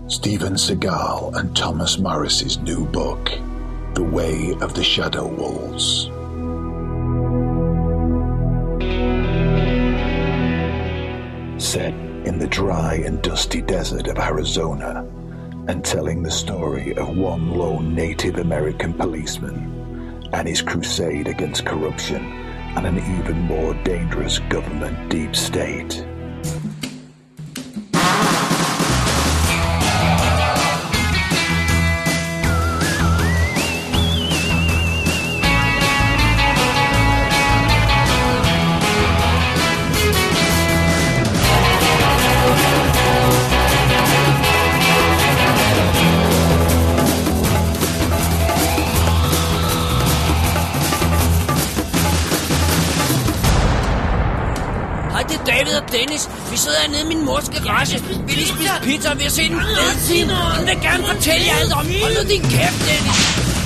Steven Seagal and Thomas Morris's new book, The Way of the Shadow Wolves. Set in the dry and dusty desert of Arizona, and telling the story of one lone Native American policeman and his crusade against corruption and an even more dangerous government deep state. David og Dennis, vi sidder hernede i min mors garage. Vi lige spise pizza, og vi har set en fed film. Hun vil gerne fortælle jer alt om. Hold nu din kæft, Dennis.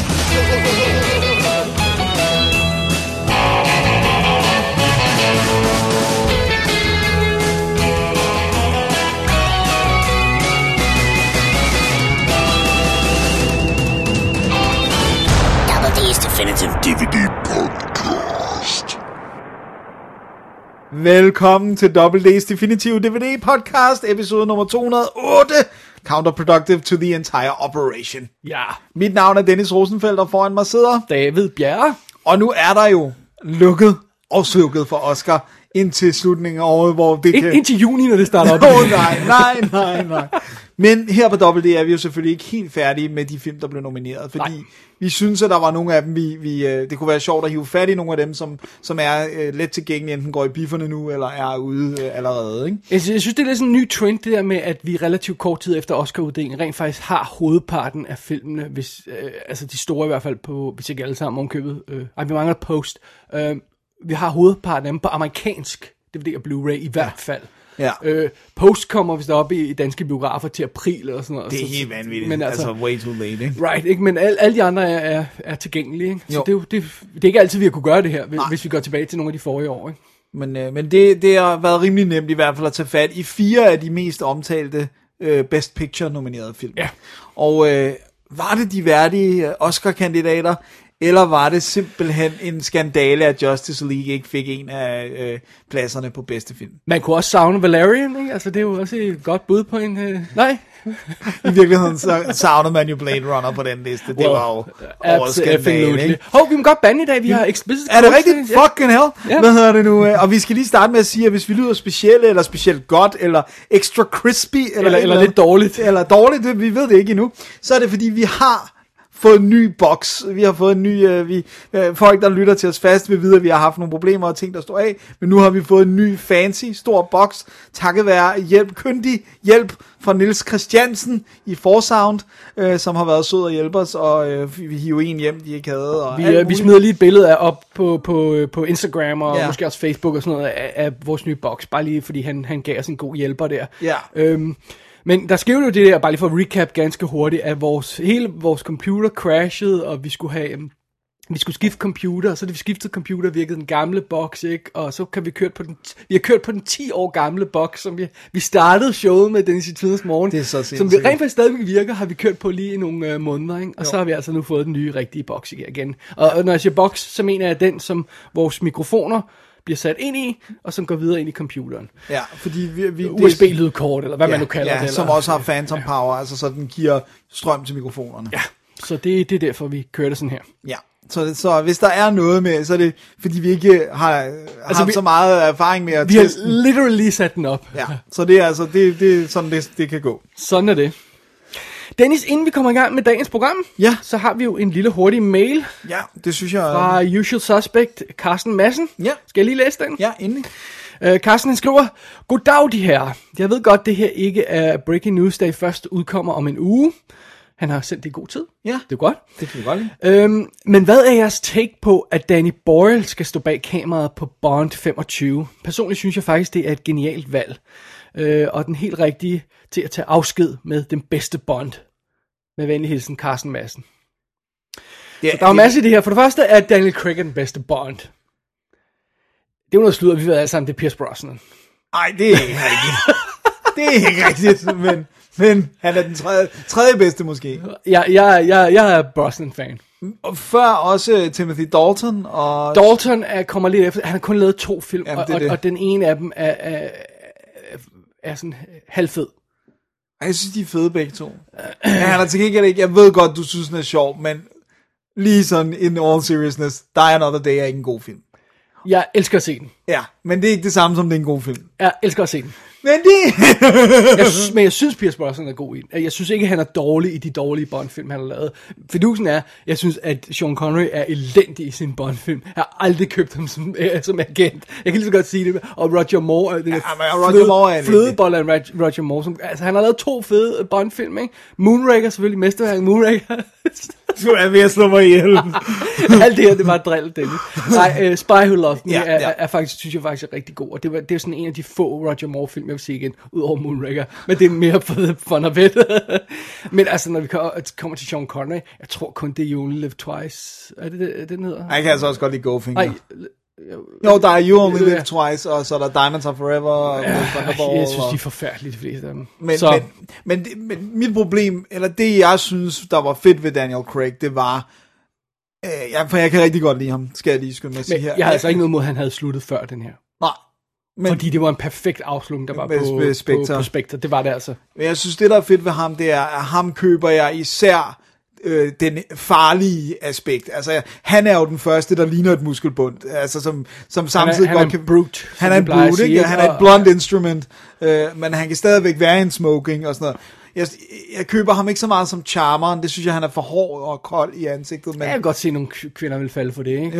Double D's Definitive DVD Podcast. Velkommen til Double D's Definitive DVD Podcast, episode nummer 208, Counterproductive to the Entire Operation. Ja. Mit navn er Dennis Rosenfeldt, og foran mig sidder David Bjerre. Og nu er der jo lukket og slukket for Oscar indtil slutningen af året, hvor det kan... Indtil juni, når det starter op. Nej. Men her på Double D er vi jo selvfølgelig ikke helt færdige med de film, der blev nomineret, fordi vi synes, at der var nogle af dem, det kunne være sjovt at hive fat i nogle af dem, som er let tilgængelige, enten går i bifferne nu, eller er ude allerede, ikke? Jeg synes, det er lidt sådan en ny trend, det der med, at vi relativt kort tid efter Oscar-uddelingen rent faktisk har hovedparten af filmene, hvis, altså de store i hvert fald på, hvis ikke alle sammen omkøbet, vi mangler Post, vi har hovedparten af dem på amerikansk DVD og Blu-ray i hvert fald. Ja. Post kommer vist op i danske biografer til april eller sådan noget. Det er helt vanvittigt, men altså way too late, ikke? Right, ikke? Men alle de andre er tilgængelige, ikke? Så det er ikke altid, vi har kunne gøre det her, hvis vi går tilbage til nogle af de forrige år, ikke? Men det har været rimelig nemt i hvert fald at tage fat i 4 af de mest omtalte Best Picture nominerede film. Ja. Og var det de værdige Oscar-kandidater, eller var det simpelthen en skandale, at Justice League ikke fik en af pladserne på bedste film? Man kunne også savne Valerian, ikke? Altså, det er jo også et godt bud på en... Nej. I virkeligheden så savnede man jo Blade Runner på den liste. Det var jo årets skandale, ikke? Vi må godt bande i dag. Vi har explicit... Er det rigtigt? Fucking hell. Ja. Hvad hedder det nu? Og vi skal lige starte med at sige, at hvis vi lyder specielle, eller specielt godt, eller extra crispy, eller lidt dårligt. Eller dårligt, vi ved det ikke endnu. Så er det, fordi vi har fået en ny boks. Vi har fået en ny... folk, der lytter til os fast, vil vide, at vi har haft nogle problemer og ting, der står af. Men nu har vi fået en ny fancy, stor boks. Takket være kyndig hjælp fra Niels Christiansen i Forsound, som har været sød og hjælpe os. Og vi hiver en hjem, de ikke havde. Og vi smider lige et billede af op på Instagram og måske også Facebook og sådan noget af vores nye boks. Bare lige, fordi han gav os en god hjælper der. Ja. Men der skete jo det der, bare lige for at recap ganske hurtigt, at hele vores computer crashede, og vi skulle skifte computer, og så da vi skiftede computer, virkede den gamle boks, ikke? Og så kan vi har kørt på den 10 år gamle boks, som vi startede showet med Dennis i Tidens Morgen. Det er så sindssygt. Som vi rent faktisk stadigvæk virker, har vi kørt på lige i nogle måneder, ikke? Og så har vi altså nu fået den nye rigtige boks igen. Og når jeg siger boks, så mener jeg den, som vores mikrofoner bliver sat ind i, og som går videre ind i computeren. Ja, fordi vi USB-lydkort, eller hvad man nu kalder det. Ja, som også har phantom power, altså så den giver strøm til mikrofonerne. Ja, så det er derfor, vi kører det sådan her. Ja, så hvis der er noget med, så er det, fordi vi ikke har haft så meget erfaring med at vi teste. Vi har literally sat den op. Ja, så det er altså, det er sådan, det kan gå. Sådan er det. Dennis, inden vi kommer i gang med dagens program, så har vi jo en lille hurtig mail. Ja, det synes jeg... Fra Usual Suspect, Carsten Madsen. Ja. Skal jeg lige læse den? Ja, endelig. Carsten han skriver, goddag de her. Jeg ved godt, det her ikke er breaking news, da I først udkommer om en uge. Han har sendt det i god tid. Ja. Det er godt. Det kan vi godt lide. Men hvad er jeres take på, at Danny Boyle skal stå bag kameraet på Bond 25? Personligt synes jeg faktisk, det er et genialt valg. Og den helt rigtige til at tage afsked med den bedste Bond. Med venlig hilsen, Carsten Madsen. Så der er jo masser i det her. For det første er Daniel Craig den bedste Bond. Det er jo noget sludder, vi ved alle sammen, det er Pierce Brosnan. Nej, det er ikke rigtigt. Det er ikke rigtigt, men Men han er den tredje bedste måske. Jeg er Brosnan-fan. Og før også Timothy Dalton. Og Dalton kommer lidt efter. Han har kun lavet 2 film, Jamen, og den ene af dem er sådan halvfed. Jeg synes, de er fede begge to. Men han er til gengæld ikke, jeg ved godt, du synes, den er sjov, men lige sådan in all seriousness, Die Another Day er ikke en god film. Jeg elsker at se den. Ja, men det er ikke det samme som det er en god film. Jeg elsker at se den. Men det... jeg synes Pierce Brosnan er god i den. Jeg synes ikke, han er dårlig i de dårlige Bond-film, han har lavet. Fidusen er, jeg synes, at Sean Connery er elendig i sin Bond-film. Jeg har aldrig købt ham som agent. Jeg kan lige så godt sige det. Og Roger Moore, flødebold af Roger Moore. Altså, han har lavet 2 fede Bond-film, ikke? Moonraker, selvfølgelig, mesterværk Moonraker. Du er ved at slå mig ihjel. Alt det her, det var et drill, Dennis. Nej, Spy Who Loved Me er faktisk, synes jeg faktisk er rigtig god. Og det er sådan en af de få Roger Moore-film, jeg vil se igen, ud over Moonraker. Men det er mere for the fun of it. Men altså, når vi kommer til Sean Connery, jeg tror kun, det er You Only Live Twice. Er det den hedder? Jeg kan altså også godt lide Goldfinger. Jo, der er You Only Live Twice, og så er der Diamonds Are Forever, og Thunderball. Jeg synes, de er forfærdelige, de fleste af dem. Men mit problem, eller det jeg synes, der var fedt ved Daniel Craig, det var, for jeg kan rigtig godt lide ham, skal jeg lige skynde mig at sige her. Jeg har altså ikke noget mod, at han havde sluttet før den her. Nej. Men, fordi det var en perfekt afslutning, der var på Spectre. Det var det altså. Men jeg synes, det der er fedt ved ham, det er, at ham køber jeg især den farlige aspekt. Altså, han er jo den første, der ligner et muskelbund. Altså, som samtidig godt kan... Han er en brute, ikke? Han er et blonde instrument. Men han kan stadigvæk være en smoking og sådan noget. Jeg køber ham ikke så meget som charmeren. Det synes jeg, han er for hård og kold i ansigtet. Men... Jeg kan godt se, at nogle kvinder vil falde for det, ikke?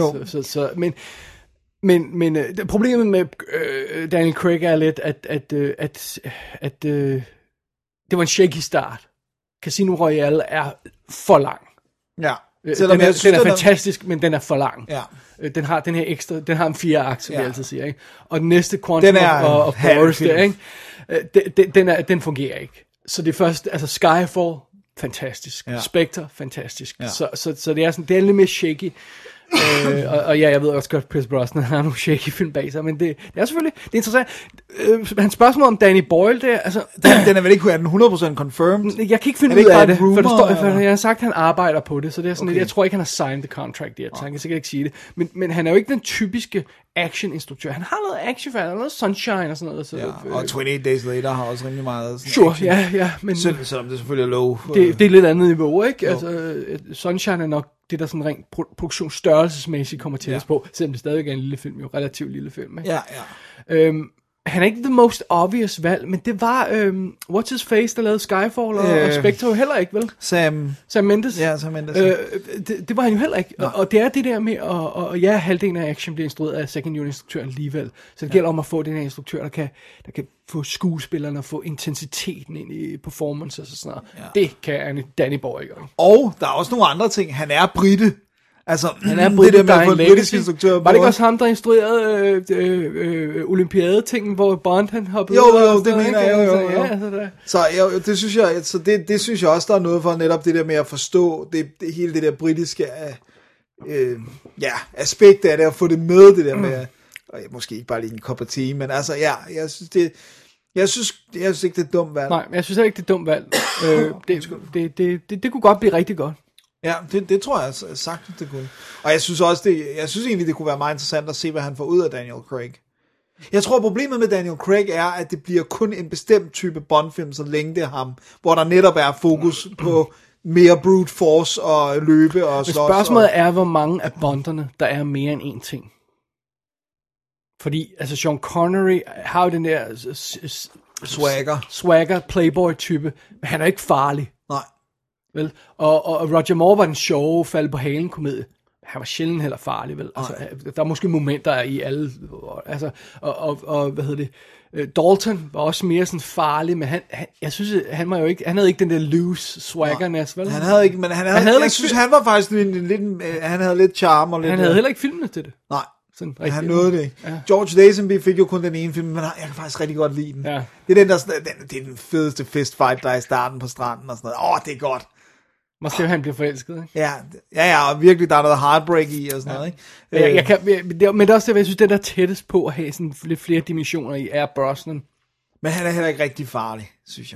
Men problemet med Daniel Craig er lidt, at det var en shaky start. Casino Royale er for lang. Ja. Den er fantastisk, men den er for lang. Ja. Den har den her ekstra, den har en 4 akt, som jeg altid siger, ikke? Og den næste Quantum of Horrors der, ikke? Den fungerer ikke. Så det første, altså Skyfall, fantastisk. Spectre, fantastisk. Så det er sådan, det er lidt mere shaky. Og jeg ved også godt, Pierce Brosnan har nogle shaky film bag sig, men det er selvfølgelig, det er interessant. Hans spørgsmål om Danny Boyle, det er, altså... Den er vel ikke 100% confirmed? Jeg kan ikke finde ud af det, for jeg har sagt, at han arbejder på det, så det er sådan, jeg tror ikke, han har signed the contract yet, så han kan sikkert ikke sige det. Men han er jo ikke den typiske action-instruktør. Han har noget action, han har noget Sunshine og sådan noget. Så, og 28 Days Later har også rimelig meget sådan action. Ja, men... Selvom det selvfølgelig er low. Det er lidt andet niveau, ikke? Altså, Sunshine er nok det, der sådan rent produktionsstørrelsesmæssigt kommer til os på, selvom det stadig er en lille film, jo relativt lille film, ikke? Ja. Han er ikke the most obvious valg, men det var What's His Face, der lavede Skyfall og Spectre heller ikke, vel? Sam Mendes. Ja, Sam Mendes. Det var han jo heller ikke. Og det er det der med, og halvdelen af action bliver instrueret af second unit instruktøren alligevel. Så det gælder om at få den her instruktør, der kan få skuespillerne og få intensiteten ind i performances og sådan noget. Ja. Det kan Danny Boyle gøre. Og der er også nogle andre ting. Han er brite. Altså, han er brite, det der med at få en britisk instruktør. Var det ikke også ham, der instruerede olympiadetingen, hvor Bond han hoppede ud? Jo, det mener jeg. Så det synes jeg, så det synes jeg også, der er noget for netop det der med at forstå det hele det der britiske aspekt af det, at få det med, det der med, og måske ikke bare lige en kop af te, men altså, jeg synes ikke, det er et dumt valg. Nej, jeg synes ikke, det er et dumt valg. Det kunne godt blive rigtig godt. Ja, det tror jeg sagtens det kunne. Og jeg synes egentlig, det kunne være meget interessant at se, hvad han får ud af Daniel Craig. Jeg tror, problemet med Daniel Craig er, at det bliver kun en bestemt type Bond-film, så længe det er ham, hvor der netop er fokus på mere brute force og løbe og slås. Spørgsmålet er, hvor mange af Bonderne, der er mere end én ting. Fordi, altså Sean Connery har jo den der swagger playboy-type, men han er ikke farlig. Nej. Vel? Og Roger Moore var den sjove fald på halen komedie. Han var sjældent heller farlig, vel? Altså, der er måske momenter i alle, altså, og hvad hedder det? Dalton var også mere sådan farlig, men jeg synes, han var jo ikke, han havde ikke den der loose swaggerness, vel? Han havde ikke, men jeg synes, han var faktisk lidt, han havde lidt charme og lidt. Han havde heller ikke filmene til det. Nej. Han nåede det ikke. Ja. George Lazenby fik jo kun den ene film, men jeg kan faktisk rigtig godt lide den. Ja. Det er det er den fedeste fistfight, der er i starten på stranden og sådan noget. Det er godt. Måske han bliver forelsket, ikke? Ja, og virkelig, der er noget heartbreak i og sådan noget, ikke? Men det er også det, jeg synes, det der tættest på at have sådan lidt flere dimensioner i, er Brosnan. Men han er heller ikke rigtig farlig, synes jeg.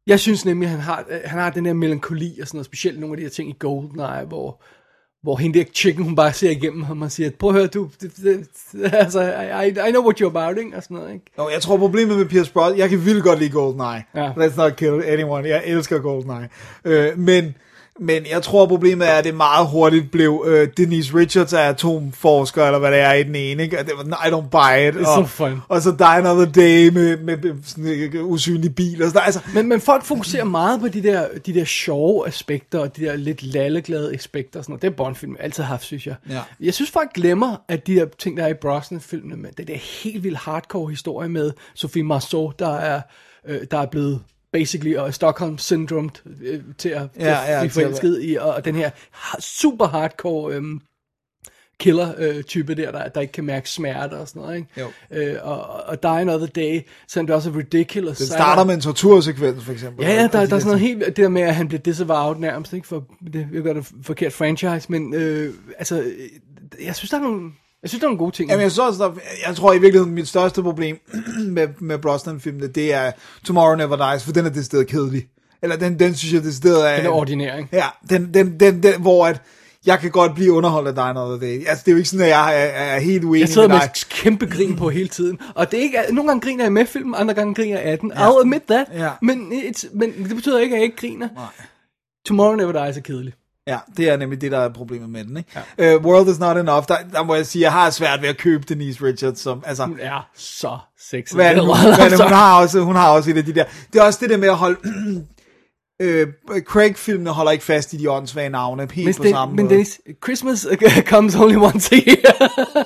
Jeg synes nemlig, han har den der melankoli og sådan noget, specielt nogle af de her ting i GoldenEye, hvor hende der chicken, hun bare ser igennem ham og siger, prøv at høre, du, altså, I know what you're about, ikke? Og sådan noget, ikke? Jo, jeg tror problemet med Pierce Brosnan, jeg kan vildt godt lide GoldenEye. Ja. Let's not kill anyone. Jeg elsker GoldenEye. Men jeg tror problemet er, at det meget hurtigt blev Denise Richards er atomforsker, eller hvad det er i den ene, ikke? Og det var, I don't buy it. It's so fun. Og så Die Another Day med sådan en usynlig bil. Og sådan, altså. Men folk fokuserer meget på de der sjove aspekter, og de der lidt lalleglade aspekter, og sådan noget. Det er Bond-film altid haft, synes jeg. Ja. Jeg synes folk glemmer, at de der ting, der er i Brosnan-filmene, med det der helt vildt hardcore historie med Sophie Marceau, der er blevet basically Stockholm Syndrome til at blive forelsket i, og den her super hardcore killer-type der ikke kan mærke smerte og sådan noget, ikke? Og Die Another Day, selvom det også er ridiculous. Den starter med en tortursekvens, for eksempel. Ja, der er sådan noget helt, det der med, at han bliver disavowed nærmest, ikke? For det vil gøre det forkert franchise, men altså, jeg synes, der er nogle gode ting. Jamen, jeg tror i virkeligheden, mit største problem med Brosnan-filmene, det er Tomorrow Never Dies, for den er decideret kedelig. Eller den synes jeg decideret er... Den er ordinær, ikke? Ja, den hvor at jeg kan godt blive underholdt af Die Another Day. Altså, det er jo ikke sådan, at jeg er helt uenig med dig. Jeg sidder med et kæmpe grin på hele tiden. Og det er ikke... Nogle gange griner jeg med filmen, andre gange griner jeg af den. I'll admit that. Ja. Men det betyder ikke, at jeg ikke griner. Nej. Tomorrow Never Dies er kedelig. Ja, det er nemlig det, der er problemet med den, ikke? Ja. World is not enough, der må jeg sige, jeg har svært ved at købe Denise Richards, som, altså... Hun er så sexy. Hun har også et af de der... Det er også det der med at holde... Craig-filmene holder ikke fast i de åndssvage navne, helt på samme måde. Men Dennis, Christmas comes only once a year.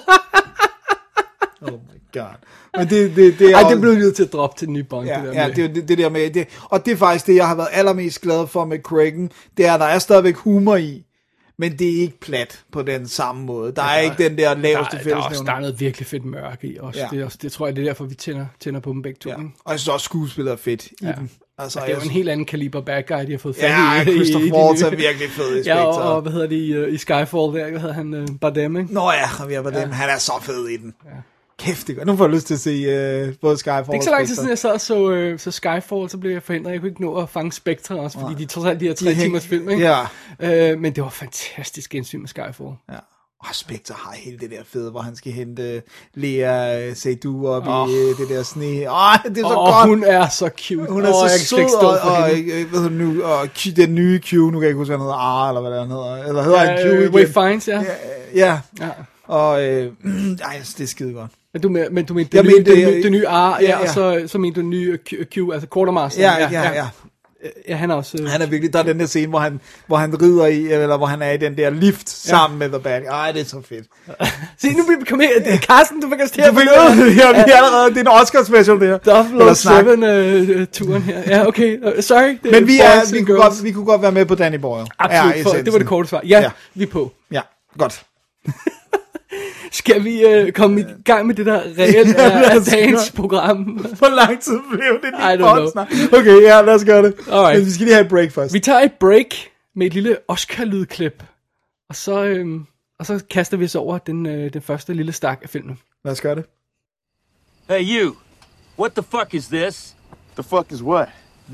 Oh my god. Men det er også... det blev nødt til at droppe til den nye Bond. Det der med det. Og det er faktisk det, jeg har været allermest glad for med Craig'en. Det er, at der er stadigvæk humor i, men det er ikke plat på den samme måde. Der er ikke den der laveste fællesnævner. Der er noget virkelig fedt mørke i også. Ja. Det tror jeg, det er derfor, vi tænder på dem begge to. Ja. Og jeg synes også, skuespillet er fedt i den. Altså, det er jo en helt anden kaliber bad guy, de har fået fat i. Ja, Christoph Waltz er virkelig fed i Spectre. Ja, og hvad hedder det i Skyfall der? Hvad hedder han? Bardem, ikke? Nå ja, Bardem. Han er så fed i den. Ja. Kæft, det gør. Nu får jeg lyst til at se både Skyfall og Spectre. Det er ikke så lang tid siden, jeg sad så Skyfall, så blev jeg forhindret. Jeg kunne ikke nå at fange Spectre også, fordi de trods alt de her 3 timers film, ikke? Ja. Men det var fantastisk gensyn med Skyfall. Ja. Og Spectre har hele det der fede, hvor han skal hente Lea Seydoux op i det der sne. Det er så godt. Hun er så cute. Hun er så sød, og den nye Q, nu kan jeg ikke huske, hvad han hedder, R, eller hvad det hedder. Eller hedder han Q igen? Ray Fiennes, ja. Ja. Og det er skide godt. Men du mente det nye R, og så mente du den nye Q, altså Quartermaster. Ja. Ja, han er også... Han er virkelig... Der er den der scene, hvor han rider i, eller hvor han er i den der lift sammen med The Bad Guy. Det er så fedt. Se, nu vil vi komme her. Det er Carsten, du fik os til at finde noget. Ja, vi er allerede... Det er en Oscar-special, det her. Double 7-turen her. Ja, okay. Sorry. Men vi kunne godt være med på Danny Boyle. Absolut. Det var det korte svar. Ja, vi er på. Ja, godt. Skal vi komme i gang med det der reelt af dagens program? Hvor lang tid blev det lige? Okay, ja, lad os gøre det. Men vi skal lige have et break først. Vi tager et break med et lille Oscar-lydklip, og så kaster vi os over den første lille stak af filmen. Lad os gøre det. Hey you, what the fuck is this? The fuck is what?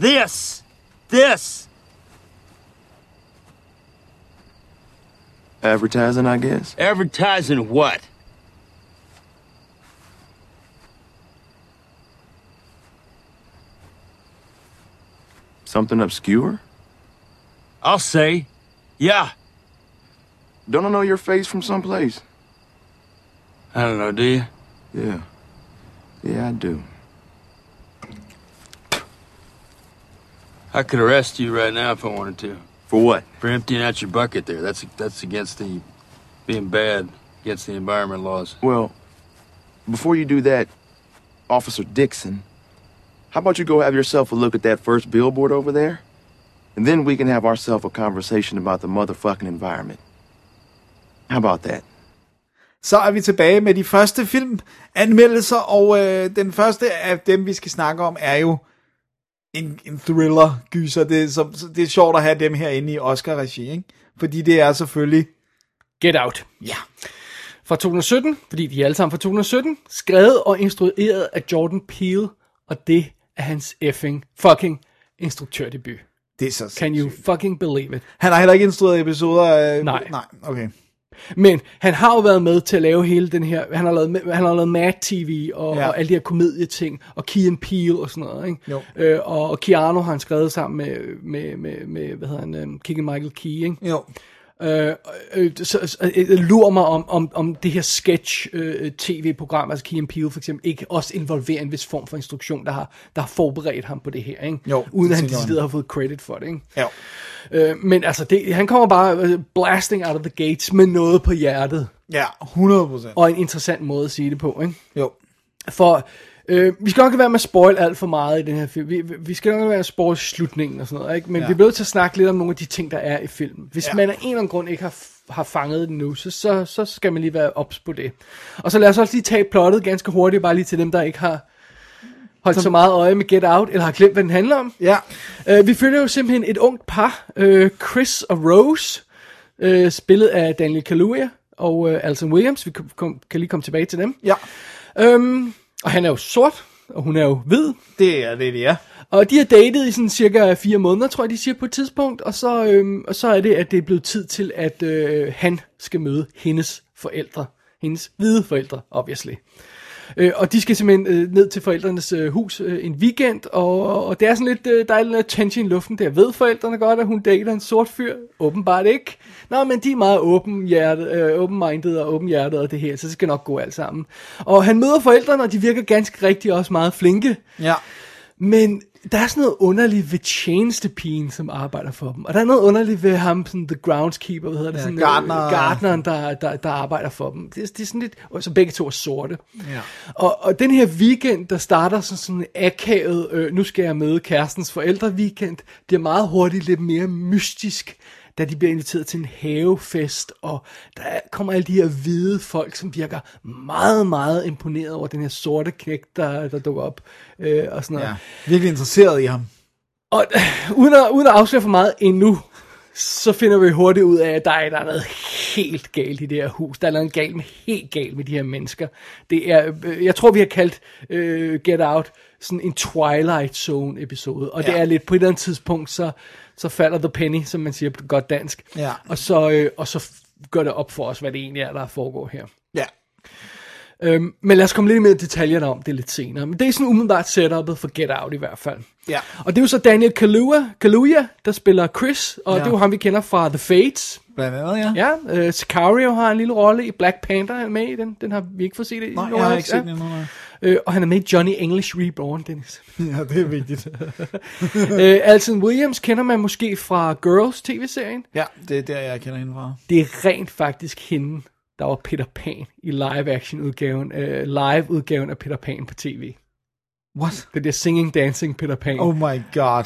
This! Advertising, I guess. Advertising what? Something obscure? I'll say, yeah. Don't I know your face from someplace? I don't know, do you? Yeah. Yeah, I do. I could arrest you right now if I wanted to. For what? For emptying out your bucket there. That's against being bad, against the environment laws. Well, before you do that, Officer Dixon, how about you go have yourself a look at that first billboard over there? And then we can have ourselves a conversation about the motherfucking environment. How about that? Så er vi tilbage med de første filmanmeldelser, og den første af dem, vi skal snakke om, er jo en thriller-gyser. Det er sjovt at have dem herinde i Oscar-regi, ikke? Fordi det er selvfølgelig... Get Out. Ja. Fra 2017, fordi de er alle sammen fra 2017, skrevet og instrueret af Jordan Peele, og det er hans fucking instruktørdebut. Det er så Can you sindssygt. fucking believe it? Han har heller ikke instrueret episoder af... Nej. Nej, okay. Men han har jo været med til at lave hele den her, han har lavet Mad TV og alle de her komedieting, og Key and Peele og sådan noget, ikke? Og Keanu har han skrevet sammen med hvad hedder han, Keegan-Michael Key, ikke? Jo. Lurer mig om det her sketch tv-program, altså Key and Peele for eksempel, ikke også involverer en vis form for instruktion, der har forberedt ham på det her, ikke? Jo, uden at han decideret har fået credit for det, ikke? Jo. Men altså, han kommer bare blasting out of the gates med noget på hjertet. Ja, 100%. Og en interessant måde at sige det på, ikke? Jo. For vi skal nok ikke være med at spoil alt for meget i den her film. Vi skal nok ikke være med at spoil slutningen og sådan noget, ikke? Men vi bliver nødt til at snakke lidt om nogle af de ting, der er i filmen. Hvis man af en eller anden grund ikke har fanget den nu, så skal man lige være ops på det. Og så lad os også lige tage plottet ganske hurtigt, bare lige til dem, der ikke har holdt så meget øje med Get Out, eller har glemt, hvad den handler om. Ja. Vi følger jo simpelthen et ungt par, Chris og Rose, spillet af Daniel Kaluuya og Alison Williams. Vi kan lige komme tilbage til dem. Ja. Og han er jo sort, og hun er jo hvid. Det er det, er. Og de har datet i sådan cirka 4 måneder, tror jeg, de siger på et tidspunkt. Og så er det, at det er blevet tid til, at han skal møde hendes forældre. Hendes hvide forældre, obviously. Og de skal simpelthen ned til forældrenes hus en weekend, og det er sådan lidt, der er lidt tension i luften der. Ved forældrene godt, at hun dater en sort fyr? Åbenbart ikke. Nå, men de er meget open-minded og åbenhjertet og det her, så det skal nok gå alt sammen. Og han møder forældrene, og de virker ganske rigtig også meget flinke. Ja. Men der er sådan noget underligt ved tjenestepigen, som arbejder for dem. Og der er noget underligt ved ham, sådan the groundskeeper, hvad hedder det? Sådan, gartneren, der arbejder for dem. Det er sådan lidt, og så begge to er sorte. Ja. Og den her weekend, der starter sådan en akavet, nu skal jeg møde kærestens forældre weekend, bliver meget hurtigt lidt mere mystisk, da de bliver inviteret til en havefest, og der kommer alle de her hvide folk, som virker meget, meget imponeret over den her sorte knægt, der dukker op, og sådan noget. Ja, virkelig interesseret i ham. Og uden at afsløre for meget endnu, så finder vi hurtigt ud af, at der er noget helt galt i det her hus. Der er noget helt galt med de her mennesker. Det er, jeg tror, vi har kaldt Get Out sådan en Twilight Zone episode, og det er lidt på et eller andet tidspunkt, så falder the penny, som man siger på godt dansk, og så gør det op for os, hvad det egentlig er, der foregår her. Ja. Men lad os komme lidt mere i detaljerne om det lidt senere. Men det er sådan umiddelbart setupet for Get Out i hvert fald. Ja. Og det er jo så Daniel Kaluuya, der spiller Chris, og det er jo ham, vi kender fra The Fates. Blandt andet, ja. Ja, Sicario har en lille rolle i Black Panther, han er med i den. Den har vi ikke fået set i. Nej, jeg har ikke set den endnu. Og han er med i Johnny English Reborn, Dennis. Ja, det er vigtigt. Alison Williams kender man måske fra Girls tv-serien. Ja, det er der, jeg kender hende fra. Det er rent faktisk hende, der var Peter Pan i live-udgaven af Peter Pan på tv. What? Det der singing, dancing Peter Pan. Oh my god.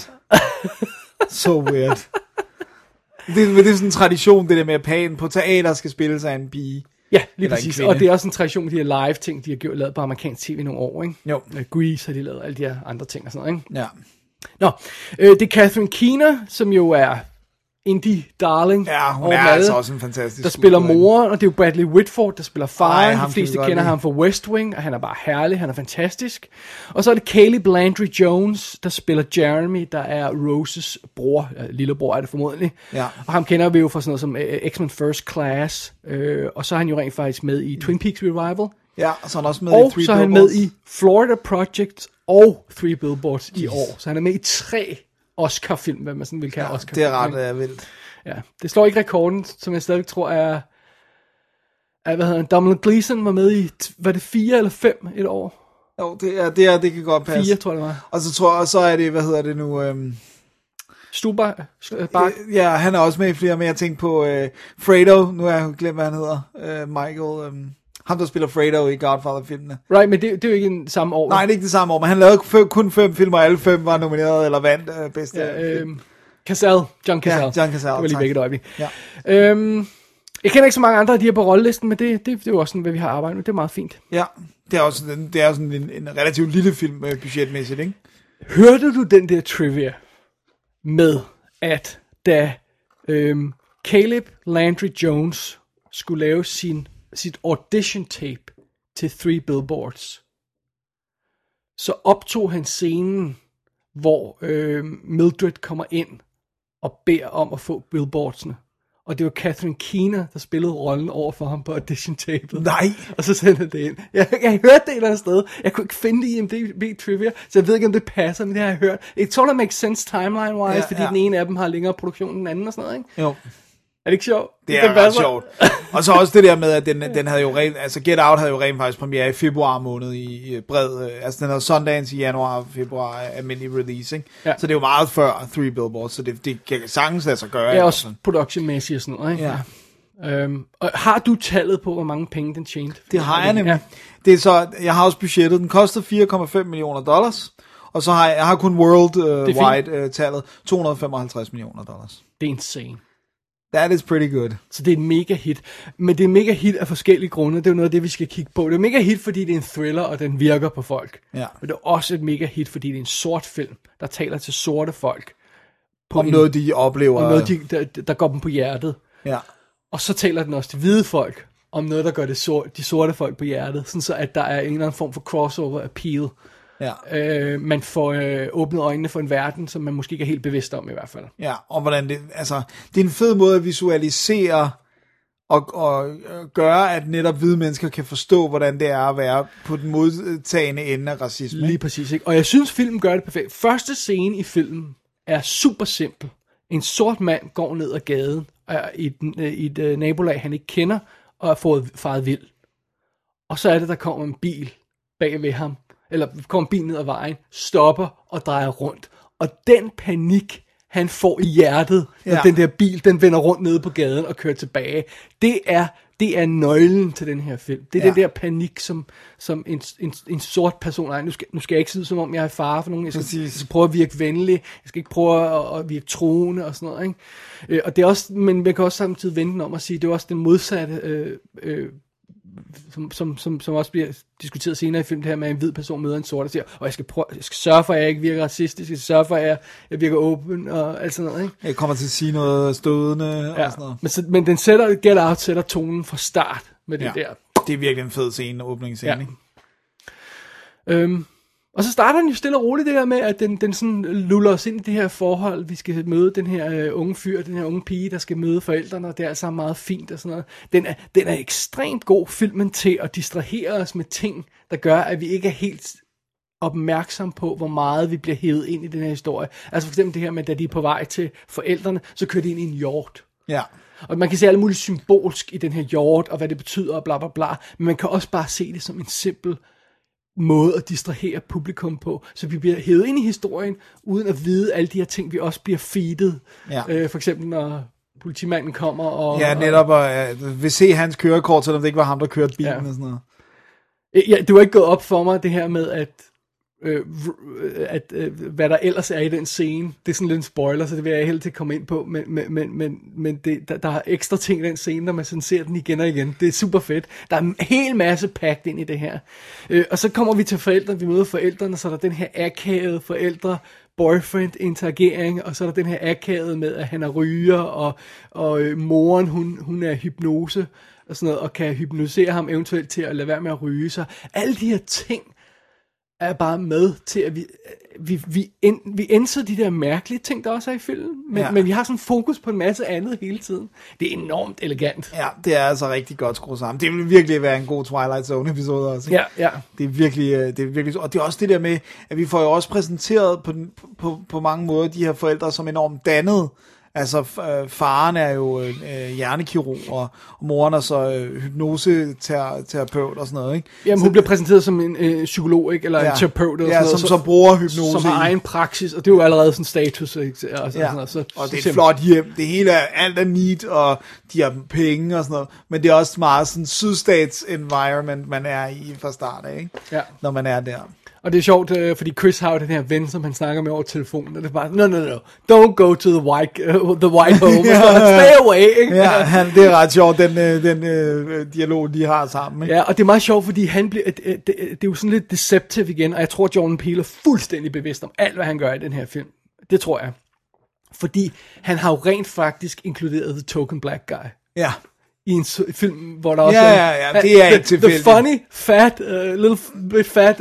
So weird. Det er sådan en tradition, det der med, at Pan på teater skal spille sig en pige. Ja, lige præcis. Og det er også en tradition med de her live-ting, de har lavet på amerikansk tv nogle år, ikke? Jo. Grease har de lavet, alle de her andre ting og sådan noget, ikke? Ja. Nå, det er Catherine Keener, som jo er indie darling. Ja, hun er altså også en fantastisk der spiller moren, og det er jo Bradley Whitford, der spiller faren. De fleste kender ham fra West Wing, og han er bare herlig, han er fantastisk. Og så er det Caleb Landry Jones, der spiller Jeremy, der er Roses bror, lillebror er det formodentlig. Ja. Og ham kender vi jo fra sådan noget som X-Men First Class, og så er han jo rent faktisk med i Twin Peaks Revival. Ja, og så er han også med og i 3 Billboards. Og så er han med i Florida Project og 3 Billboards i år. Så han er med i 3 Oscar-film, hvad man sådan vil kalde Oscar-film. Det er ret vildt. Ja, det slår ikke rekorden, som jeg stadig tror er hvad hedder han, Domhnall Gleeson var med i, var det 4 eller 5 et år? Jo, det kan godt passe. 4, tror jeg det var. Og så er det, hvad hedder det nu? Stubar. Ja, han er også med i flere, men jeg tænkte på Fredo, nu har jeg glemt, hvad han hedder. Michael, ham der spiller Fredo i Godfather-filmene. Right, men det er jo ikke den samme år. Nej, det er ikke det samme år, men han lavede kun 5 film, og alle 5 var nomineret eller vandt bedste film. John Cazale. Ja, John Cazale. Det var lige begge et øjeblik. Ja. Jeg kender ikke så mange andre af de her på rollelisten, men det er jo også sådan, hvad vi har arbejdet med. Det er meget fint. Ja, det er sådan en relativt lille film budgetmæssigt, ikke? Hørte du den der trivia med, at da Caleb Landry Jones skulle lave sit audition tape til 3 Billboards, så optog han scenen, hvor Mildred kommer ind og beder om at få billboardsene. Og det var Catherine Keener, der spillede rollen over for ham på audition-tabet. Nej. Og så sendte han det ind. Jeg hørte det et eller andet sted. Jeg kunne ikke finde det i IMDb Trivia, så jeg ved ikke, om det passer, men det har jeg hørt. It sort of makes sense timeline-wise, fordi den ene af dem har længere produktion end den anden og sådan noget, ikke? Jo. Er det ikke sjovt? Det er ret sjovt. Og så også det der med, at den havde jo rent, altså Get Out havde jo rent faktisk premiere i februar måned i bred, altså den havde Sundance i januar og februar almindelig release, ikke? Ja. Så det er jo meget før Three Billboards, så det kan sagtens lade sig gøre. Ja, også production-mæssigt og sådan noget, ikke? Ja. Og har du tallet på, hvor mange penge den tjente? Det har jeg nemlig. Ja. Det er så, jeg har også budgettet, den kostede $4,5 million, og så har jeg kun worldwide tallet $255 million. Det er insane. That is pretty good. Så det er et mega hit. Men det er mega hit af forskellige grunde. Det er jo noget af det, vi skal kigge på. Det er mega hit, fordi det er en thriller, og den virker på folk. Ja. Men det er også et mega hit, fordi det er en sort film, der taler til sorte folk. Om noget, de oplever. Om noget, der går dem på hjertet. Ja. Og så taler den også til hvide folk, om noget, der gør de sorte folk på hjertet. Sådan så, at der er en eller anden form for crossover appeal. Ja. Man får åbnet øjnene for en verden, som man måske ikke er helt bevidst om i hvert fald. Ja, og hvordan det, altså, det er en fed måde at visualisere og gøre, at netop hvide mennesker kan forstå, hvordan det er at være på den modtagende ende af racisme. Lige præcis, ikke? Og jeg synes, filmen gør det perfekt. Første scene i filmen er super simpel. En sort mand går ned ad gaden i et nabolag, han ikke kender, og er fået faret vild. Og så er det, der kommer en bil bag ved ham, eller kommer bilen ned ad vejen, stopper og drejer rundt. Og den panik, han får i hjertet, når den der bil, den vender rundt nede på gaden og kører tilbage, det er nøglen til den her film. Det er den der panik, som en sort person er. Nu skal jeg ikke sige, som om jeg er fare for nogen. Jeg skal prøve at virke venlig. Jeg skal ikke prøve at virke troende og sådan noget. Ikke? Og det er også, men man kan også samtidig vende om at sige, det er også den modsatte som også bliver diskuteret senere i filmen, det her med en hvid person møder en sort og siger, og jeg skal sørge for, at jeg ikke virker racistisk, jeg skal sørge for, at jeg virker åben og alt sådan noget, ikke? Jeg kommer til at sige noget stødende og sådan noget. Men den Get Out sætter tonen fra start med det der. Det er virkelig en fed scene, åbningsscene, ikke? Og så starter den jo stille og roligt det der med, at den sådan luller os ind i det her forhold. Vi skal møde den her unge fyr, den her unge pige, der skal møde forældrene, og det er altså meget fint og sådan noget. Den er ekstremt god, filmen, til at distrahere os med ting, der gør, at vi ikke er helt opmærksom på, hvor meget vi bliver hævet ind i den her historie. Altså for eksempel det her med, da de er på vej til forældrene, så kører de ind i en hjort. Ja. Og man kan se alt muligt symbolsk i den her hjort, og hvad det betyder, og bla bla bla. Men man kan også bare se det som en simpel måde at distrahere publikum på, så vi bliver hævet ind i historien, uden at vide alle de her ting, vi også bliver feedet. Ja. For eksempel når politimanden kommer og... Ja, netop og vil se hans kørekort, selvom det ikke var ham, der kørte bilen og sådan noget. Ja, det var ikke gået op for mig, det her med, at hvad der ellers er i den scene, det er sådan lidt en spoiler, så det vil jeg helt til at komme ind på, men der er ekstra ting i den scene, når man sådan ser den igen og igen. Det er super fedt. Der er en hel masse pakket ind i det her. Og så kommer vi til forældrene, vi møder forældrene, så er der den her akavede forældre-boyfriend interagering, og så er der den her akavede med, at han er ryger, og moren, hun er hypnose, og sådan noget, og kan hypnosere ham eventuelt til at lade være med at ryge. Så alle de her ting er bare med til, at vi indser de der mærkelige ting, der også er i filmen, men vi har sådan fokus på en masse andet hele tiden. Det er enormt elegant. Ja, det er altså rigtig godt skruet sammen. Det vil virkelig være en god Twilight Zone-episode også. Ikke? Ja. Det er virkelig, og det er også det der med, at vi får jo også præsenteret på mange måder de her forældre som enormt dannede. Altså, faren er jo hjernekirurg, og moren er så hypnoseterapeut og sådan noget, ikke? Jamen, hun bliver præsenteret som en psykolog, ikke? Eller en terapeut, eller sådan noget. Som bruger hypnose. Som har egen praksis, og det er jo allerede sådan status, ikke? Og sådan noget. Og det er et flot hjem. Det hele er, alt er neat, og de har penge og sådan noget. Men det er også meget sådan sydstats environment, man er i fra start af, ikke? Ja. Når man er der. Og det er sjovt, fordi Chris har jo den her ven, som han snakker med over telefonen, og det er bare, no, don't go to the white home, stay away, ikke? Ja, det er ret sjovt, den dialog, de har sammen, ikke? Ja, og det er meget sjovt, fordi det er jo sådan lidt deceptive igen, og jeg tror, Jordan Peele er fuldstændig bevidst om alt, hvad han gør i den her film. Det tror jeg. Fordi han har jo rent faktisk inkluderet The Token Black Guy. Ja. i en film, hvor der også ja, det er ikke tilfældigt. The funny, fat, little bit fat,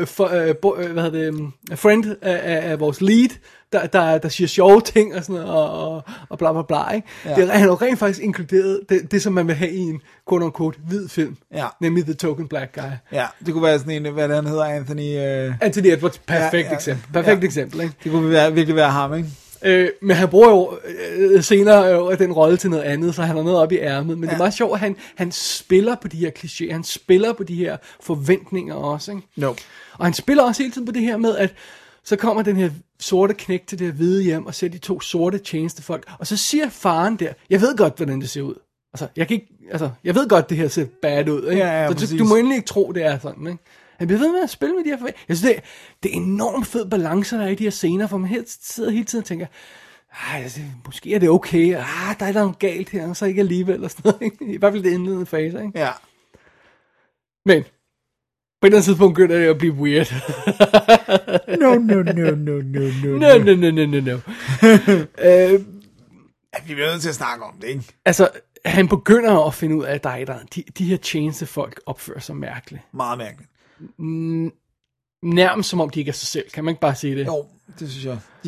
friend af vores lead, der siger sjove ting og sådan noget, og bla bla bla, ikke? Ja. Han har rent faktisk inkluderet det, som man vil have i en quote-unquote hvid film, nemlig The Token Black Guy. Ja, det kunne være sådan en, hvad det han hedder, Anthony Edwards, perfekt eksempel, ikke? Det kunne virkelig være ham, ikke? Men han bruger jo senere den rolle til noget andet, så han har noget op i ærmet. Men det er meget sjovt, at han spiller på de her klichéer, han spiller på de her forventninger også, ikke? No. Og han spiller også hele tiden på det her med, at så kommer den her sorte knægt til det her hvide hjem, og ser de to sorte tjenestefolk, og så siger faren der, jeg ved godt, hvordan det ser ud. Jeg ved godt, det her ser bad ud, ikke? Ja, så du må endelig ikke tro, det er sådan, ikke? Han bliver ved med at spille med de her forventninger. Jeg synes, det er enormt fed balance, der er i de her scener, for man sidder hele tiden og tænker, måske er det okay, der er noget galt her, og så ikke alligevel, og sådan noget, ikke? I hvert fald det indledende fase, ikke? Ja. Men på et eller andet tidspunkt begynder det at blive weird. No. Vi bliver nødt til at snakke om det, ikke? Altså, han begynder at finde ud af, at der er de her tjenestefolk opfører sig mærkeligt. Meget mærkeligt. Nærmest som om de ikke er sig selv. Kan man ikke bare sige det? Jo, det synes jeg. De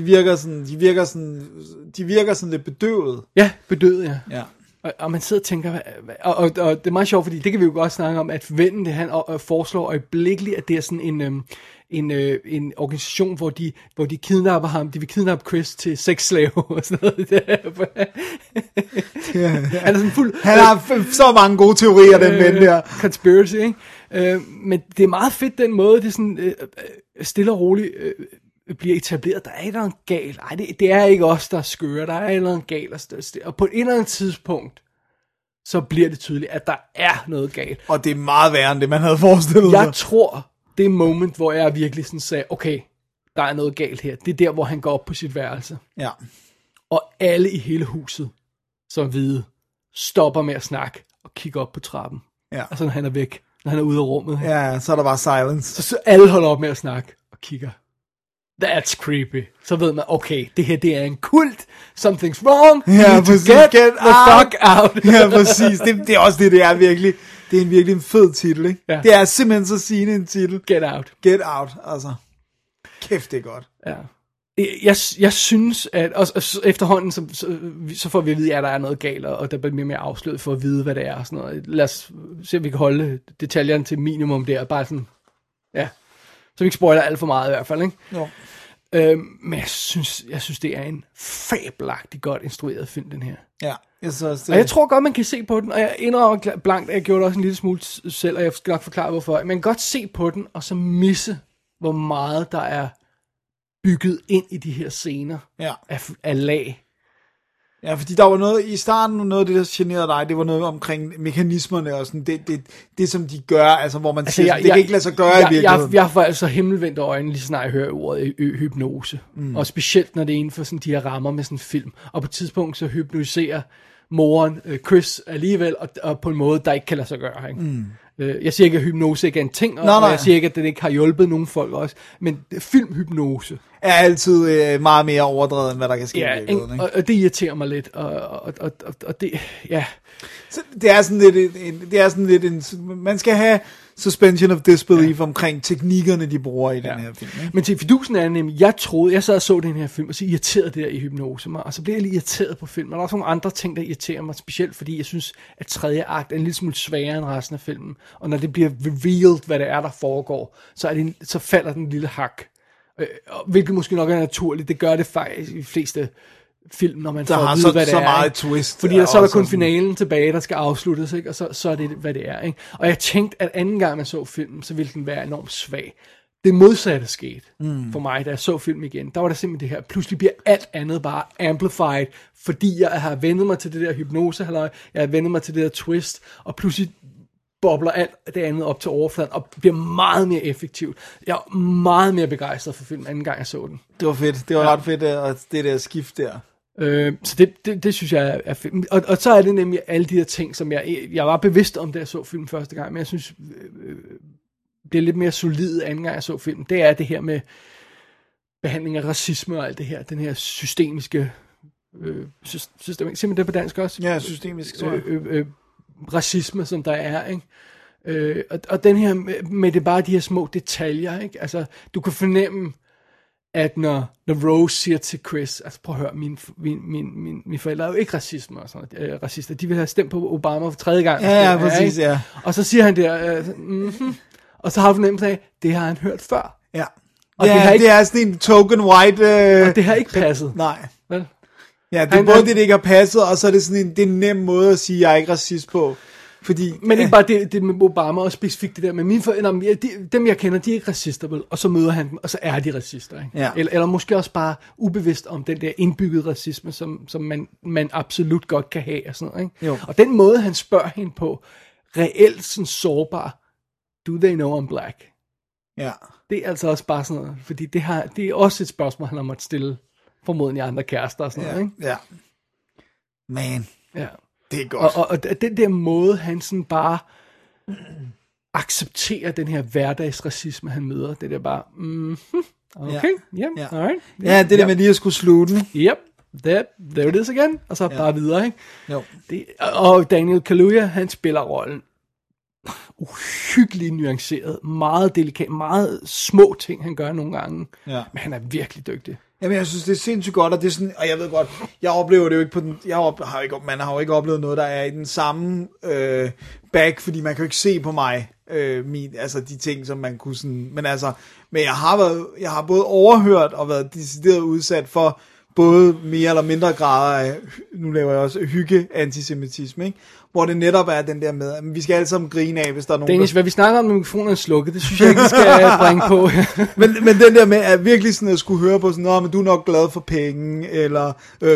virker sådan lidt bedøvet. Ja, bedøvet, ja. Og man sidder og tænker, og det er meget sjovt, fordi det kan vi jo godt snakke om, at vennen, det han foreslår øjeblikkeligt, at det er sådan en organisation, hvor de kidnapper ham, de vil kidnappe Chris til sexslave og sådan noget. Han er sådan fuld... Han har så mange gode teorier, den ven der. Conspiracy, ikke? Men det er meget fedt den måde, det er sådan stille og roligt bliver etableret. Der er noget galt. Ej, det er ikke os, der er skøre. Der er noget galt. Og på et eller andet tidspunkt, så bliver det tydeligt, at der er noget galt. Og det er meget værre end det, man havde forestillet sig. Jeg tror, det er moment, hvor jeg virkelig sådan sagde, okay, der er noget galt her. Det er der, hvor han går op på sit værelse. Ja. Og alle i hele huset, som hvide, stopper med at snakke og kigger op på trappen. Ja. Altså, når han er væk. Når han er ude af rummet. Ja, så er der bare silence. Så alle holder op med at snakke og kigger. That's creepy. Så ved man, okay, det her, det er en kult. Something's wrong. Ja, præcis. Get the fuck out. Ja, præcis. Det er også det er virkelig. Det er virkelig en fed titel, ikke? Ja. Det er simpelthen så sigende en titel. Get out. Get out, altså. Kæft, det er godt. Ja. Jeg synes, at og efterhånden, så får vi at vide, at der er noget galt, og der bliver mere og mere afsløret for at vide, hvad det er. Og sådan noget. Lad os se, om vi kan holde detaljerne til minimum der. Bare sådan, ja. Så vi ikke spoiler alt for meget i hvert fald, ikke? Jo. Men jeg synes, det er en fabelagtig godt instrueret film, den her. Ja, jeg synes også det. Og jeg tror godt, man kan se på den, og jeg indrømmer blankt, at jeg gjorde det også en lille smule selv, og jeg skal nok forklare, hvorfor. Man kan godt se på den, og så misse, hvor meget der er bygget ind i de her scener af lag. Ja, fordi der var noget i starten, noget af det, der generede dig, det var noget omkring mekanismerne og sådan, det som de gør, altså hvor man siger, det kan ikke lade sig gøre i virkeligheden. Jeg får altså himmelvendte øjne, lige snart jeg hører ordet hypnose. Og specielt, når det er inden for sådan de her rammer med sådan en film. Og på et tidspunkt, så hypnotiserer moren Chris alligevel, og på en måde, der ikke kan lade sig gøre. Ikke? Jeg siger ikke, at hypnose ikke er en ting, og jeg siger ikke, at den ikke har hjulpet nogen folk også, men filmhypnose er altid meget mere overdrevet, end hvad der kan ske i virkeligheden. Ikke? Og det irriterer mig lidt, og det, ja. Så det er sådan lidt en, man skal have suspension of disbelief omkring teknikkerne, de bruger i den her film. Ikke? Men til fidusen er nemlig, jeg sad og så den her film, og så irriterede det der i hypnose mig, og så blev jeg lidt irriteret på filmen. Og der er også nogle andre ting, der irriterer mig, specielt fordi jeg synes, at tredje akt er en lille smule sværere end resten af filmen. Og når det bliver revealed, hvad det er, der foregår, så falder den lille hak. Hvilket måske nok er naturligt. Det gør det faktisk i de fleste film, når man får at vide, hvad det er. Der har så meget twist. Fordi så er der kun finalen tilbage, der skal afsluttes, ikke? Og så er det, hvad det er. Ikke? Og jeg tænkte, at anden gang man så filmen, så ville den være enormt svag. Det modsatte skete for mig, da jeg så film igen. Der var der simpelthen det her. Pludselig bliver alt andet bare amplified, fordi jeg har vendet mig til det der hypnose, jeg har vendet mig til det der twist, og pludselig bobler alt det andet op til overfladen, og bliver meget mere effektivt. Jeg er meget mere begejstret for filmen, anden gang jeg så den. Det var fedt. Det var ret fedt, og det der skift der. Så det synes jeg er fedt. Og så er det nemlig alle de her ting, som jeg var bevidst om, da jeg så filmen første gang, men jeg synes, det er lidt mere solid anden gang jeg så filmen. Det er det her med behandling af racisme og alt det her, den her systemiske, simpelthen det på dansk også? Ja, systemisk, racisme, som der er, ikke? Og den her, med det bare de her små detaljer, ikke? Altså, du kan fornemme, at når Rose siger til Chris, altså prøv at høre, mine forældre er jo ikke racister, de vil have stemt på Obama for 3. gang. Ja, præcis, ja. Og så siger han der, og så har du fornemmelse af, det har han hørt før. Ja, og det er sådan en token white... og det har ikke passet. Nej. Vel? Ja, det er både det ikke har passet, og så er det sådan det er en nem måde at sige, at jeg er ikke racist på. Fordi, men ikke bare det med Obama, og specifikt det der med mine forældre, dem jeg kender, de er ikke racister, vel? Og så møder han dem, og så er de racister, ikke? Ja. Eller måske også bare ubevidst om den der indbyggede racisme, som man absolut godt kan have, og sådan noget, ikke? Jo. Og den måde, han spørger hende på, reelt sådan sårbar, do they know I'm black? Ja. Det er altså også bare sådan noget, fordi det er også et spørgsmål, han har måttet stille, formodentlig andre kærester og sådan noget, ikke? Ja. Man. Ja. Det er godt. Og den der måde, han sådan bare accepterer den her hverdagsracisme, han møder, det der bare, okay, yeah, alright. Ja, det der med lige at skulle sluge den. Yep, there it is again, og så bare videre, ikke? Jo. Og Daniel Kaluuya, han spiller rollen uhyggeligt nuanceret, meget delikat, meget små ting, han gør nogle gange, men han er virkelig dygtig. Jamen, jeg synes, det er sindssygt godt, og det er sådan, og jeg ved godt, jeg oplever det jo ikke på den, man har jo ikke oplevet noget, der er i den samme back, fordi man kan jo ikke se på mig, altså de ting, som man kunne sådan, men jeg har både overhørt og været decideret udsat for både mere eller mindre grader af, nu laver jeg også hygge-antisemitisme, ikke? Hvor det netop er den der med, at vi skal alle sammen grine af, hvis der er nogen... Dennis, hvad vi snakker om, når mikrofonen er slukket, det synes jeg ikke, vi skal bringe på. men den der med, at virkelig sådan at skulle høre på sådan, men du er nok glad for penge, eller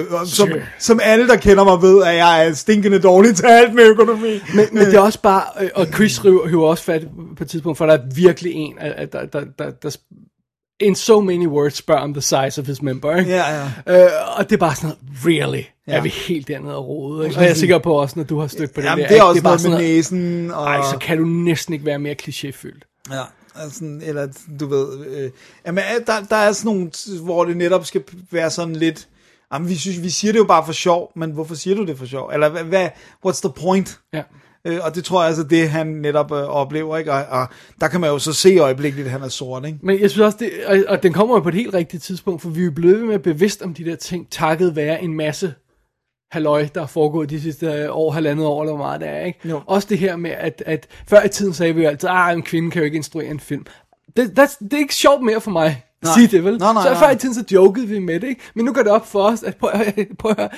som alle, der kender mig, ved, at jeg er stinkende dårlig til alt med økonomi. Men det er også bare, og Chris hiver også fat på et tidspunkt, for der er virkelig en, der in so many words spørger om the size of his member, ikke? Ja. Og det er bare sådan noget, really? Ja. Er vi helt dernede og rode, ikke? Og jeg er sikker på også, når du har stødt på den der. Det er også det er noget sådan med næsen. Og... Ej, så kan du næsten ikke være mere klichéfyldt. Ja, altså, eller du ved... jamen, der er sådan nogle, hvor det netop skal være sådan lidt... Jamen, vi siger det jo bare for sjov, men hvorfor siger du det for sjov? Eller what's the point? Ja. Og det tror jeg altså, det han netop oplever, ikke? Og der kan man jo så se øjeblikkeligt, at han er sort, ikke? Men jeg synes også, og den kommer jo på et helt rigtigt tidspunkt, for vi er blevet med bevidst om de der ting, takket være en masse halløj, der er foregået de sidste år, halvandet år, eller hvor meget det er, ikke? Jo. Også det her med, at før i tiden sagde vi jo altid, en kvinde kan jo ikke instruere en film. Det er ikke sjovt mere for mig. Sige det, vel? Nej. Så før i tiden, så jokede vi med det, ikke? Men nu går det op for os, at prøv at høre,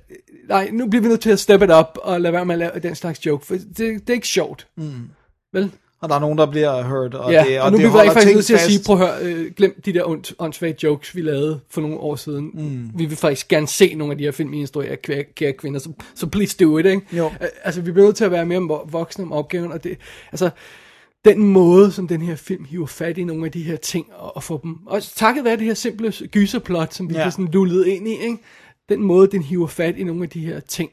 nu bliver vi nødt til at step it up, og lade være med at lave den slags joke, for det er ikke sjovt. Vel? Og der er nogen, der bliver hørt, og og nu bliver vi faktisk nødt til at sige, prøv at høre, glem de der åndssvage jokes, vi lavede for nogle år siden. Vi vil faktisk gerne se nogle af de her film i instruere kære kvinder, så please do it, ikke? Jo. Altså, vi bliver nødt til at være mere voksne om opgaven, og det, altså... Den måde, som den her film hiver fat i nogle af de her ting, og får dem, og takket være det her simple gyserplot, som vi bliver sådan lullet ind i, ikke? Den måde, den hiver fat i nogle af de her ting,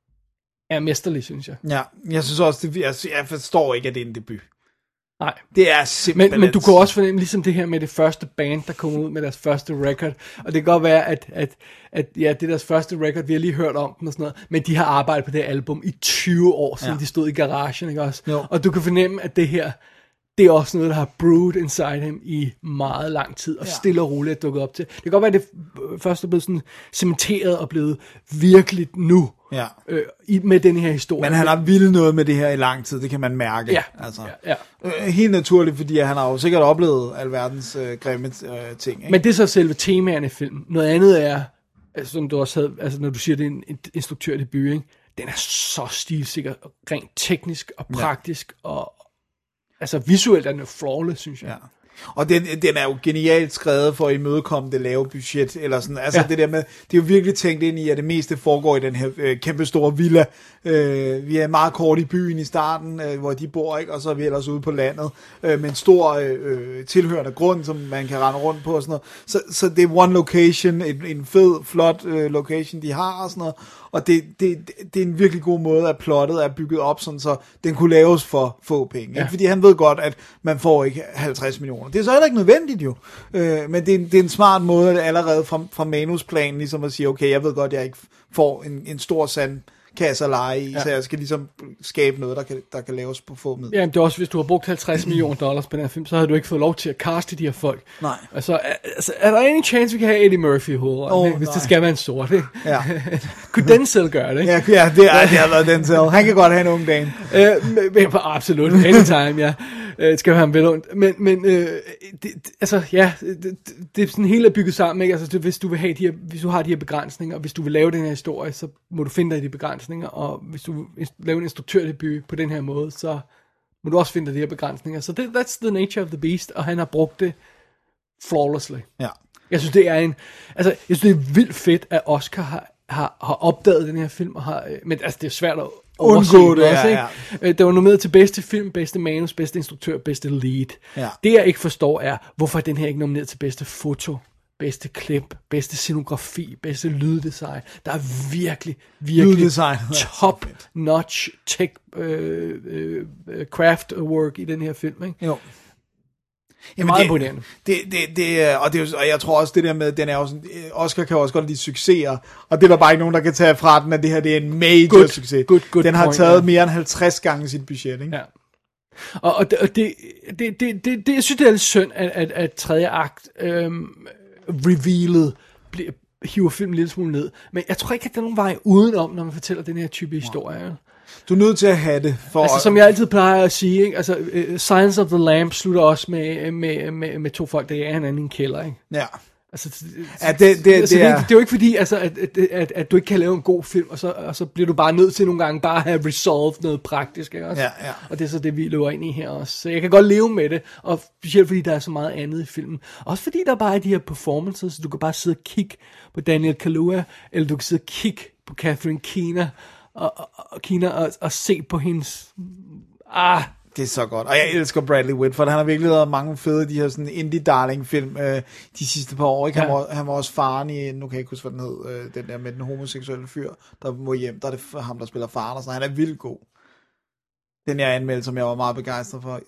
er mesterlig, synes jeg. Ja, jeg synes også, jeg forstår ikke, at det er en debut. Nej. Det er simpelthen... Men du kan også fornemme, ligesom det her med det første band, der kom ud med deres første record, og det kan godt være, at det er deres første record, vi har lige hørt om den og sådan noget, men de har arbejdet på det album i 20 år, siden de stod i garagen, ikke også? Jo. Og du kan fornemme, at det her, det er også noget, der har brewed inside him i meget lang tid, og stille og roligt er dukket op til. Det kan godt være, at det først er blevet sådan cementeret og blevet virkeligt nu, med den her historie. Men han har vildt noget med det her i lang tid, det kan man mærke. Ja. Altså. Ja. Helt naturligt, fordi han har jo sikkert oplevet alverdens grimme ting. Ikke? Men det er så selve temaerne i filmen. Noget andet er, altså, som du også havde, altså når du siger, det er en instruktørdebut, ikke? Den er så stilsikker, rent teknisk og praktisk, og altså visuelt er den jo flawless, synes jeg. Ja. Og den er jo genialt skrevet for at imødekomme det lave budget, eller sådan, altså det der med, det er jo virkelig tænkt ind i, at det meste foregår i den her kæmpe store villa. Vi er meget kort i byen i starten, hvor de bor, ikke, og så er vi ellers ude på landet, med en stor tilhørende grund, som man kan rende rundt på og sådan noget. Så det er one location, en fed, flot location, de har og sådan noget, og det er en virkelig god måde, at plottet er bygget op, sådan så den kunne laves for få penge. Ja. Ikke? Fordi han ved godt, at man får ikke 50 millioner. Det er så heller ikke nødvendigt jo, men det er en smart måde, at allerede fra manusplanen, ligesom at sige, okay, jeg ved godt, at jeg ikke får en stor sand kasse at lege i, så jeg skal ligesom skabe noget, der kan laves på få midler. Ja, det er også, hvis du har brugt $50 million på den her film, så havde du ikke fået lov til at caste de her folk. Nej. Altså, er der any chance, vi kan have Eddie Murphy i hovedet, hvis det skal være en sort, ikke? Ja. Kunne Denzel gøre det, ikke? Ja, det har været Denzel. Han kan godt have en ung dame. Absolut, anytime, ja. Det skal være ham vel ondt. Men altså, ja, det er sådan hele er bygget sammen, ikke? Altså, hvis du vil have hvis du har de her begrænsninger, og hvis du vil lave den her historie, så må du finde dig i de begrænsninger, og hvis du vil lave en instruktørdebut på den her måde, så må du også finde dig i de her begrænsninger. Så that's the nature of the beast, og han har brugt det flawlessly. Ja. Jeg synes, det er vildt fedt, at Oscar har opdaget den her film, og men altså, det er svært at undgå det, også, ikke? Der var nomineret til bedste film, bedste manus, bedste instruktør, bedste lead. Ja. Det jeg ikke forstår er, hvorfor er den her ikke nomineret til bedste foto, bedste klip, bedste scenografi, bedste lyddesign. Der er virkelig top-notch tech craft work i den her film, ikke? Jo. Jamen, meget imponerende. Og jeg tror også det der med, den er også, Oscar kan også godt lide succeser, og det er der bare ikke nogen, der kan tage fra den, at det her det er en major succes. Den har taget mere end 50 gange sit budget, ikke? Ja. Og det jeg synes, det er lidt synd, at tredje akt revealet hiver filmen en lille smule ned. Men jeg tror ikke, at der er nogen vej udenom, når man fortæller den her type historie. Du er nødt til at have det. Som jeg altid plejer at sige, ikke? Altså, Silence of the Lambs slutter også med to folk, der jager hinanden i en kælder, ikke? Ja. Altså, det er jo ikke fordi, altså, at du ikke kan lave en god film, og så bliver du bare nødt til nogle gange bare at have resolved noget praktisk, ikke også? Ja. Og det er så det, vi løber ind i her også. Så jeg kan godt leve med det, og specielt fordi der er så meget andet i filmen. Også fordi der bare er de her performances, så du kan bare sidde og kigge på Daniel Kaluuya, eller du kan sidde og kigge på Catherine Keener og se på hendes... Det er så godt. Og jeg elsker Bradley Whitford. Han har virkelig lavet mange fede de her sådan indie-darling-film de sidste par år. Ikke? Han var også faren i, nu kan jeg ikke huske, hvad den hed, den der med den homoseksuelle fyr, der må hjem. Der er det ham, der spiller faren, og så han er vildt god. Den jeg anmeldte, som jeg var meget begejstret for.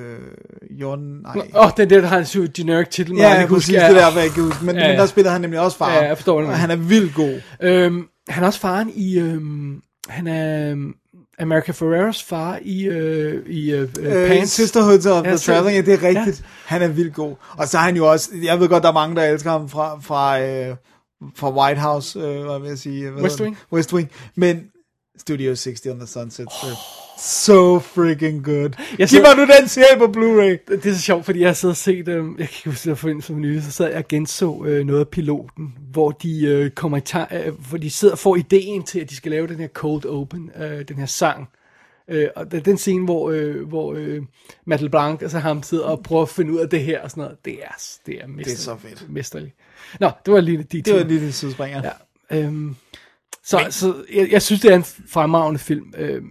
Den der har en generic titel. Ja, præcis, det der, hvad jeg kan huske. Men der spiller han nemlig også faren. Ja, jeg forstår det. Og han er vildt god. Han er også faren i... han er... America Ferreras far i Pants. Sisterhood of the Traveling, ja, det er rigtigt. Ja. Han er vildt god. Og så er han jo også, jeg ved godt, der er mange, der elsker ham fra White House, hvad vil jeg sige? West Wing. Men Studio 60 on the Sunset Strip. So freaking good. Giv mig nu den serie på Blu-ray. Det er så sjovt, fordi jeg har siddet og set, jeg kan huske, at som nylig, så sad jeg og genså noget af piloten, hvor de kommer hvor de sidder og får ideen til, at de skal lave den her cold open, den her sang. Og den scene, hvor Matt LeBlanc, altså ham, sidder og prøver at finde ud af det her og sådan noget, det er så fedt. Mesterligt. Nå, det var lige det var lige det sidespringer. Ja. Så jeg synes, det er en fremragende film,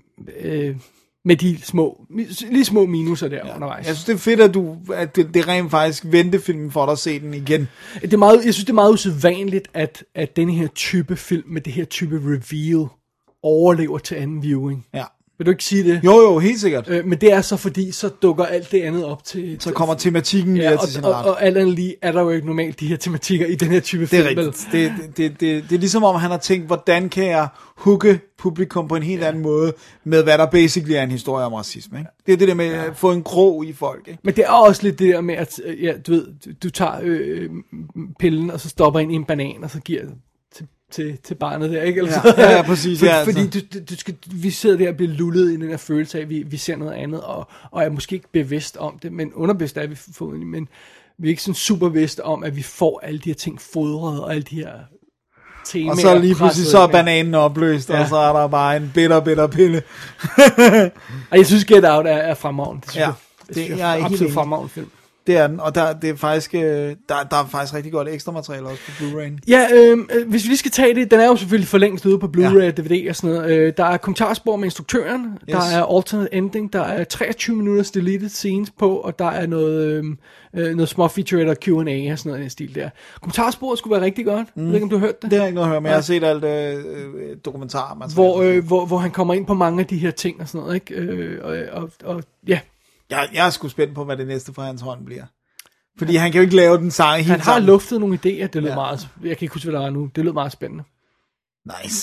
med de lige små minuser der undervejs. Jeg synes, det er fedt, at det rent faktisk vendte filmen for dig at se den igen. Jeg synes, det er meget usædvanligt, at denne her type film med det her type reveal overlever til anden viewing. Ja. Vil du ikke sige det? Jo, helt sikkert. Men det er så fordi, så dukker alt det andet op til... Så kommer tematikken mere til sin ret. Og alt andet lige er der jo ikke normalt de her tematikker i den her type film. Det er rigtigt. Det er ligesom om han har tænkt, hvordan kan jeg hooke publikum på en helt anden måde, med hvad der basically er en historie om racisme. Ikke? Det er det der med at få en krog i folk. Ikke? Men det er også lidt det der med, at du ved, du tager pillen, og så stopper ind i en banan, og så giver til barnet der, ikke? Eller ja, præcis. Fordi vi sidder der og bliver lullet i den her følelse af, at vi ser noget andet, og er måske ikke bevidst om det, men underbevidst er vi fået, men vi er ikke sådan super bevidste om, at vi får alle de her ting fodret, og alle de her temaer. Og så lige pludselig så er bananen opløst, og så er der bare en bitter pille. Og jeg synes, Get Out er fremragende. Det er absolut fremragende film. Det er den, og der er faktisk rigtig godt ekstra materiale også på Blu-ray. Ja, hvis vi lige skal tage det, den er jo selvfølgelig for længst ude på Blu-ray, DVD og sådan noget. Der er kommentarspor med instruktøren, der er alternate ending, der er 23 minutters deleted scenes på, og der er noget små featurette og Q&A og sådan noget i den stil der. Kommentarsporet skulle være rigtig godt. Jeg ved ikke, om du har hørt det? Det har jeg ikke noget at høre, men jeg har set alt dokumentar. Hvor han kommer ind på mange af de her ting og sådan noget, ikke? Og ja. Jeg er sgu spændt på, hvad det næste fra hans hånd bliver. Fordi han kan jo ikke lave den sang helt Han har luftet nogle idéer, det lød meget... Jeg kan ikke huske, hvad der er nu. Det lød meget spændende. Nice.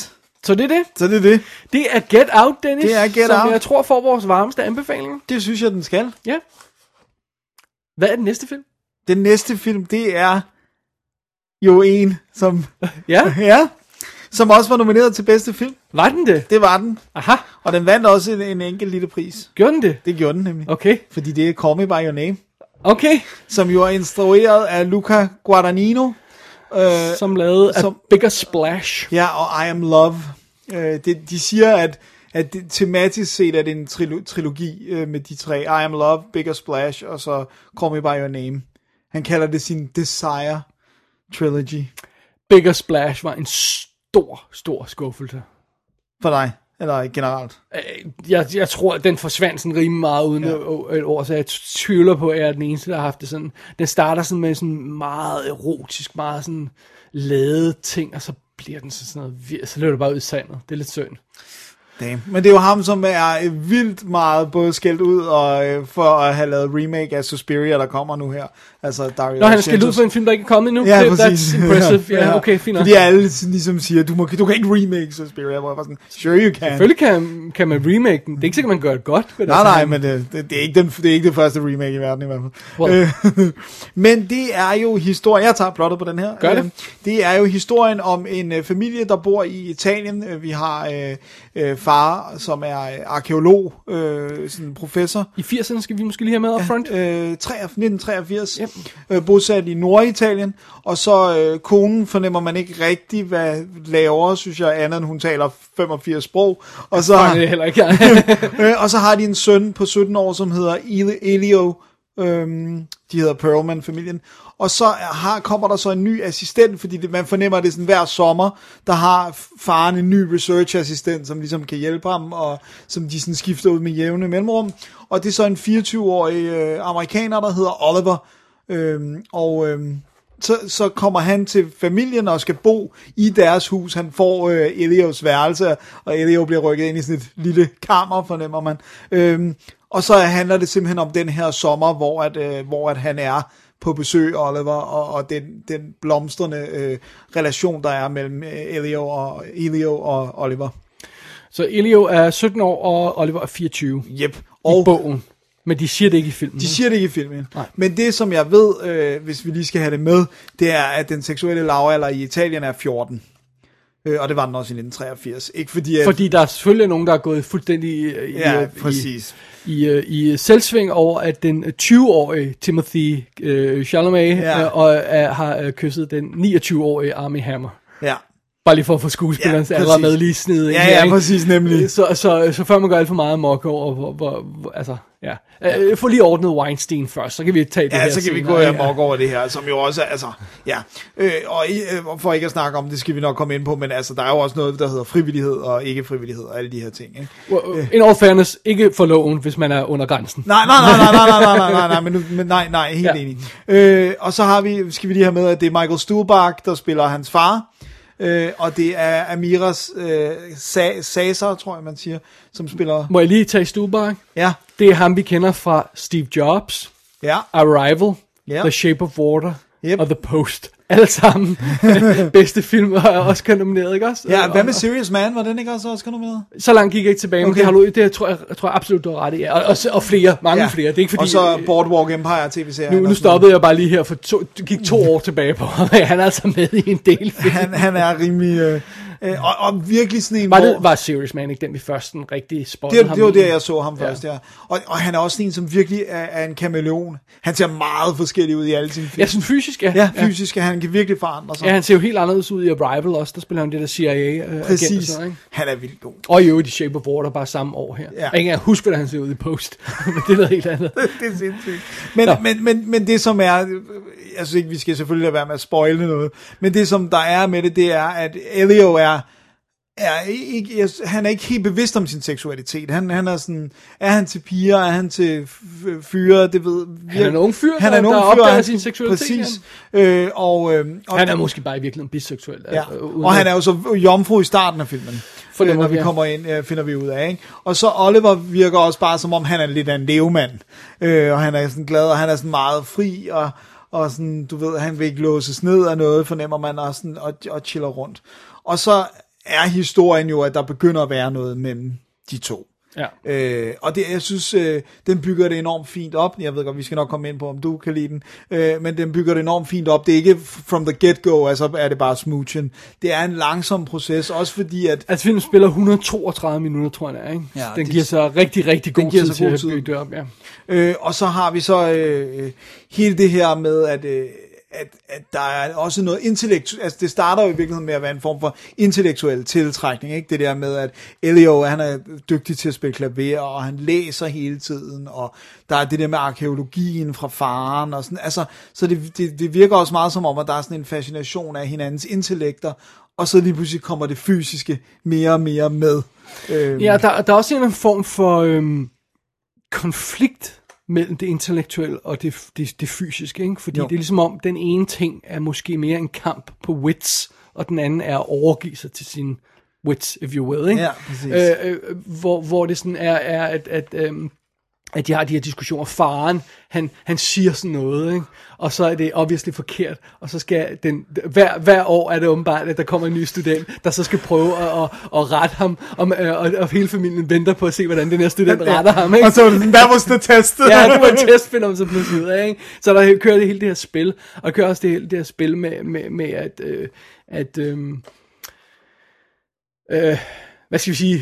Så det er det. Så det er det. Det er Get Out, Dennis. Det er Get som Out. jeg tror får vores varmeste anbefalinger. Det synes jeg, den skal. Ja. Hvad er den næste film? Den næste film, det er jo en, som... Ja. ja, som også var nomineret til bedste film. Var den det? Det var den. Aha. Og den vandt også en enkelt lille pris. Gjorde den det? Det gjorde den nemlig. Okay. Fordi det er Call Me By Your Name, Okay. som jo er instrueret af Luca Guadagnino. Som lavede A som- Bigger Splash. Ja, og I Am Love. De siger, at det, tematisk set er det en trilogi med de tre. I Am Love, Bigger Splash, og så Call Me By Your Name. Han kalder det sin Desire Trilogy. Bigger Splash var en stor skuffelse. For dig, eller generelt. Jeg tror, at den forsvandt sådan rimelig meget uden et ord, så jeg tvivler på, at jeg er den eneste, der har haft det sådan. Den starter sådan med sådan meget erotisk, meget sådan ladet ting, og så bliver den sådan noget, så løber det bare ud i sandet. Det er lidt synd. Damn. Men det er jo ham, som er vildt meget både skældt ud og for at have lavet remake af Suspiria, der kommer nu her. Altså Dario Når han skal ud på en film, der ikke er kommet endnu. Ja, That's præcis. impressive. Ja, okay, fint nok. Fordi alle ligesom siger, du kan ikke remake Suspiria, hvor jeg var sådan, sure you can. Selvfølgelig kan man remake den. Det er ikke sikkert, man gør det godt. Nej, men det er ikke det første remake i verden i hvert fald. Men det er jo historien, jeg tager plottet på den her. Gør det. Det er jo historien om en familie, der bor i Italien. Vi har far, som er arkæolog, sådan en professor. I 80'erne skal vi måske lige have med up front. 1983, bosat i Norditalien, og så konen fornemmer man ikke rigtig, hvad laver, synes jeg, andet end hun taler 85 sprog, og så, Nej, det er heller ikke. og så har de en søn på 17 år, som hedder Elio, de hedder Perlman-familien, og så kommer der så en ny assistent, fordi man fornemmer, at det er sådan hver sommer, der har faren en ny research-assistent, som ligesom kan hjælpe ham, og som de sådan skifter ud med jævne mellemrum, og det er så en 24-årig amerikaner, der hedder Oliver, så kommer han til familien og skal bo i deres hus. Han får Elios værelse, og Elio bliver rykket ind i sådan et lille kammer, fornemmer man. Og så handler det simpelthen om den her sommer, hvor at han er på besøg, Oliver, og den blomstrende relation, der er mellem Elio og Oliver. Så Elio er 17 år, og Oliver er 24. Yep. I bogen. Men de siger det ikke i filmen. De siger det ikke i filmen. Nej. Men det, som jeg ved, hvis vi lige skal have det med, det er, at den seksuelle lavalder i Italien er 14. Og det var den også i 1983. Ikke fordi, Fordi der er selvfølgelig nogen, der er gået fuldstændig præcis. i selvsving over, at den 20-årige Timothy Chalamet har kysset den 29-årige Armie Hammer. Ja. Bare lige for at få skuespillerens alder med lige snedet. Ja, præcis, nemlig. Så før man går alt for meget mok over, altså, ja. Få lige ordnet Weinstein først, så kan vi tage det her. Ja, så kan vi gå amok over det her, som jo også er, altså, ja. Og for ikke at snakke om det, skal vi nok komme ind på, men altså, der er jo også noget, der hedder frivillighed og ikke frivillighed og alle de her ting, ikke? In all fairness, ikke for loven, hvis man er under grænsen. Nej, helt enig. Og så skal vi lige have med, at det er Michael Stuhlbarg, der spiller hans far. Og det er Amiras Sazar, tror jeg man siger, som spiller. Må jeg lige tage Stuhlbarg? Ja. Det er ham vi kender fra Steve Jobs, Ja. Arrival, Ja. The Shape of Water Yep. og The Post. Alle sammen bedste film og Oscar nomineret, ikke også? Ja, hvad med Serious Man? Var den ikke også Oscar nomineret? Så langt gik jeg ikke tilbage, men Okay. det tror jeg absolut, du har ret i. Ja. Og flere, mange flere. Det er ikke fordi, og så Boardwalk Empire tv-serien. nu stoppede jeg bare lige her, for gik 2 år tilbage på ham. Han er altså med i en del film. Han er rimelig... og virkelig sådan en... Var Serious Man ikke den, vi først den rigtig spottede ham? Det var der, jeg så ham først, ja. Og han er også en, som virkelig er en kameleon. Han ser meget forskellig ud i alle sine film. Ja, sådan fysisk, ja. Ja, fysisk. Han kan virkelig forandre sig. Ja, han ser jo helt anderledes ud i Arrival også. Der spiller han det der CIA-agent. Præcis. Han er vildt god. Og i øvrigt i Shape of Water, bare samme år her. Ja. Jeg kan ikke engang huske, hvordan han ser ud i Post. Men det er noget helt andet. Det er sindssygt. Men det som er... Jeg synes ikke, vi skal selvfølgelig lade være med at spoile noget. Men det som der er med det er, at Elio han er ikke helt bevidst om sin seksualitet. Han er sådan, er han til piger, er han til fyre, det ved Han er en ung fyr, der opdager sin seksualitet. Præcis. Han er måske bare i virkeligheden biseksuel. Ja. Og han er jo så jomfru i starten af filmen. Når vi ja. kommer ind, finder vi ud af, ikke? Og så Oliver virker også bare som om han er lidt af en levemand. Og han er sådan glad, og han er sådan meget fri, og sådan, du ved, han vil ikke låses ned af noget, fornemmer man, og, sådan, og chiller rundt. Og så er historien jo, at der begynder at være noget mellem de to. Ja. Og det, jeg synes, den bygger det enormt fint op. Jeg ved godt, vi skal nok komme ind på, om du kan lide den. Men den bygger det enormt fint op. Det er ikke from the get-go, altså er det bare smoochen. Det er en langsom proces, også fordi at... Altså filmen spiller 132 minutter, tror jeg, ikke? Ja, den giver så rigtig god tid til at bygge det op, ja. Og så har vi så hele det her med, at der er også noget intellektuelt, altså det starter jo i virkeligheden med at være en form for intellektuel tiltrækning, ikke? Det der med, at Elio, han er dygtig til at spille klaver, og han læser hele tiden, og der er det der med arkeologien fra faren, og sådan, altså, så det virker også meget som om, at der er sådan en fascination af hinandens intellekter, og så lige pludselig kommer det fysiske mere og mere med. Ja, der er også en form for konflikt mellem det intellektuelle og det fysiske, ikke? Fordi det er ligesom om, den ene ting er måske mere en kamp på wits, og den anden er at overgive sig til sin wits, if you will, ikke? Ja, præcis. Hvor det sådan er at de har de her diskussioner. Faren, han siger sådan noget, ikke? Og så er det obviously forkert, og så skal hver år er det åbenbart, at der kommer en ny student, der så skal prøve at rette ham, og hele familien venter på at se, hvordan den her student retter ham, ikke? Og så that was the test. Ja, det var en test, finder man så pludselig ud af, ikke? Så der kører det hele det her spil, og kører også det her spil med at hvad skal vi sige,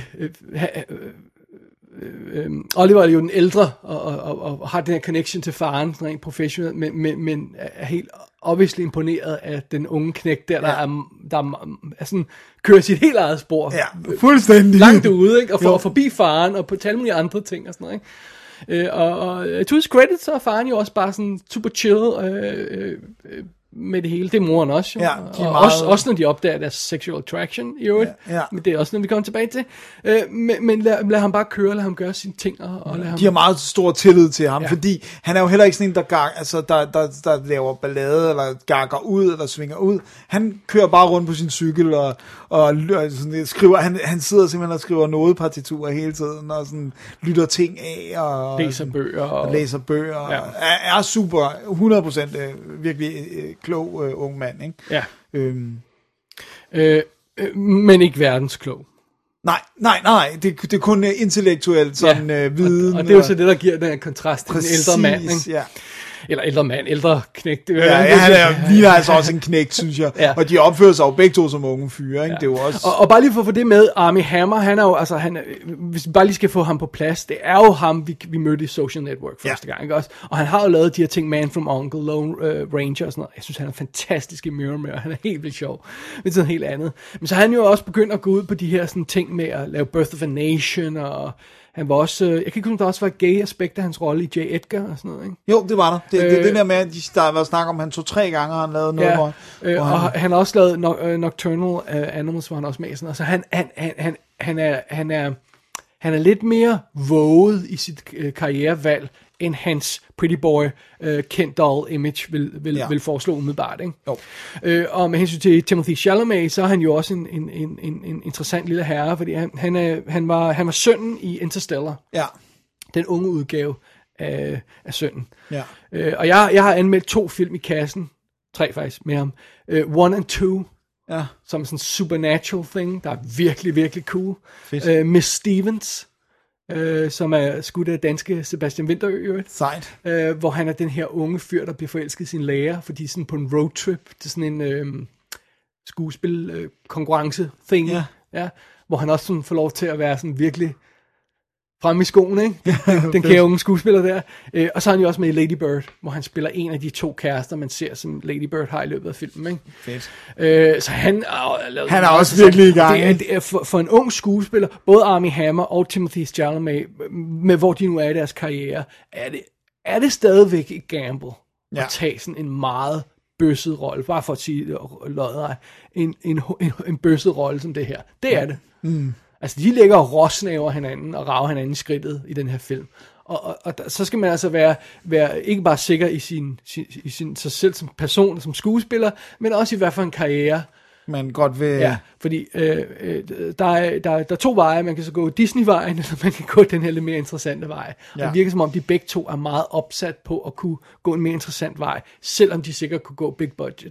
Oliver er jo den ældre og har den her connection til faren rent professionelt, men er helt obviously imponeret af den unge knægt der er sådan, kører sit helt eget spor. Ja, fuldstændig. Langt ude, ikke? Og får forbi faren og på alle mulige andre ting og sådan noget, ikke? Og to his credit, så er faren jo også bare sådan super chill med det hele. Det er moren også, jo. Ja, og også når de opdager deres sexual attraction i øvrigt. Ja. Men det er også noget, vi kommer tilbage til. Men lad ham bare køre, lad ham gøre sine ting. Og lad ham... De har meget stor tillid til ham, fordi han er jo heller ikke sådan en, der laver ballade, eller gakker ud, eller svinger ud. Han kører bare rundt på sin cykel, og sådan, skriver, han sidder simpelthen og skriver nodepartiturer hele tiden, og sådan lytter ting af, og læser bøger. Og læser bøger. Ja. Er super, 100% virkelig klog ung mand, ikke? Ja. Men ikke verdensklog. Nej, det er kun intellektuelt sådan viden. Og det er jo så det, der giver den her kontrast til den ældre mand, ikke? Ja. Eller ældre mand, ældre knægt. Han ligner altså også en knægt, synes jeg. Ja. Og de opfører sig jo begge to som unge fyre, ikke? Ja. Det er jo også... og bare lige for at få det med, Armie Hammer, han er jo, altså, hvis vi bare lige skal få ham på plads, det er jo ham, vi mødte i Social Network første gang, ikke også? Og han har jo lavet de her ting, Man from Uncle, Lone Ranger og sådan noget. Jeg synes, han er fantastisk i Mirror, han er helt vildt sjov. Men sådan helt andet. Men så har han jo også begyndt at gå ud på de her sådan ting med at lave Birth of a Nation, og han var også, jeg kan ikke huske, om der også var et gay aspekt af hans rolle i J. Edgar og sådan noget, ikke? Jo, det var der. Det der med, at der har været snak om, han 2-3 gange har han lavet noget, og han har også lavet Nocturnal Animals, hvor han også med sådan noget. Så han er lidt mere våget i sit karrierevalg, end hans pretty boy Ken Doll image vil foreslå umiddelbart, ikke? Jo. Og med hensyn til Timothée Chalamet, så er han jo også en interessant lille herre, fordi han var sønnen i Interstellar. Ja. Den unge udgave af sønnen. Ja. Og jeg har anmeldt 2 film i kassen, 3 faktisk med ham. 1 and 2. Ja. Som sådan en supernatural thing, der er virkelig, virkelig cool. Miss Stevens, som er skudt af danske Sebastian Winterø. Sejt. Hvor han er den her unge fyr, der bliver forelsket i sin lærer, fordi sådan på en roadtrip til sådan en skuespil konkurrence thing. Ja. Ja, hvor han også sådan får lov til at være sådan virkelig fremme i skoene, ikke? Den kære unge skuespiller der. Og så er han jo også med i Lady Bird, hvor han spiller en af de 2 kærester, man ser, som Lady Bird har i løbet af filmen, ikke? Fedt. Så han er også virkelig i gang. Det er for en ung skuespiller, både Armie Hammer og Timothée Chalamet, med hvor de nu er i deres karriere, er det stadigvæk et gamble at tage sådan en meget bøsset rolle, bare for at sige lodret, en bøsset rolle som det her. Det er det. Mm. Altså, de ligger og råsnæver hinanden og rager hinanden i skridtet i den her film. Og så skal man altså være ikke bare sikker i sig selv som person og som skuespiller, men også i hvert fald en karriere. Man godt vil... Ja, fordi der er 2 veje. Man kan så gå Disney-vejen, eller man kan gå den her lidt mere interessante vej. Ja. Og det virker som om, de begge 2 er meget opsat på at kunne gå en mere interessant vej, selvom de sikkert kunne gå big budget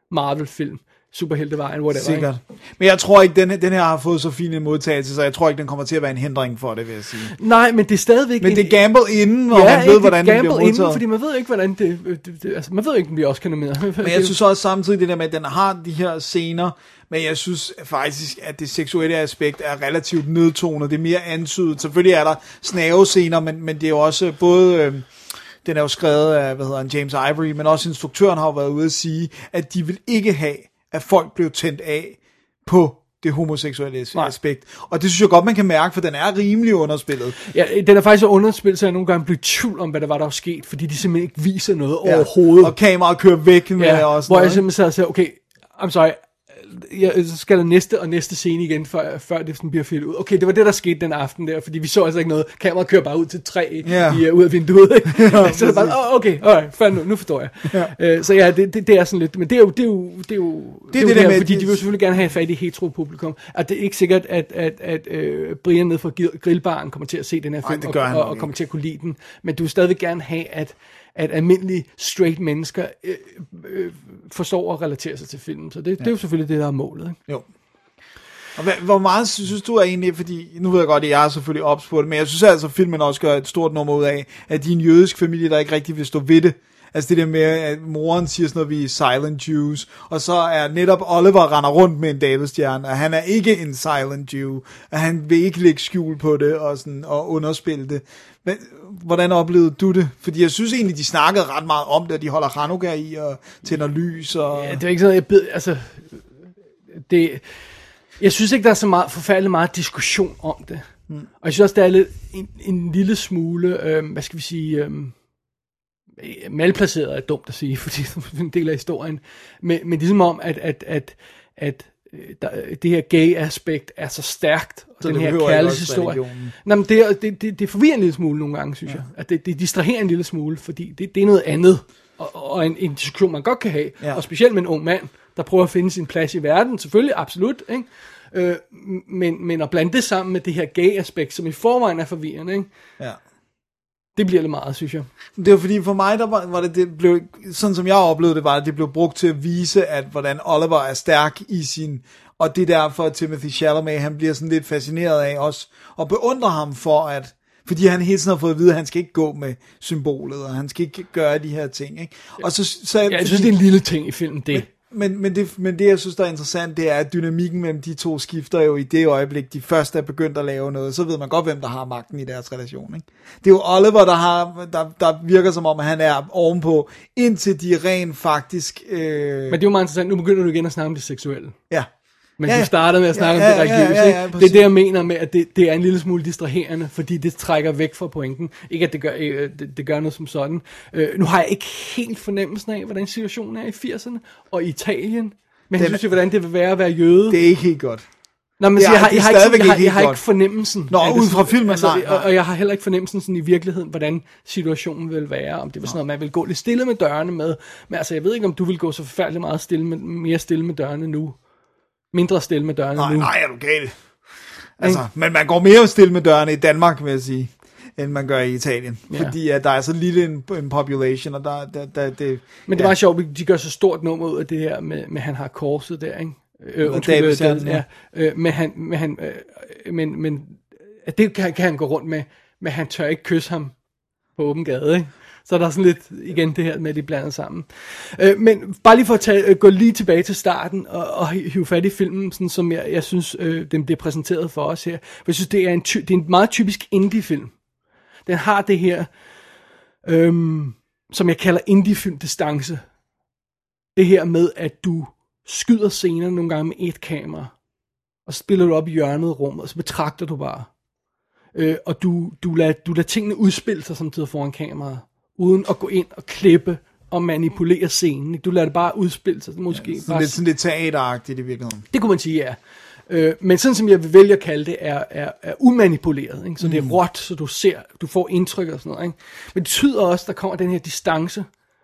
Marvel-film, superheltevejen, whatever. Sikkert. Men jeg tror ikke, den her har fået så fin en modtagelse, så jeg tror ikke, den kommer til at være en hindring for det, vil jeg sige. Nej, men det er stadigvæk... Men det er gamble inden, og man ved, hvordan det bliver modtaget. Inden, fordi man ved ikke, hvordan det altså, man ved ikke, om vi også kan nominere. Men jeg synes også samtidig det der med, at den har de her scener, men jeg synes faktisk, at det seksuelle aspekt er relativt nedtonet. Det er mere antydet. Selvfølgelig er der snavescener, men det er jo også både... den er jo skrevet af, James Ivory, men også instruktøren har jo været ude at sige, at de vil ikke have, at folk blev tændt af på det homoseksuelle aspekt. Og det synes jeg godt, man kan mærke, for den er rimelig underspillet. Ja, den er faktisk så underspillet, så jeg nogle gange bliver i tvivl om, hvad der var, der var sket, fordi de simpelthen ikke viser noget overhovedet. Og kameraet kører væk med også. Hvor jeg simpelthen siger, okay, I'm sorry, så skal der næste scene igen, før det sådan bliver fyldt ud. Okay, det var det, der skete den aften der, fordi vi så altså ikke noget. Kameraet kører bare ud til 3 ud af vinduet. Ikke? Så det er bare, okay, alright, nu forstår jeg. Så ja, det er sådan lidt, men det er jo det der, fordi de vil selvfølgelig gerne have fat i hetero-publikum. At det er ikke sikkert, at Brian ned fra grillbaren kommer til at se den her film, og kommer til at kunne lide den, men du vil stadig gerne have, at almindelige straight mennesker forstår at relatere sig til filmen. Så det er jo selvfølgelig det, der er målet. Ikke? Jo. Og hvor meget synes du er egentlig, fordi nu ved jeg godt, at jeg er selvfølgelig ops på det, men jeg synes altså, at filmen også gør et stort nummer ud af, at de er en jødisk familie, der ikke rigtig vil stå ved det. Altså det der med, at moren siger sådan noget, vi er silent Jews, og så er netop Oliver render rundt med en davidstjerne, og han er ikke en silent Jew, og han vil ikke lægge skjul på det, og underspille det. Men hvordan oplevede du det? Fordi jeg synes egentlig, de snakkede ret meget om det, og de holder Hanukkah i, og tænder lys, og... Ja, det er ikke sådan, jeg synes ikke, der er så meget, forfærdelig meget diskussion om det. Og jeg synes også, der er lidt en lille smule, hvad skal vi sige... malplaceret er dumt at sige, fordi det er en del af historien, men det er som om, at det her gay-aspekt er så stærkt, og så den her kærlighedshistorie. Det forvirrer en lille smule nogle gange, synes jeg. At det distraherer en lille smule, fordi det er noget andet, og en diskussion, man godt kan have, og specielt med en ung mand, der prøver at finde sin plads i verden, selvfølgelig, absolut, ikke? Men at blande det sammen med det her gay-aspekt, som i forvejen er forvirrende, ikke? Ja. Det bliver lidt meget, synes jeg. Det var fordi for mig, der var det blev, sådan som jeg oplevede det, var, at det blev brugt til at vise, at hvordan Oliver er stærk i sin, og det er derfor, at Timothée Chalamet, han bliver sådan lidt fascineret af os, og beundrer ham for, fordi han hele tiden har fået at vide, at han skal ikke gå med symbolet, og han skal ikke gøre de her ting, ikke? Og så jeg synes, det er en lille ting i filmen, det. Men det, jeg synes, der er interessant, det er, at dynamikken mellem de to skifter jo i det øjeblik, de først er begyndt at lave noget, så ved man godt, hvem der har magten i deres relation, ikke? Det er jo Oliver, der virker som om, at han er ovenpå, indtil de rent faktisk... Men det er jo meget interessant, nu begynder du igen at snakke om det seksuelle. Ja. Men du startede med at snakke om det religiøse. Ja, det er det, jeg mener med, at det er en lille smule distraherende, fordi det trækker væk fra pointen. Ikke at det gør noget som sådan. Nu har jeg ikke helt fornemmelsen af, hvordan situationen er i 80'erne og i Italien. Men jeg synes jo, hvordan det vil være at være jøde. Det er ikke helt godt. Nå, men jeg har ikke fornemmelsen. Nå, ud fra filmen, altså, nej. Og jeg har heller ikke fornemmelsen sådan i virkeligheden, hvordan situationen vil være. Om det var sådan noget, man vil gå lidt stille med dørene med. Men altså, jeg ved ikke, om du vil gå så forfærdeligt meget mere stille med dørene nu. Mindre stille med dørene nu. Nej, er du galt. Altså, men man går mere stille med dørene i Danmark, vil jeg sige, end man gør i Italien. Ja. Fordi at der er så lille en population, og det... Men det var sjovt, de gør så stort nummer ud af det her med han har korset der, ikke? Men det kan han gå rundt med, men han tør ikke kysse ham på åben gade, ikke? Så der er sådan lidt, igen det her med, de blandet sammen. Men bare lige for at gå lige tilbage til starten, og hive fat i filmen, sådan som jeg synes, den bliver præsenteret for os her. For jeg synes, det er en meget typisk indie-film. Den har det her, som jeg kalder indie-film-distance. Det her med, at du skyder scener nogle gange med et kamera, og så spiller du op i hjørnet af rummet, og så betragter du bare. Og du lader tingene udspille sig samtidig foran kameraet, uden at gå ind og klippe og manipulere scenen. Du lader det bare udspille sig. Måske sådan lidt teateragtigt i virkeligheden. Det kunne man sige, ja. Men sådan som jeg vil vælge at kalde det, er umanipuleret. Ikke? Så det er råt, så du får indtryk og sådan noget. Ikke? Men det betyder også, at der kommer den her distance.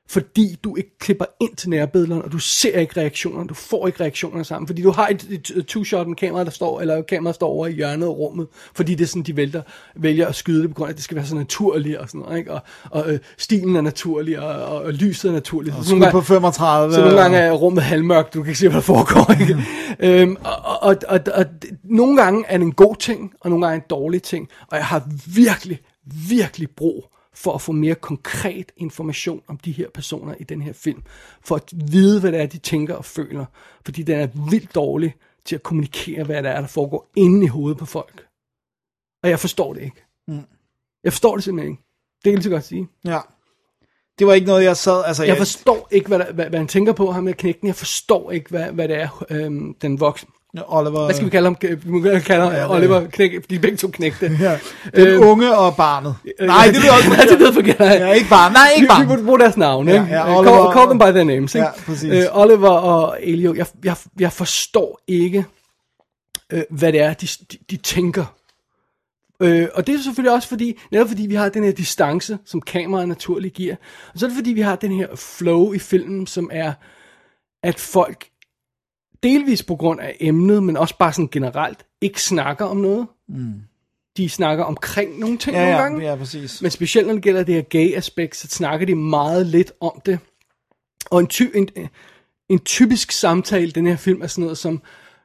fordi du ikke klipper ind til nærbillederne, og du ser ikke reaktionerne, du får ikke reaktionerne sammen, fordi du har et two-shot med kameraet, der står, eller kameraet står over i hjørnet af rummet, fordi det er sådan, de vælger at skyde det, på grund af, at det skal være så naturligt, og sådan noget, ikke? Og stilen er naturlig, og lyset er naturligt. Og skud på 35. Så nogle gange er rummet halvmørkt, du kan ikke se, hvad der foregår, ikke? Og nogle gange er det en god ting, og nogle gange er det en dårlig ting, og jeg har virkelig, virkelig brug for at få mere konkret information om de her personer i den her film, for at vide, hvad det er, de tænker og føler, fordi den er vildt dårlig til at kommunikere, hvad det er, der foregår inde i hovedet på folk. Og jeg forstår det ikke. Jeg forstår det simpelthen ikke. Det kan jeg lige så godt sige. Ja. Det var ikke noget, jeg sad... Altså, jeg forstår ikke, hvad han tænker på, ham med knægten. Jeg forstår ikke, hvad det er, den voksne. Oliver... Hvad skal vi kalde ham? Vi kan kalde ham Oliver Knæk, de er begge to knægte. Ja. Den unge og barnet. Nej, det ved også. Det ved forkert. Ja, ikke barn. Nej, ikke barn. Vi burde bruge deres navn, ikke? Ja, Oliver, call them by their names, ikke? Ja, præcis. Oliver og Elio, jeg forstår ikke, hvad det er, de tænker. Og det er selvfølgelig også netop fordi vi har den her distance, som kameraet naturligt giver. Og så er det fordi, vi har den her flow i filmen, som er, at folk delvis på grund af emnet, men også bare sådan generelt, ikke snakker om noget. De snakker omkring nogle ting nogle gange. Ja, præcis. Men specielt når det gælder det her gay-aspekt, så snakker de meget lidt om det. Og en typisk samtale, den her film, er sådan noget som,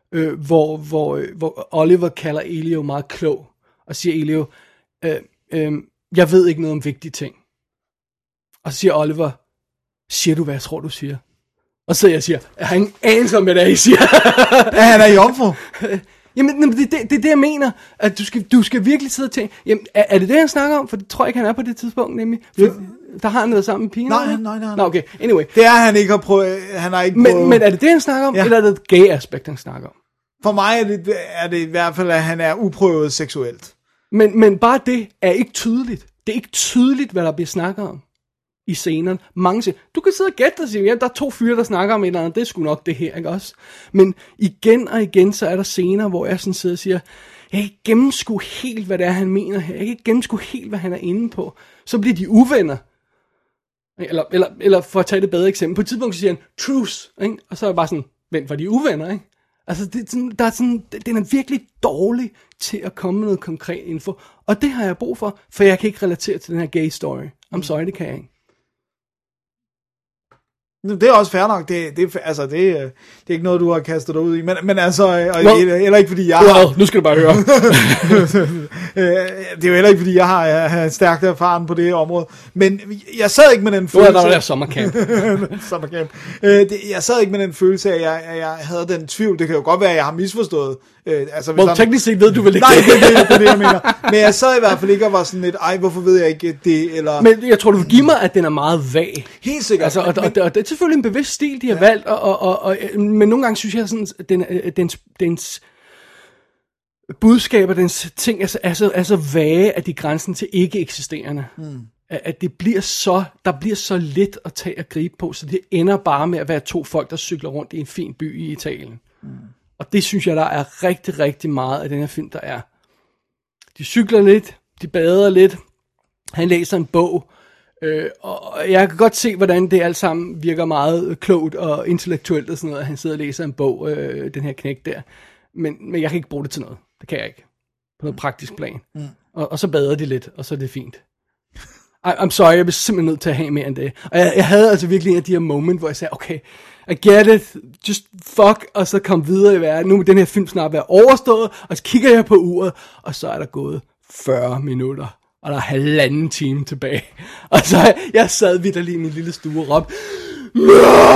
hvor Oliver kalder Elio meget klog, og siger Elio, jeg ved ikke noget om vigtige ting. Og så siger Oliver, siger du, hvad jeg tror, du siger? Og så jeg siger, jeg har ingen anelse om, hvad det er, I siger. Ja, han er jomfru. Jamen, det er det, jeg mener. At du skal virkelig sidde og tænke, jamen, er det det, han snakker om? For det tror jeg ikke, han er på det tidspunkt, nemlig. Der har han været sammen med pigen. Nej. Nå, okay, anyway. Det er, han ikke har prøvet. Han har ikke prøvet. Men er det det, han snakker om, eller er det et gay-aspekt, han snakker om? For mig er det i hvert fald, at han er uprøvet seksuelt. Men bare det er ikke tydeligt. Det er ikke tydeligt, hvad der bliver snakket om i scenerne. Mange du kan sidde og gætte og sige, ja, der er 2 fyre, der snakker om et eller andet, det er sgu nok det her, ikke også? Men igen og igen, så er der scener, hvor jeg sådan sidder og siger, jeg kan ikke gennemskue helt, hvad det er, han mener her. Jeg kan ikke gennemskue helt, hvad han er inde på. Så bliver de uvenner. Eller for at tage det bedre eksempel, på et tidspunkt så siger han, truce, ikke? Og så er jeg bare sådan, vent, var de uvenner, ikke? Altså, den er virkelig dårlig til at komme med noget konkret info. Og det har jeg brug for jeg kan ikke relatere til den her gay story. I'm sorry, det kan jeg ikke. Det er også fair nok. Det er ikke noget, du har kastet dig ud i. Men altså, eller ikke fordi jeg har... nu skal du bare høre. Det er jo heller ikke fordi jeg har stærkt erfaren på det her område. Men jeg sad ikke med den følelse... Der var der sommercamp. Jeg sad ikke med den følelse af, at jeg havde den tvivl. Det kan jo godt være, at jeg har misforstået. Teknisk set ved du vel ikke det. Nej, det er det, jeg mener. Men jeg sad i hvert fald ikke og var sådan lidt, hvorfor ved jeg ikke det? Eller... Men jeg tror, du vil give mig, at den er meget vag. Helt sikkert. Altså, og det er selvfølgelig en bevidst stil, de har valgt, men nogle gange synes jeg, sådan, dens budskaber, dens ting er så vage, at de grænsen til ikke eksisterende. At der bliver så lidt at tage og gribe på, så det ender bare med at være 2 folk, der cykler rundt i en fin by i Italien. Og det synes jeg, der er rigtig, rigtig meget af den her film, der er. De cykler lidt, de bader lidt, han læser en bog, og jeg kan godt se, hvordan det alt sammen virker meget klogt og intellektuelt og sådan noget, at han sidder og læser en bog, den her knæk der. Men jeg kan ikke bruge det til noget. Det kan jeg ikke. På noget praktisk plan. Og så bader de lidt, og så er det fint. I'm sorry, jeg bliver simpelthen nødt til at have mere end det. Og jeg havde altså virkelig en af de her moment, hvor jeg sagde, okay, I get it, just fuck, og så kom videre i verden. Nu må den her film snart være overstået, og så kigger jeg på uret, og så er der gået 40 minutter, og der er 1,5 time tilbage. Og så jeg sad vitterlig i min lille stue og råbte, no!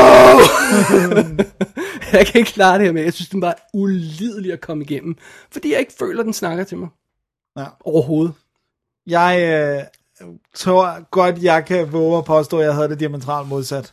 Jeg kan ikke klare det her med. Jeg synes, den var ulidelig at komme igennem, fordi jeg ikke føler, den snakker til mig. Overhovedet. Jeg tror godt, jeg kan våge at påstå, at jeg havde det diametralt modsat.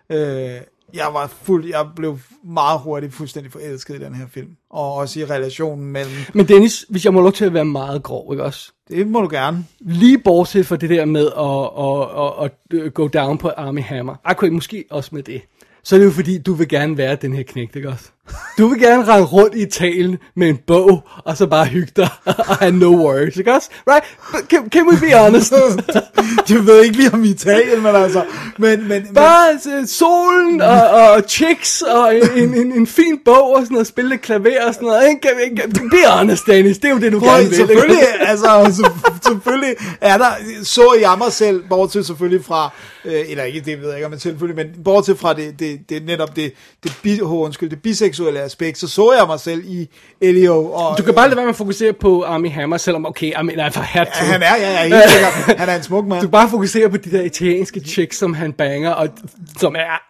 Jeg blev meget hurtigt fuldstændig forelsket i den her film. Og også i relationen mellem... Men Dennis, hvis jeg må lov til at være meget grov, ikke også? Det må du gerne. Lige bortset fra det der med at go down på Armie Hammer. Måske også med det. Så er det jo fordi, du vil gerne være den her knægt, ikke også? Du vil gerne rende rundt i Italien med en bog, og så bare hygge dig, og have no worries, ikke også? Right? Can we be honest? Jeg ved ikke lige om Italien, men altså... Men bare solen og chicks, og en fin bog, og sådan noget, spille lidt klaver og sådan noget, ikke? Be honest, Dennis, det er jo det, du gerne vil. Selvfølgelig, selvfølgelig er der... Så jeg mig selv, bortset selvfølgelig fra... eller ikke, det ved jeg ikke, men selvfølgelig, men bortset fra det netop det biseksuelle aspekt, så jeg mig selv i Elio. Og, du kan bare lade være med at fokusere på Armie Hammer, selvom okay, Armie er for hat til. Han er, helt sikkert. Han er en smuk mand. Du kan bare fokusere på de der italienske chicks, som han banger, og som er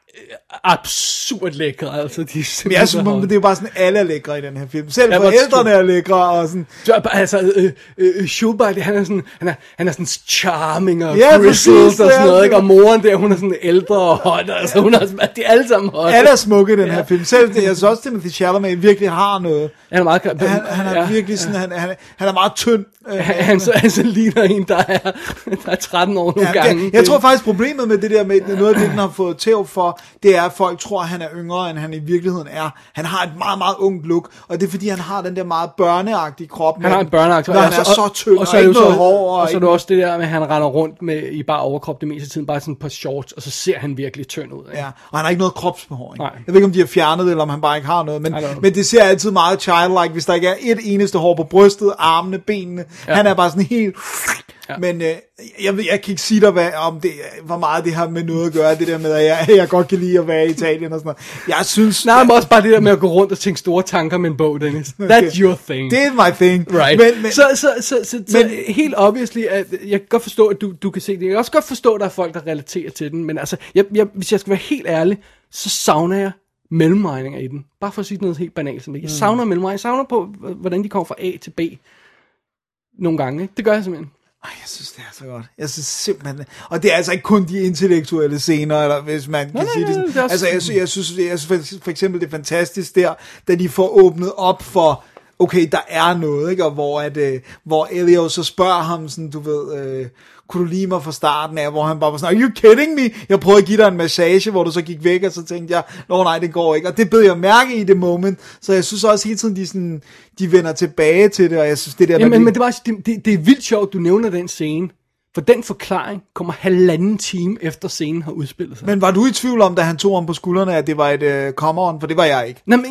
absurd lækre, altså de er men jeg synes, det er jo bare sådan, alle er lækre i den her film. Selv forældrene er lækre, og sådan... Altså, Schubert, han er sådan charming og grizzled og sådan noget, ikke? Og moren der, hun er sådan ældre og hot, altså hun er, de er alle sammen hot. Alle er smukke i den her film. Selv jeg synes også, Timothée Chalamet virkelig har noget. Han er meget... Han er virkelig sådan, han er meget tynd. Han så ligner en, der er 13 år nogle gange. Jeg tror faktisk, problemet med det der, med noget af det, den har fået tæv for, det er, at folk tror, at han er yngre, end han i virkeligheden er. Han har et meget, meget ungt look, og det er, fordi han har den der meget børneagtige krop. Han har en børneagtig krop. Han er så tynd, og ikke noget hår. Og så er det også det der med, at han render rundt med i bare overkrop det meste af tiden, bare sådan et par shorts, og så ser han virkelig tynd ud. Ikke? Ja, og han har ikke noget kropsbehåring. Jeg ved ikke, om de har fjernet det, eller om han bare ikke har noget, men det ser altid meget childlike, hvis der ikke er et eneste hår på brystet, armene, benene. Ja. Han er bare sådan helt... Ja. Men jeg kan ikke sige dig, hvor meget det har med noget at gøre, det der med, at jeg godt kan lide at være i Italien og sådan noget. Jeg synes... Nej, men også bare det der med at gå rundt og tænke store tanker med en bog, Dennis. That's your thing. Det er my thing. Right. Men, så helt obviously, at jeg kan godt forstå, at du kan se det. Jeg kan også godt forstå, at der er folk, der relaterer til den. Men altså, hvis jeg skal være helt ærlig, så savner jeg mellemregninger i den. Bare for at sige noget helt banalt som det. Jeg savner mellemregninger. Jeg savner på, hvordan de kommer fra A til B. Nogle gange, ikke? Det gør jeg simpelthen. Jeg synes, det er så godt. Jeg synes simpelthen... Og det er altså ikke kun de intellektuelle scener, eller hvis man kan sige det. Altså, jeg synes for eksempel, det er fantastisk der, da de får åbnet op for, okay, der er noget, ikke? Og hvor Elio så spørger ham sådan, du ved... kunne du lide mig fra starten af, hvor han bare var sådan, are you kidding me? Jeg prøvede at give dig en massage, hvor du så gik væk, og så tænkte jeg, nej, det går ikke. Og det bed jeg mærke i det moment, så jeg synes også hele tiden, de vender tilbage til det, og jeg synes, det der... Ja, men det er vildt sjovt, du nævner den scene, for den forklaring kommer 1,5 time efter scenen har udspillet sig. Men var du i tvivl om, da han tog ham på skuldrene, at det var et come-on? For det var jeg ikke. Nej,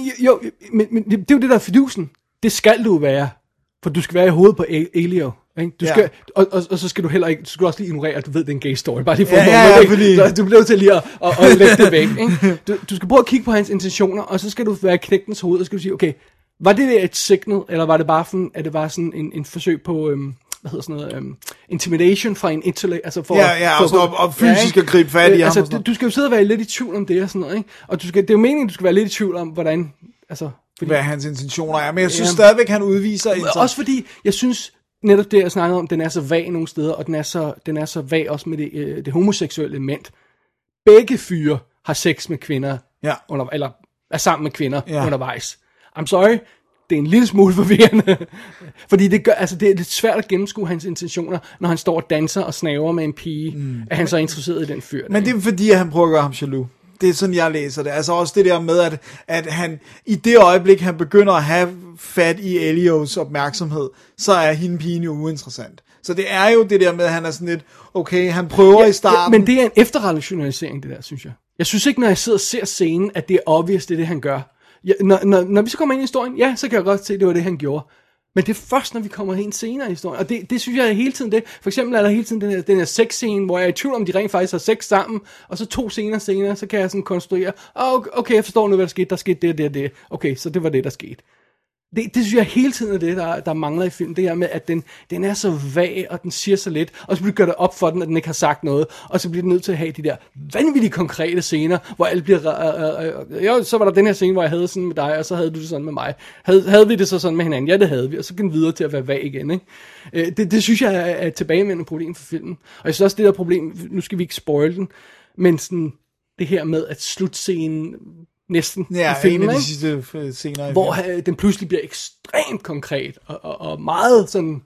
men det er jo det, der er fidusen. Det skal du være, for du skal være i hovedet på Elio. Du skal, og så skal du heller ikke, du skal også lige ignorere, at du ved, det er en gay story, bare lige for fordi... Så du bliver til lige at lægge det væk, ikke? Du skal prøve at kigge på hans intentioner, og så skal du være i knægtens hoved, og skal du sige, okay, var det et signal, eller var det bare sådan, at det var sådan en forsøg på, hvad hedder sådan noget, intimidation fra en intellekt, altså for... og fysisk at gribe fat i ham. Altså, du skal jo sidde og være lidt i tvivl om det og sådan noget, ikke? Og det er jo meningen, du skal være lidt i tvivl om, hvordan, altså... Hvad hans intentioner er, men jeg synes stadigvæk, han udviser... Også fordi, jeg synes... Netop det, jeg snakker om, den er så vag nogle steder, og den er så vag også med det homoseksuelle element. Begge fyre har sex med kvinder, eller er sammen med kvinder undervejs. I'm sorry, det er en lille smule forvirrende. Fordi det er lidt svært at gennemskue hans intentioner, når han står og danser og snaver med en pige, at han så er interesseret i den fyr. Men det er fordi, at han prøver at gøre ham jaloux. Det er sådan, jeg læser det. Altså også det der med, at han i det øjeblik, han begynder at have fat i Elios opmærksomhed, så er hende pigen jo uinteressant. Så det er jo det der med, at han er sådan lidt, okay, han prøver i starten. Men det er en efterrationalisering, det der, synes jeg. Jeg synes ikke, når jeg sidder og ser scenen, at det er obvious, det er det, han gør. Når vi så kommer ind i historien, så kan jeg godt se, at det var det, han gjorde. Men det er først, når vi kommer hen senere i historien. Og det synes jeg er hele tiden det. For eksempel er der hele tiden den her sexscene, hvor jeg er i tvivl om, de rent faktisk har sex sammen. Og så 2 scener senere, så kan jeg sådan konstruere, okay, jeg forstår nu, hvad der skete. Der skete det. Okay, så det var det, der skete. Det synes jeg hele tiden er det, der mangler i filmen. Det her med, at den er så vag, og den siger så lidt. Og så bliver det op for den, at den ikke har sagt noget. Og så bliver den nødt til at have de der vanvittigt konkrete scener, hvor alt bliver... så var der den her scene, hvor jeg havde sådan med dig, og så havde du det sådan med mig. Havde vi det så sådan med hinanden? Ja, det havde vi. Og så gik den videre til at være vag igen, ikke? Det synes jeg er et tilbagevendende problem for filmen. Og jeg synes også, det der problem... Nu skal vi ikke spoil den, men sådan det her med, at slutscenen... næsten i filmen, en af de sidste scener hvor den pludselig bliver ekstremt konkret og meget sådan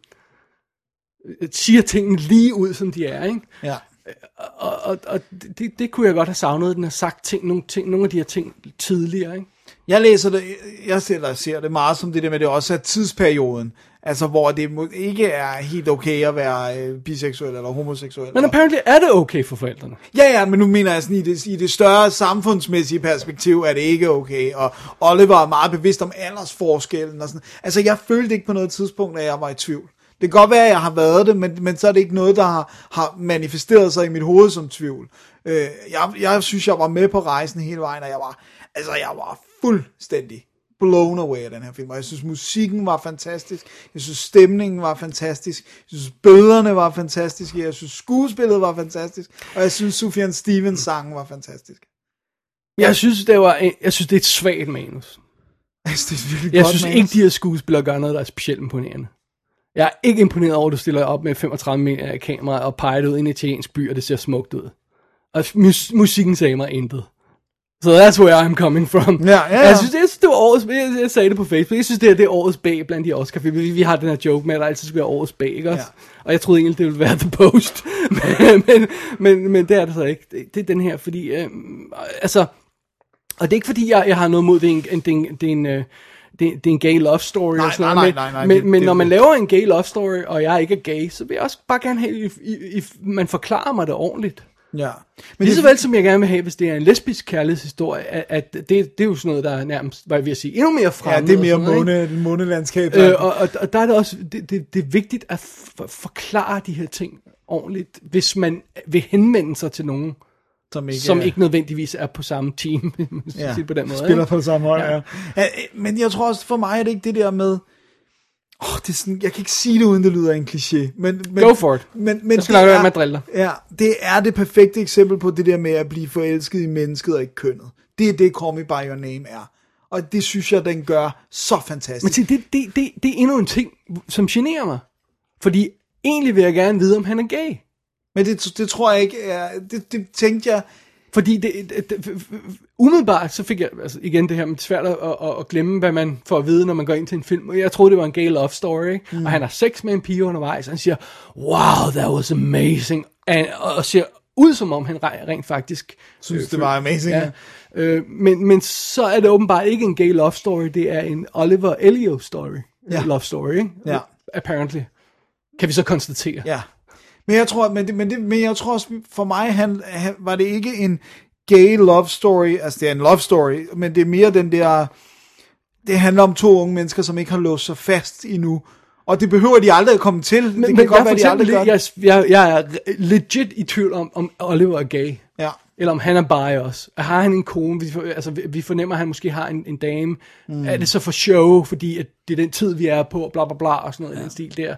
siger tingene lige ud som de er, ikke? Ja. Og det kunne jeg godt have savnet, den har sagt nogle af de her ting tidligere, ikke? Jeg ser det meget som det der med, det også er tidsperioden. Altså, hvor det ikke er helt okay at være biseksuel eller homoseksuel. Men apparently er det okay for forældrene. Ja, men nu mener jeg sådan, i det større samfundsmæssige perspektiv, er det ikke okay. Og Oliver er meget bevidst om aldersforskellen og sådan. Altså, jeg følte ikke på noget tidspunkt, at jeg var i tvivl. Det kan godt være, at jeg har været det, men så er det ikke noget, der har manifesteret sig i mit hoved som tvivl. Jeg synes, jeg var med på rejsen hele vejen, og jeg var fuldstændig blown away af den her film, og jeg synes musikken var fantastisk, jeg synes stemningen var fantastisk, jeg synes billederne var fantastiske, jeg synes skuespillet var fantastisk, og jeg synes Sufjan Stevens sang var fantastisk. Jeg synes det er et svagt manus. Jeg synes ikke de her skuespillere gør noget, der er specielt imponerende. Jeg er ikke imponeret over, at du stiller op med 35 meter af kamera og peger det ud ind i italiensk by, og det ser smukt ud. Og musikken sagde mig intet. So that's where I'm coming from. Ja. Jeg synes, det var årets, jeg sagde det på Facebook, jeg synes, det er årets bag blandt de Oscar-film. Vi har den her joke med, at der altid skal være årets bag, ikke også? Ja. Og jeg troede egentlig, det ville være The Post. men det er det så ikke. Det er den her, fordi, altså, og det er ikke fordi, jeg har noget mod, det er en gay love story. Nej. Men når man laver en gay love story, og jeg ikke er gay, så vil jeg også bare gerne have, man forklarer mig det ordentligt. Ja. Men lige så vel som jeg gerne vil have, hvis det er en lesbisk kærlighedshistorie, at det er jo sådan noget, der er nærmest, hvad jeg vil sige, endnu mere fremme. Ja, det er mere månelandskab. Og der er det også, det er vigtigt at forklare de her ting ordentligt, hvis man vil henvende sig til nogen, som ikke nødvendigvis er på samme team, på den måde. Spiller på det samme hold, ja. Men jeg tror også, for mig er det ikke det der med, det er sådan, jeg kan ikke sige det, uden det lyder en kliché. Men, go for it. Men jeg skal nok være med at drille dig. Ja, det er det perfekte eksempel på det der med at blive forelsket i mennesket og ikke kønnet. Det er det, Call Me By Your Name er. Og det synes jeg, den gør så fantastisk. Men det er endnu en ting, som generer mig. Fordi egentlig vil jeg gerne vide, om han er gay. Men det tror jeg ikke er, det tænkte jeg. Fordi umiddelbart, så fik jeg, altså igen det her, med svært at glemme, hvad man får at vide, når man går ind til en film. Jeg troede, det var en gay love story, og han har sex med en pige undervejs, og han siger, wow, that was amazing, og ser ud som om, han rent faktisk synes, det var amazing. Ja. Men så er det åbenbart ikke en gay love story, det er en Oliver Elio story, love story, ikke? Ja. Apparently. Kan vi så konstatere. Ja. Men jeg tror også, for mig var det ikke en gay love story, altså det er en love story, men det er mere den der, det handler om to unge mennesker, som ikke har låst sig fast endnu, og det behøver de aldrig at komme til. Det kan godt være, de aldrig gør. Jeg er legit i tvivl om Oliver er gay. Ja. Eller om han er bi også. Har han en kone? Vi fornemmer, at han måske har en dame. Er det så for show, fordi at det er den tid, vi er på, bla bla bla, og sådan noget i den stil der.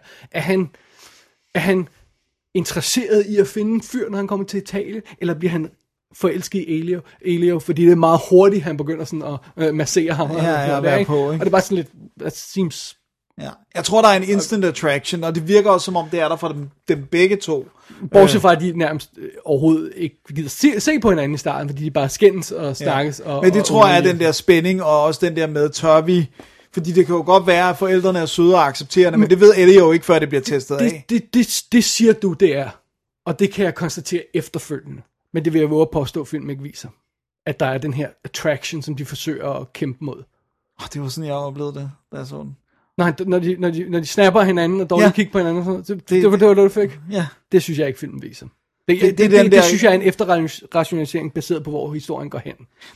Er han interesseret i at finde en fyr, når han kommer til Italien, eller bliver han forelsket i Elio, fordi det er meget hurtigt, han begynder sådan at massere ham. På, ikke? Og det er bare sådan lidt, that seems... Ja. Jeg tror, der er en instant attraction, og det virker også, som om det er der for dem begge to. Bortset fra, at de nærmest overhovedet ikke gider se på hinanden i starten, fordi de bare skændes og snakkes. Ja. Men det tror jeg er den der spænding, og også den der med, tør vi... Fordi det kan jo godt være, at forældrene er søde og accepterende, men det ved Ellie jo ikke, før det bliver testet af. Det siger du, det er. Og det kan jeg konstatere efterfølgende. Men det vil jeg våge at påstå, at filmen ikke viser. At der er den her attraction, som de forsøger at kæmpe mod. Det var sådan, jeg oplevede det, da jeg så den. Nej, når de snapper hinanden og dårligt kigger på hinanden, det var det, du fik. Ja. Det synes jeg ikke, filmen viser. Det synes jeg er en efterrationalisering baseret på, hvor historien går hen.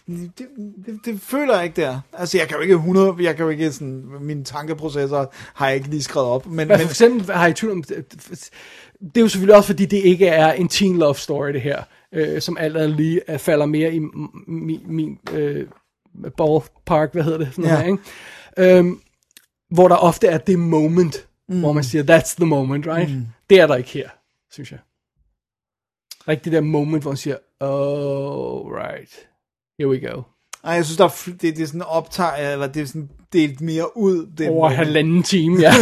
Det føler jeg ikke der. Altså, jeg kan jo ikke sådan, mine tankeprocesser har jeg ikke lige skrevet op. Men for eksempel har jeg tvivl om, det er jo selvfølgelig også, fordi det ikke er en teen love story, det her, som alt andet lige falder mere i min ballpark, hvad hedder det? Sådan her, ikke? Hvor der ofte er det moment, hvor man siger, that's the moment, right? Det er der ikke her, synes jeg. Rigtig det der moment, hvor man siger, oh, right, here we go. Ej, jeg synes, det er sådan optaget, eller det er sådan delt mere ud. Over halvanden time, ja.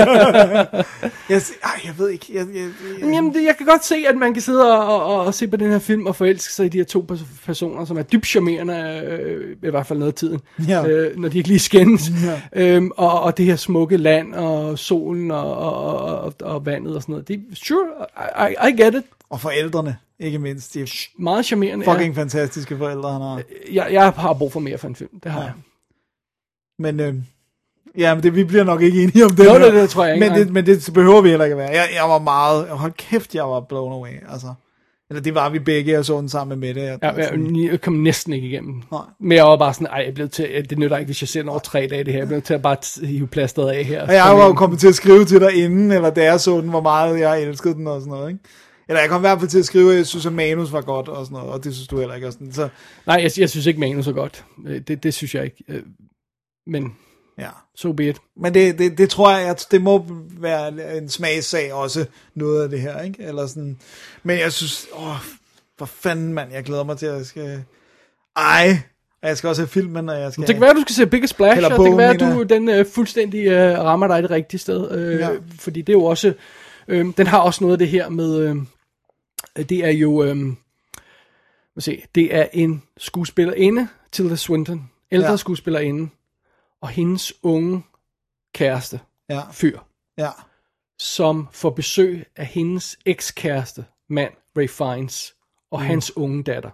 Jeg ved ikke. Jamen, jeg kan godt se, at man kan sidde og se på den her film og forelske sig i de her to personer, som er dybt charmerende, i hvert fald noget af tiden, når de ikke lige skændes. Ja. Og det her smukke land, og solen, og vandet og sådan noget. Sure, I get it. Og forældrene. ikke mindst. De er Meget charmerende. fucking fantastiske forældre, han har. Jeg har brug for mere for en film, det har jeg. Men, men vi bliver nok ikke enige om det. Jo, det tror jeg ikke. Men det behøver vi heller ikke at være. Jeg var meget, hold kæft, jeg var blown away, altså. Eller det var vi begge, og så den sammen med Mette. Jeg kom næsten ikke igennem. Nej. Men jeg var bare sådan, jeg blev til, det nytter ikke, hvis jeg ser den over 3 dage det her. Jeg blev til at bare hive plasteret af her. Og jeg var jo kommet til at skrive til dig inden, eller da jeg så den, hvor meget jeg elskede den og sådan noget, ikke? Eller jeg kom i hvert fald til at skrive, at jeg synes, at manus var godt og sådan noget, og det synes du heller ikke. Og sådan, så... Nej, jeg synes ikke, manus er godt. Det synes jeg ikke. Men so be it. Men det tror jeg, det må være en smagssag også, noget af det her, ikke? Eller sådan. Men jeg synes, for fanden mand, jeg glæder mig til, at jeg skal... Og jeg skal også have filmen, og jeg skal... Det kan være, at du skal se Big Splash, eller og det kan være, at den fuldstændig rammer dig det rigtige sted. Fordi det er jo også... den har også noget af det her med... det er jo... det er en skuespillerinde, Tilda Swinton, ældre skuespillerinde, og hendes unge kæreste, fyr, som får besøg af hendes ekskæreste mand, Ray Fiennes, og hans unge datter.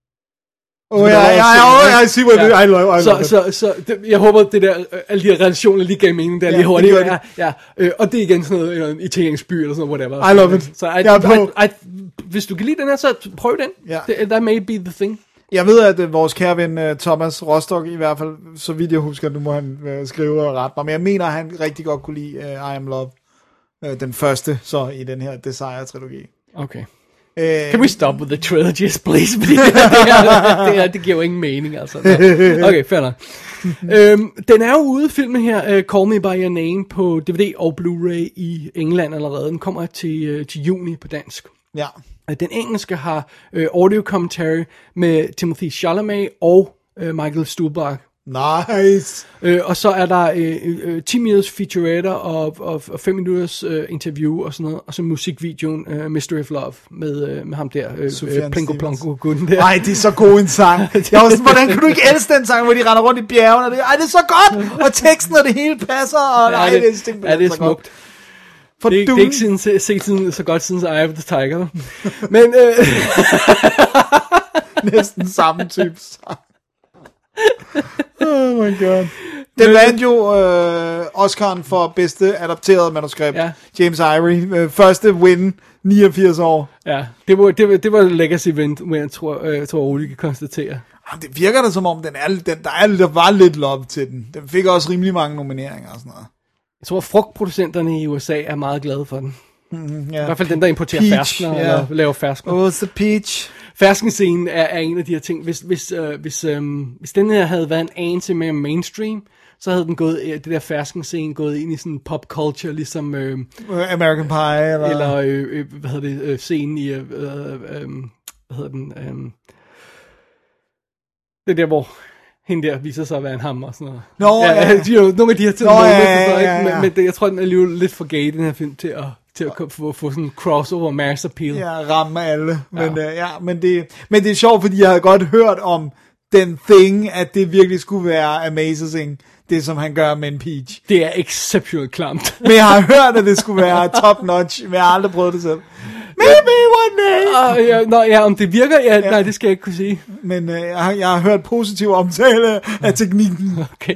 Jeg siger, hvad det er. Så jeg håber, det der, alle de her relationer lige gav mening, der lige hurtigt. Og det er igen sådan noget, en italiensk by, eller sådan noget, whatever. I love it. Så hvis du kan lide den her, så prøv den. That may be the thing. Jeg ved, at vores kære ven Thomas Rostock, i hvert fald, så vidt jeg husker, nu må han skrive og rette mig, men jeg mener, at han rigtig godt kunne lide I Am Love, den første, så i den her Desire-trilogi. Okay. Can we stop with the trilogies, please? det giver jo ingen mening, altså. Okay, fair nok. Den er jo ude, filmen her, Call Me By Your Name, på DVD og Blu-ray i England allerede. Den kommer til juni på dansk. Ja. Den engelske har audio commentary med Timothée Chalamet og Michael Stuhlbarg. Nice. Og så er der 10 minutters featuretter og 5 minutters interview og sådan noget, og så musikvideoen Mystery of Love med ham der, Plinko Plonko Gunden der. Ej, det er så god en sang. Jeg var sådan, hvordan kan du ikke elske den sang, hvor de render rundt i bjergene, og det er så godt, og teksten og det hele passer, og det er smukt. Det er ikke set så godt siden Eye of the Tiger. Men næsten samme type sang. Oh my god. Den vandt jo Oscar'en for bedste adapteret manuskript. James Ivory, første win, 89 år. Ja, det var et legacy event, jeg tror Ole kan konstatere. Det virker da som om der var lidt love til den. Den fik også rimelig mange nomineringer og sådan noget. Jeg tror, frugtproducenterne i USA er meget glade for den. I hvert fald den, der importerer ferskner eller laver ferskner. What's the peach? Ferskenscenen er en af de her ting. Hvis den her havde været en anelse mere mainstream, så havde den det der ferskenscene gået ind i sådan pop culture, ligesom American Pie eller scenen i det der, hvor hende der viser sig at være en hammer og sådan noget. Nogle af de her ting. Men jeg tror, den er alligevel lidt for gay, den her film, til at få sådan en crossover mass appeal. Ja, ramme alle. Men det er sjovt, fordi jeg havde godt hørt om den thing, at det virkelig skulle være amazing, det som han gør med en peach. Det er exceptionelt klamt. Men jeg har hørt, at det skulle være top notch, men jeg har aldrig prøvet det selv. Maybe one day. Om det virker, nej, det skal jeg ikke kunne sige. Men jeg har hørt positiv omtale af teknikken. Okay.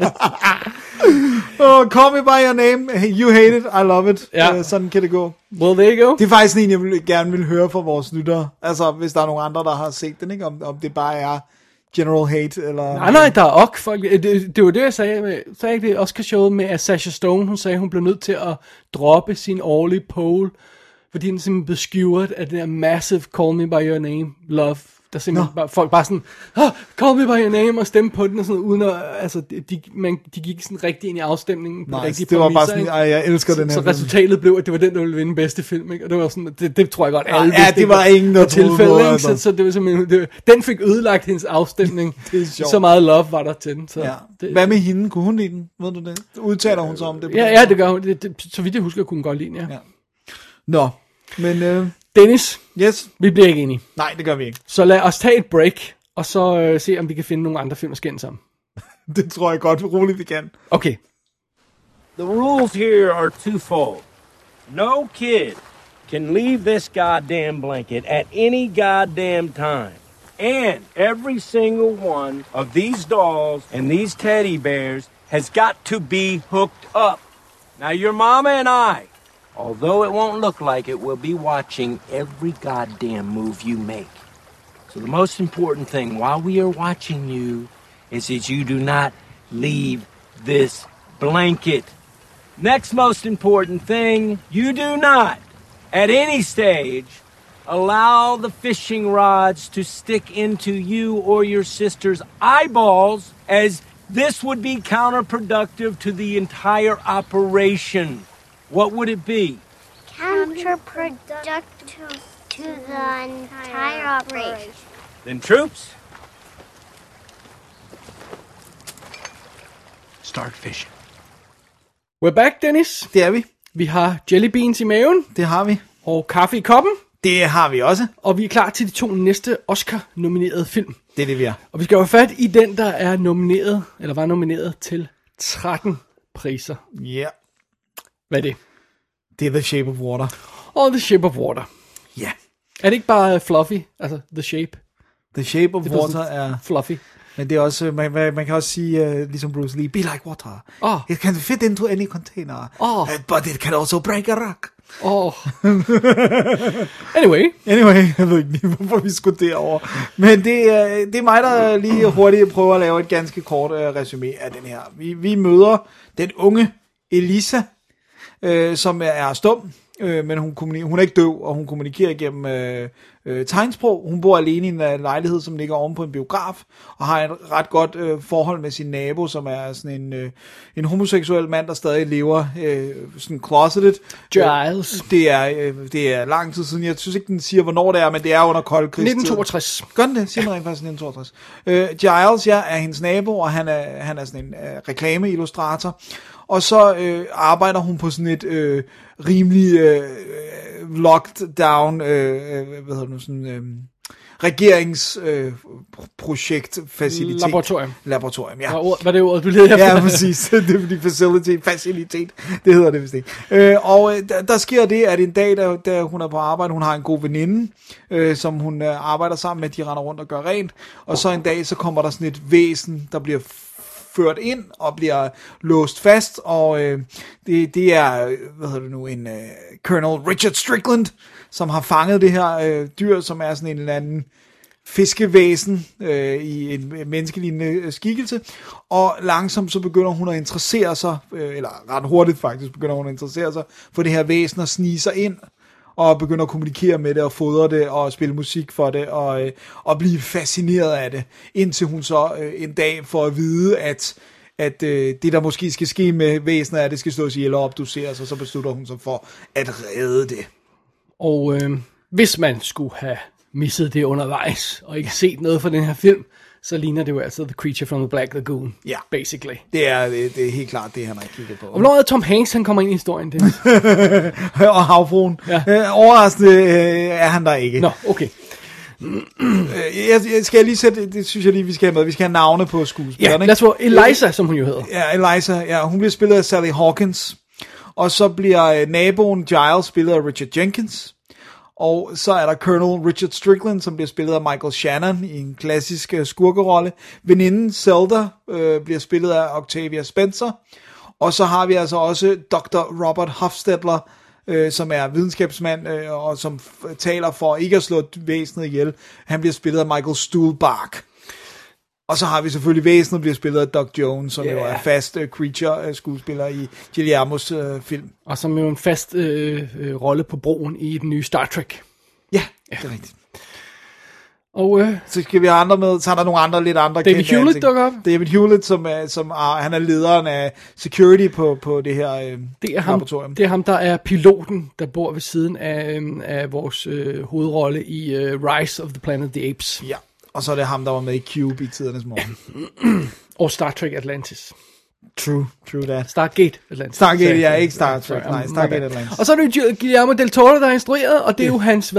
Call Me By Your Name, you hate it, I love it. Sådan kan det gå. Well, there you go. Det er faktisk en, jeg gerne vil høre fra vores lyttere. Altså, hvis der er nogen andre, der har set den, ikke? Om det bare er general hate, eller... Nej, der er også folk. Det var det, jeg sagde. Sagde ikke det Oscar-showet med, at Sasha Stone, hun sagde, hun blev nødt til at droppe sin årlige poll, fordi den simpelthen blev skeweret af den der massive Call Me By Your Name love, der simpelthen folk bare sådan, Call Me By Your Name, og stemme på den, og sådan, uden at, altså, de gik sådan rigtig ind i afstemningen. Nice, det var bare sådan, jeg elsker den her. Så resultatet blev, at det var den, der ville vinde bedste film, ikke? Og det var sådan, det tror jeg godt, alle vidste. Ja, det var ingen, der troede på, altså. Så det var simpelthen, den fik ødelagt hendes afstemning. Så meget love var der til den. Så hvad med hende? Kunne hun lide den? Ved du det? Udtaler hun så om det? Ja, det gør hun. Så vidt jeg husker, kunne hun godt lide den, ja. Nå, men... Dennis, yes. Vi bliver ikke enige. Nej, det gør vi ikke. Så lad os tage et break, og så se, om vi kan finde nogle andre film at skænde sammen. Det tror jeg godt, roligt vi kan. Okay. The rules here are twofold. No kid can leave this goddamn blanket at any goddamn time. And every single one of these dolls and these teddy bears has got to be hooked up. Now, your mama and I, although it won't look like it, will be watching every goddamn move you make. So the most important thing while we are watching you is that you do not leave this blanket. Next most important thing, you do not, at any stage, allow the fishing rods to stick into you or your sister's eyeballs, as this would be counterproductive to the entire operation. What would it be? Counterproductive to the entire operation. Then troops, start fishing. We're back, Dennis. Det er vi. Vi har jelly beans i maven. Det har vi. Og kaffe i koppen. Det har vi også. Og vi er klar til de 2 næste Oscar-nominerede film. Det er det, vi er. Og vi skal jo fat i den, der er nomineret, eller var nomineret til 13 priser. Ja. Yeah. Hvad er det? Det er The Shape of Water. Og The Shape of Water. Ja. Yeah. Er det ikke bare fluffy? Altså, The Shape? The Shape of Water er... Fluffy. Men det er også, man kan også sige, ligesom Bruce Lee, be like water. It can fit into any container. But it can also break a rock. Anyway, jeg ved ikke lige, hvorfor vi skulle derover. Men det er mig, der lige hurtigt prøver at lave et ganske kort resume af den her. Vi møder den unge Elisa, som er stum, men hun er ikke døv, og hun kommunikerer igennem tegnsprog. Hun bor alene i en lejlighed, som ligger oven på en biograf, og har et ret godt forhold med sin nabo, som er sådan en homoseksuel mand, der stadig lever sådan closeted. Giles. Det er lang tid siden. Jeg synes ikke, den siger, hvornår det er, men det er under kold krigstid. 1962. Gør den det? Siger man rent faktisk 1962. Giles, er hendes nabo, og han er sådan en reklameillustrator. Og så arbejder hun på sådan et rimelig locked down, regeringsprojekt, facilitet. Laboratorium, ja. Hvad er det ordet, du leder efter? Ja, præcis. Det er fordi facilitet, det hedder det vist ikke. Og der sker det, at en dag, da hun er på arbejde, hun har en god veninde, som hun arbejder sammen med, de render rundt og gør rent, og så en dag, så kommer der sådan et væsen, der bliver ført ind og bliver låst fast, og det er, en Colonel Richard Strickland, som har fanget det her dyr, som er sådan en eller anden fiskevæsen i en menneskelignende skikkelse, og langsomt så begynder hun at interessere sig, eller ret hurtigt faktisk begynder hun at interessere sig for det her væsen og snige sig ind, og begynder at kommunikere med det, og fodre det, og spille musik for det, og blive fascineret af det, indtil hun så en dag får at vide, at det, der måske skal ske med væsenet, er, at det skal slås ihjel og obduceres, og så beslutter hun sig for at redde det. Og hvis man skulle have misset det undervejs, og ikke set noget fra den her film, så ligner det jo altså The Creature from the Black Lagoon, basically. Det er helt klart det, han har kigget på. Og hvornår er Tom Hanks, han kommer ind i historien? Og havfruen. Ja. Overraskende er han der ikke. Nå, okay. Jeg skal lige sætte, det synes jeg lige, vi skal have med. Vi skal have navne på skuespillerne. Ja, lad os få Eliza, som hun jo hedder. Ja, Eliza, hun bliver spillet af Sally Hawkins. Og så bliver naboen Giles spillet af Richard Jenkins. Og så er der Colonel Richard Strickland, som bliver spillet af Michael Shannon i en klassisk skurkerolle. Veninden Zelda bliver spillet af Octavia Spencer. Og så har vi altså også Dr. Robert Hofstadter, som er videnskabsmand, og som taler for ikke at slå væsenet ihjel. Han bliver spillet af Michael Stuhlbarg. Og så har vi selvfølgelig væsenet, bliver spillet af Doug Jones, som jo er fast creature-skuespiller i Guillermos film. Og som jo en fast rolle på broen i den nye Star Trek. Ja, det er rigtigt. Og så skal vi have andre med, så er der nogle andre, lidt andre David Hewlett dukker op. David Hewlett, han er lederen af security på det her laboratorium. Det er ham, der er piloten, der bor ved siden af vores hovedrolle i Rise of the Planet of the Apes. Ja, og så er det ham, der var med i Cube i tidernes morgen. Og Star Trek Atlantis. True that. Stargate Atlantis. Stargate, ja, ikke Star Trek. Nej, Stargate Atlantis. Og så er det jo Guillermo del Toro, der er instrueret, og det er jo hans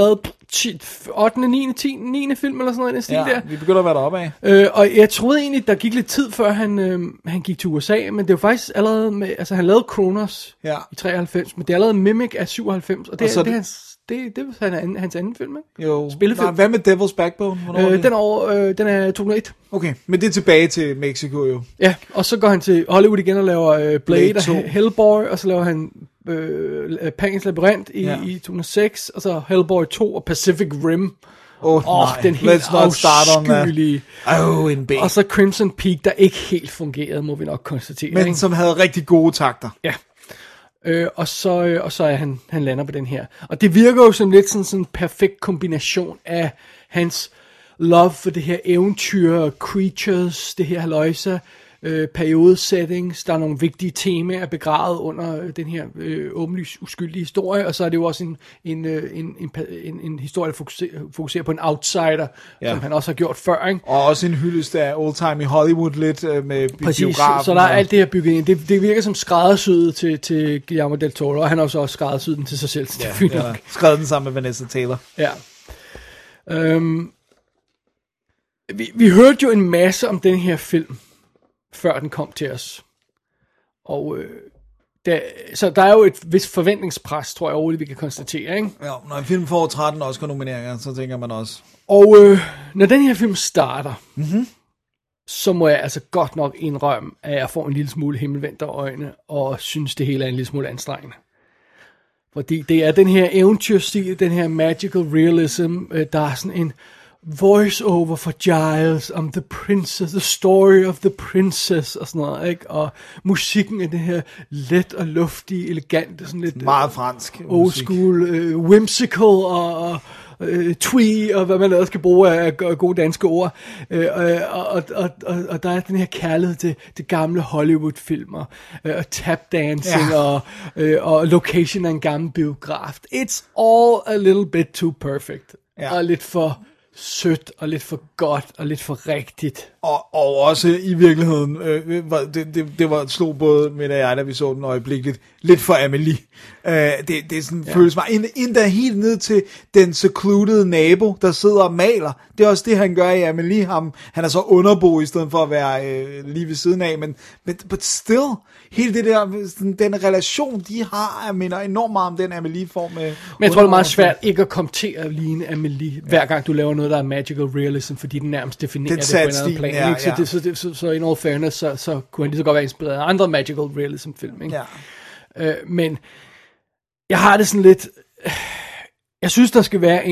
8., 9., 10., 9. film eller sådan noget i den stil der. Vi begynder at være deroppe af. Og jeg troede egentlig, der gik lidt tid før han gik til USA, men det var faktisk allerede med, altså han lavede Kronos i 93, men det er allerede Mimic af 97, og det er hans anden film, ikke? Jo. Spillefilm. Hvad med Devil's Backbone? Den er 2001. Okay, men det er tilbage til Mexico jo. Ja, og så går han til Hollywood igen og laver Blade og Hellboy, og så laver han Pangens Labyrint i 2006, og så Hellboy 2 og Pacific Rim. Den helt afskyelige. Og så Crimson Peak, der ikke helt fungerede, må vi nok konstatere. Men ikke? som havde rigtig gode takter. Ja. Og så er han lander på den her. Og det virker jo som lidt sådan en perfekt kombination af hans love for det her eventyr, creatures, det her halløjsa, periodesettings, der er nogle vigtige temaer begravet under den her åbenlyst uskyldige historie, og så er det jo også en historie, der fokuserer på en outsider, som han også har gjort før, ikke? Og også en hyldest af old time i Hollywood lidt med biografen. Så der er alt det her bygget ind. Det virker som skræddersyet til Guillermo del Toro, og han har også skræddersyet den til sig selv. Skrevet den sammen med Vanessa Taylor. Ja. Vi hørte jo en masse om den her film, før den kom til os. Og så der er jo et vis forventningspres, tror jeg overhovedet, vi kan konstatere, ikke? Ja, når en film får 13 Oscar-nomineringer, så tænker man også. Og når den her film starter, så må jeg altså godt nok indrømme, at jeg får en lille smule himmelvendte øjne, og synes det hele er en lille smule anstrengende. Fordi det er den her eventyrstil, den her magical realism, der er sådan en voice-over for Giles om the princess, the story of the princess og sådan noget, ikke? Og musikken er det her let og luftige, elegante, sådan lidt meget fransk old school, whimsical og twee og hvad man ellers skal bruge af gode danske ord. Og der er den her kærlighed til gamle Hollywood-filmer og tapdancing og location af en gammel biograf. It's all a little bit too perfect. Og lidt for sødt og lidt for godt og lidt for rigtigt. Og også i virkeligheden, det slog både med og jeg, da vi så den øjeblikkeligt, lidt for Amelie. Det sådan føles mig, endda helt ned til den secluded nabo, der sidder og maler. Det er også det, han gør i Amelie. Han er så underbo i stedet for at være lige ved siden af, men but still, hele det der, den relation, de har, minder enormt meget om den Amelie får med. Men jeg tror, det er meget svært ikke at komme til at ligne Amelie, hver gang du laver noget, der er magical realism, fordi den nærmest definerer det på en anden plan. Så in all fairness, så kunne han lige så godt være inspireret af andre magical realism film, ikke? Men jeg har det sådan lidt, jeg synes der skal være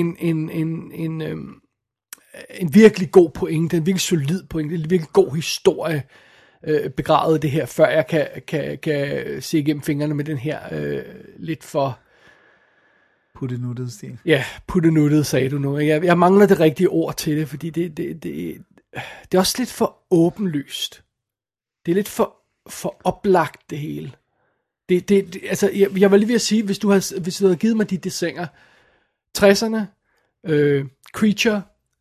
en virkelig god pointe, en virkelig solid pointe, en virkelig god historie begravet det her, før jeg kan se igennem fingrene med den her lidt for puttenuttede stil. Ja, puttenuttede sagde du nu. Jeg mangler det rigtige ord til det, fordi det er også lidt for åbenlyst. Det er lidt for oplagt det hele. Altså, jeg var lige ved at sige, hvis du havde givet mig de desinger, 60'erne, Creature,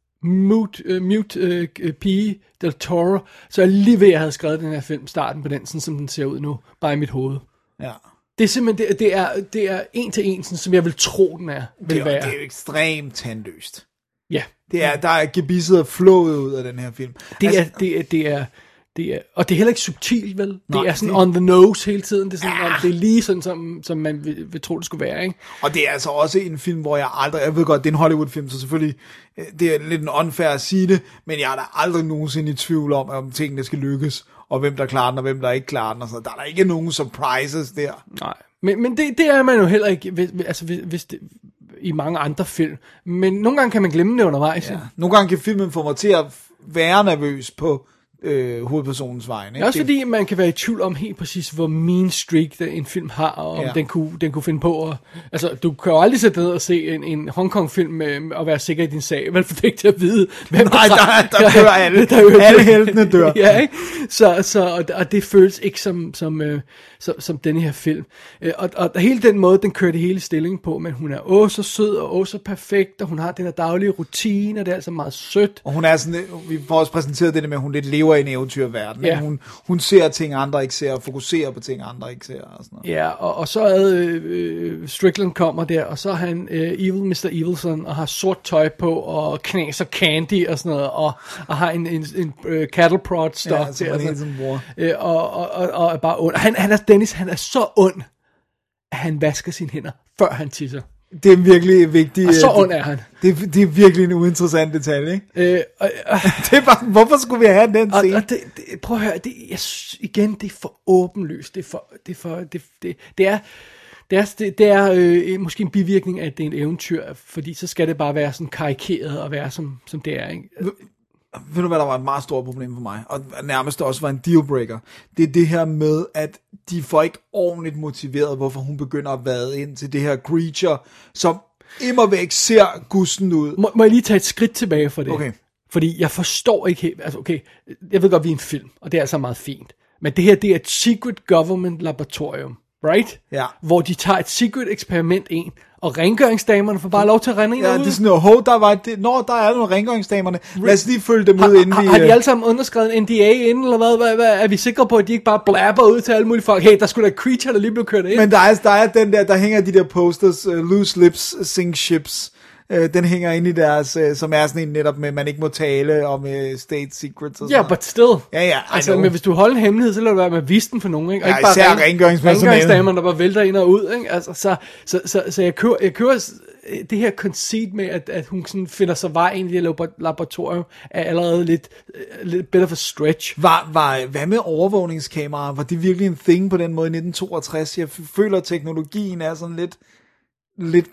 Mute Pige, Del Toro, så er jeg lige ved, at jeg havde skrevet den her film, starten på den, sådan som den ser ud nu, bare i mit hoved. Ja. Det er simpelthen, det er en til en, sådan, som jeg vil tro, den er. Det er jo ekstremt tandløst. Ja. Der er gebisset og flået ud af den her film. Og det er heller ikke subtilt, vel? Det er sådan on the nose hele tiden. Det er, sådan, det er lige sådan, som man vil tro, det skulle være, ikke? Og det er altså også en film, hvor jeg ved godt, det er en Hollywood-film, så selvfølgelig, det er lidt en unfair at sige det, men jeg er da aldrig nogensinde i tvivl om tingene skal lykkes, og hvem der klarer den, og hvem der ikke klarer den, og så der er der ikke nogen surprises der. Nej, men det er man jo heller ikke, hvis det, i mange andre film. Men nogle gange kan man glemme det undervejs. Ja. Nogle gange kan filmen få mig til at være nervøs på hovedpersonens vegne. Ikke? Også fordi man kan være i tvivl om helt præcis, hvor mean streak en film har, og om den kunne finde på. Og, altså, du kan jo aldrig sætte ned og se en Hongkong-film og være sikker i din sag. Vel for det ikke til at vide, hvem der dør alle. Alle heltene dør. Ja, ikke? Og det føles ikke som denne her film. Og hele den måde, den kører det hele stilling på, men hun er så sød og så perfekt, og hun har den her daglige rutine, og det er altså meget sødt. Og hun er sådan, vi får også præsenteret det med, at hun lidt lever lever i en eventyrverden. Ja. Hun ser ting, andre ikke ser, og fokuserer på ting, andre ikke ser. Og sådan noget. Ja, og så er Strickland kommer der, og så er han Mr. Evilson, og har sort tøj på, og knaser candy og sådan noget, og har en cattle prod stok Ja, som han hele tiden bruger. og er bare ond. Dennis, han er så ond, at han vasker sine hænder, før han tisser. Det er virkelig vigtigt. Og så ond er han. Det er virkelig en uinteressant detalje, ikke? Det er bare, hvorfor skulle vi have den scene? Og prøv at høre, igen, det er for åbenlyst. Det er måske en bivirkning af, at det er en eventyr, fordi så skal det bare være sådan karikeret og være som det er, ikke? Ved du hvad, der var et meget stort problem for mig, og nærmest også var en dealbreaker. Det er det her med, at de får ikke ordentligt motiveret, hvorfor hun begynder at vade ind til det her creature, som immervæk ser gusten ud. Må jeg lige tage et skridt tilbage for det? Okay. Fordi jeg forstår ikke helt, altså okay, jeg ved godt, vi er en film, og det er altså meget fint, men det her, det er et secret government laboratorium, right? Ja. Hvor de tager et secret eksperiment ind, og rengøringsdamerne får bare lov til at rende ind Ja, og ud. det er sådan noget, der er nogle rengøringsdamerne. Lad os lige følge dem ud, inden vi... Har de alle sammen underskrevet en NDA inden, eller hvad? Er vi sikre på, at de ikke bare blabber ud til alle mulige folk? Hey, der skulle da creature, der lige blev kørt ind. Men der er den der hænger de der posters, loose lips, sink ships. Den hænger inde i deres, som er sådan en netop med, man ikke må tale om state secrets og sådan Ja, but still. Ja, altså, men hvis du holder en hemmelighed, så lader du være med at vise den for nogen, ikke? Og Ja, ikke bare især rengøringspersonale. der bare vælter ind og ud, ikke? Altså, så jeg kører det her conceit med, at hun sådan finder sig vej ind i det laboratorium, er allerede lidt bit of a stretch. Hvad med overvågningskameraer? Var det virkelig en thing på den måde i 1962? Jeg føler, at teknologien er sådan lidt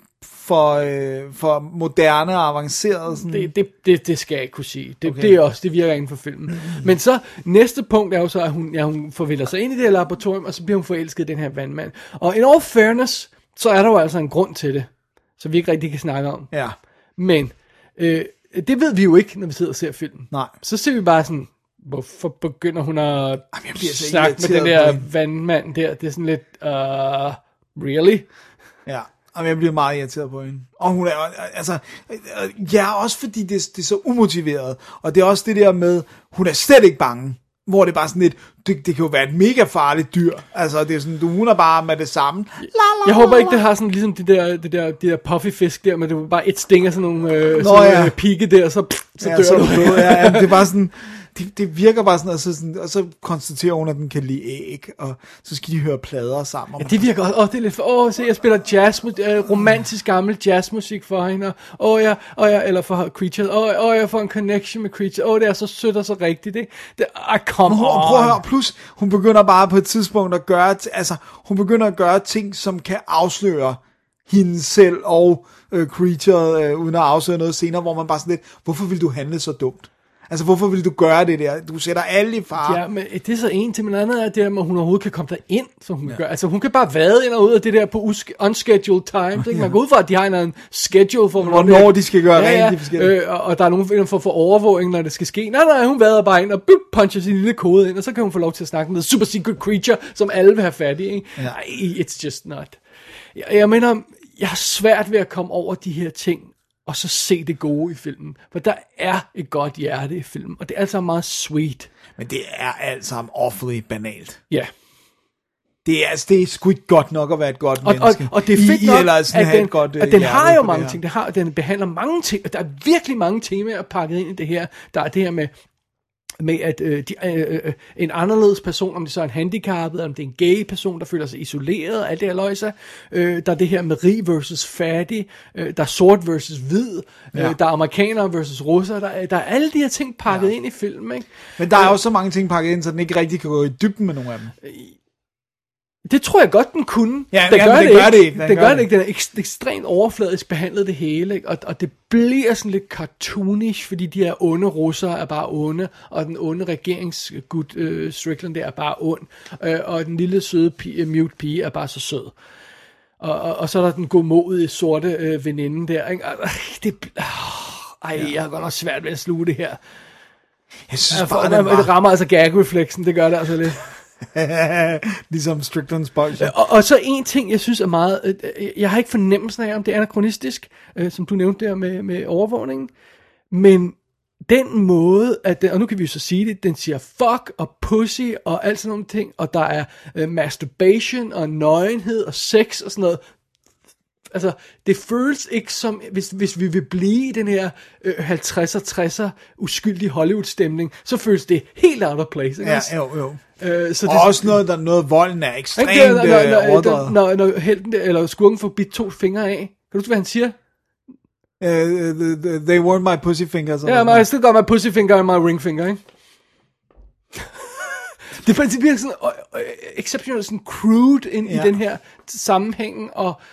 for moderne og avanceret. Sådan. Det skal jeg ikke kunne sige. Det virker inden for filmen. Men så, næste punkt er jo så, at hun forvilder sig ind i det her laboratorium, og så bliver hun forelsket i den her vandmand. Og in all fairness, så er der jo altså en grund til det, så vi ikke rigtig kan snakke om. Ja. Men, det ved vi jo ikke, når vi sidder og ser filmen. Nej. Så ser vi bare sådan, hvorfor begynder hun at snakke med den der vandmand der? Det er sådan lidt, really? Ja. Og jeg bliver meget irriteret på hende. Og hun er, altså, ja, også fordi det er så umotiveret. Og det er også det der med, hun er slet ikke bange. Hvor det er bare sådan lidt, det kan jo være et mega farligt dyr. Altså, det er sådan, hun er bare med det samme. Jeg håber ikke, det har sådan ligesom de der puffy fisk der, men det er bare et sting af sådan nogle pigge der, så dør du. Ja, det er bare sådan... Det virker bare sådan, og så konstaterer hun, at den kan lide æg, og så skal de høre plader sammen. Ja, det virker også, det er lidt for, se, jeg spiller jazz, romantisk gammel jazzmusik for hende, eller for Creature, jeg får en connection med Creature, det er så sødt og så rigtigt, ikke? Come on. Prøv at høre, plus, hun begynder bare på et tidspunkt at gøre, ting, som kan afsløre hende selv og Creature, uden at afsløre noget senere, hvor man bare sådan lidt, hvorfor vil du handle så dumt? Altså, hvorfor vil du gøre det der? Du sætter alle i fare. Ja, men det er så en til, men andet er det, at hun overhovedet kan komme derind, som hun gør. Altså, hun kan bare vade ind og ud af det der på unscheduled time. Ikke? Man går ud fra, at de har en schedule for, hvornår de skal gøre rent. Og der er nogen for overvågning, når det skal ske. Nej, hun vader bare ind og puncher sin lille kode ind, og så kan hun få lov til at snakke med super secret creature, som alle vil have fat i. Ikke? Ja. It's just not. Jeg mener, jeg har svært ved at komme over de her ting, og så se det gode i filmen. For der er et godt hjerte i filmen, og det er altså meget sweet. Men det er alt sammen awfully banalt. Ja. Det er sgu ikke godt nok at være et godt menneske. Og det er fedt nok, at den har jo mange ting. Den behandler mange ting, og der er virkelig mange temaer pakket ind i det her. Der er det her med at en anderledes person, om det så er en handicappet, om det er en gay person, der føler sig isoleret, alt det her løjse. Der er det her med rig versus fattig, der er sort versus hvid, der er amerikanere versus russer, der er alle de her ting pakket ind i filmen, ikke? Men der er jo så mange ting pakket ind, så den ikke rigtig kan gå i dybden med nogle af dem. Det tror jeg godt, den kunne. Ja, det gør det ikke. Den er ekstremt overfladisk behandlet det hele, ikke? Og det bliver sådan lidt cartoonish, fordi de her onde russere er bare onde, og den onde regeringsgud Strickland der er bare ond, og den lille søde mute pige er bare så sød. Og så er der den godmodige sorte veninde der, ikke? Jeg har godt nok svært ved at sluge det her. Jeg synes bare, det rammer altså gag-refleksen, det gør det altså lidt. Ligesom Stricklands boys. Og så en ting, jeg synes er meget... Jeg har ikke fornemmelsen af, om det er anachronistisk, som du nævnte der med overvågningen, men den måde, og nu kan vi jo så sige det, den siger fuck og pussy og alt sådan nogle ting, og der er masturbation og nøgenhed og sex og sådan noget. Altså, det føles ikke som, hvis vi vil blive i den her 50'er, 60'er uskyldige Hollywood-stemning, så føles det helt out of place. Ikke? Ja, jo. Så og det, også noget volden er ekstremt overdrevet. Når helten eller skurken får bidt 2 fingre af. Kan du huske, hvad han siger? They weren't my pussy fingers. Yeah, I still got my pussy finger and my ring finger, ikke? Det bliver sådan exceptionelt sådan crude ind i den her sammenhæng,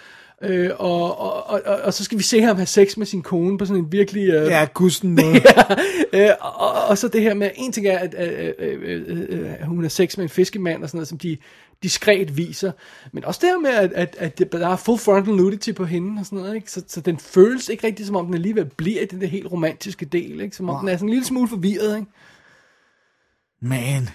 og så skal vi se ham have sex med sin kone på sådan en virkelig... gusten måde. og så det her med, en ting er, at hun har sex med en fiskemand og sådan noget, som de diskret viser, men også det her med, at der er full frontal nudity på hende og sådan noget, ikke? Så den føles ikke rigtig, som om den alligevel bliver i den der helt romantiske del, ikke? Som om den er sådan en lille smule forvirret, ikke? Man.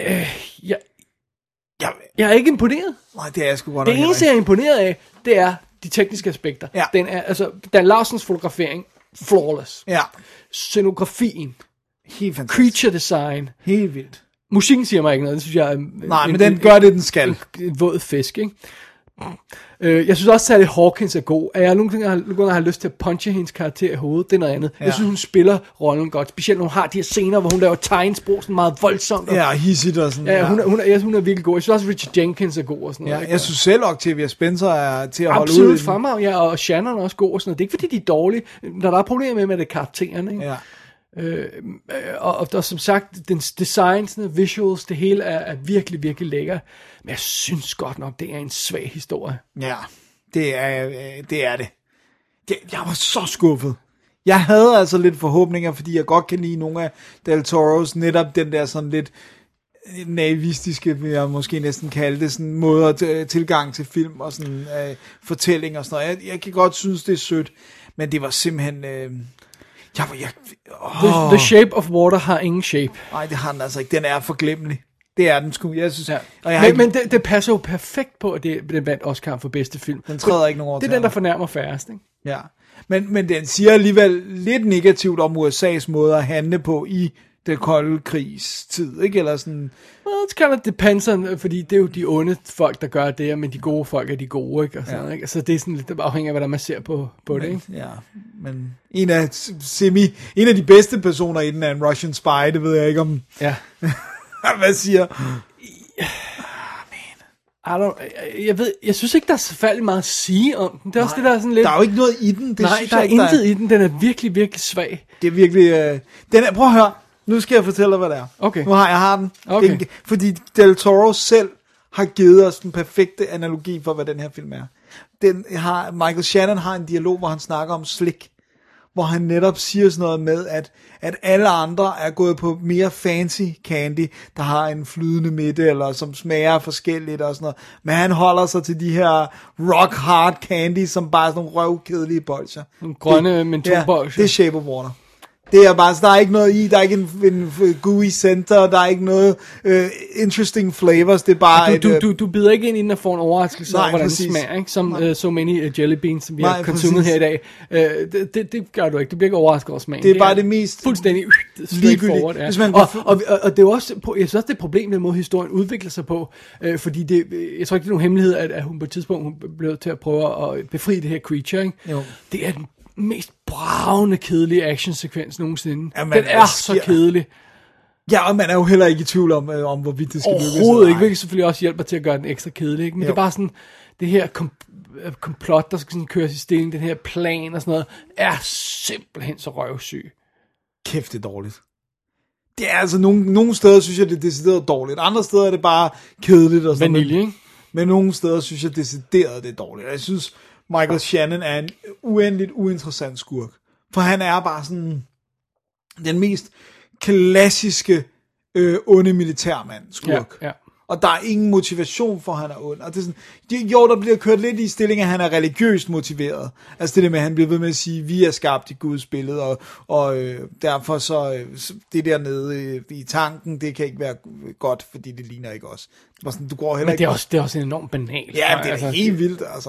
Jeg er ikke imponeret. Nej, det er jeg sgu godt. Det eneste, jeg er imponeret af, det er de tekniske aspekter. Ja. Den er, altså, Dan Larsens fotografering, flawless. Ja. Scenografien. Helt fantastisk. Creature design. Helt vildt. Musikken siger mig ikke noget, det synes jeg er... Nej, men den gør det, den skal. En våd fisk, ikke? Jeg synes også, at Hawkins er god. At jeg nogle gange har lyst til at punche hendes karakter i hovedet, det er noget andet. Ja. Jeg synes, hun spiller rollen godt. Specielt, når hun har de her scener, hvor hun laver tegnsprog sådan meget voldsomt. Ja, hissigt og sådan. Ja, hun er virkelig god. Jeg synes også, Richard Jenkins er god og sådan noget. Ja, jeg synes selv, Octavia Spencer er til at holde ud. Absolut fremad, ja, og Shannon er også god og sådan noget. Det er ikke, fordi de er dårlige. Når der er problemer med det karaktererne, ikke? Ja. Og som sagt, dens design, visuals, det hele er virkelig, virkelig lækker. Men jeg synes godt nok, det er en svag historie. Ja, det er det. Jeg var så skuffet. Jeg havde altså lidt forhåbninger, fordi jeg godt kan lide nogle af Del Toros, netop den der sådan lidt naivistiske, vil jeg måske næsten kalde det, sådan måder tilgang til film og sådan fortælling og sådan noget. Jeg kan godt synes, det er sødt, men det var simpelthen... The Shape of Water har ingen shape. Nej, det har den altså ikke. Den er forglemmelig. Det er den sgu. Jeg synes, men det passer jo perfekt på, at den vandt Oscar for bedste film. Den træder ikke nogen over. Det er den, der fornærmer færrest, ikke? Ja. Men den siger alligevel lidt negativt om USA's måde at handle på i det kolde krigs tid, ikke? Eller sådan... Well, it's kind of depends on, fordi det er jo de onde folk, der gør det, men de gode folk er de gode, ikke? Og sådan, ikke? Så det er sådan lidt afhængig af, hvordan man ser på det, ikke? Ja, men en af de bedste personer i den er en Russian spy, det ved jeg ikke om... Ja. Hvad siger... Jeg synes ikke, der er så færdig meget at sige om den. Det er også det, der er sådan lidt... Der er jo ikke noget i den. Nej, der er intet i den. Den er virkelig, virkelig svag. Det er virkelig... Prøv at høre. Nu skal jeg fortælle dig, hvad det er. Okay. Nu har den. Okay. Fordi Del Toro selv har givet os den perfekte analogi for, hvad den her film er. Michael Shannon har en dialog, hvor han snakker om slik. Hvor han netop siger sådan noget med, at alle andre er gået på mere fancy candy, der har en flydende midte, eller som smager forskelligt og sådan noget. Men han holder sig til de her rock hard candy, som bare er sådan nogle røvkedelige bolcher. Nogle grønne mentolbolcher. Ja, det er Shape of Water. Det er bare, der er ikke noget i, der er ikke en gooey center, der er ikke noget interesting flavors, det er bare du bider ikke ind, inden at få en overraskelse over, hvordan det smager, ikke? Som so many jelly beans, som vi har konsumet her i dag. Det gør du ikke, du bliver ikke overrasket over smagen. Det er bare det mest fuldstændig straightforward. Ja. Og det er også, jeg synes også, det er problem, den måde historien udvikler sig på, fordi jeg tror ikke, det er nogen hemmelighed, at hun på et tidspunkt hun blev til at prøve at befri det her creature, ikke? Jo. Det er den mest bravende kedelige actionsekvens nogensinde. Den er så kedelig. Ja, og man er jo heller ikke i tvivl om hvorvidt det skal lykkes. Overhovedet ikke, hvilket selvfølgelig også hjælper til at gøre den ekstra kedelig. Ikke? Men det er bare sådan, det her komplot, der skal sådan køres i stilling, den her plan og sådan noget, er simpelthen så røvsyg. Kæft, det er dårligt. Det er altså, nogle steder synes jeg, det er decideret dårligt. Andre steder er det bare kedeligt. Og sådan vanilje, ikke? Men nogle steder synes jeg, decideret det er dårligt. Jeg synes, Michael Shannon er en uendeligt uinteressant skurk. For han er bare sådan den mest klassiske onde militærmand skurk. Ja. Og der er ingen motivation for, at han er ond. Og det er sådan, jo, der bliver kørt lidt i stilling, at han er religiøst motiveret. Altså det der med, at han bliver ved med at sige, vi er skabt i Guds billede, og derfor så det der nede i tanken, det kan ikke være godt, fordi det ligner ikke os. Det var sådan, du går heller men det er også en enormt banal. Ja, det er helt vildt, altså.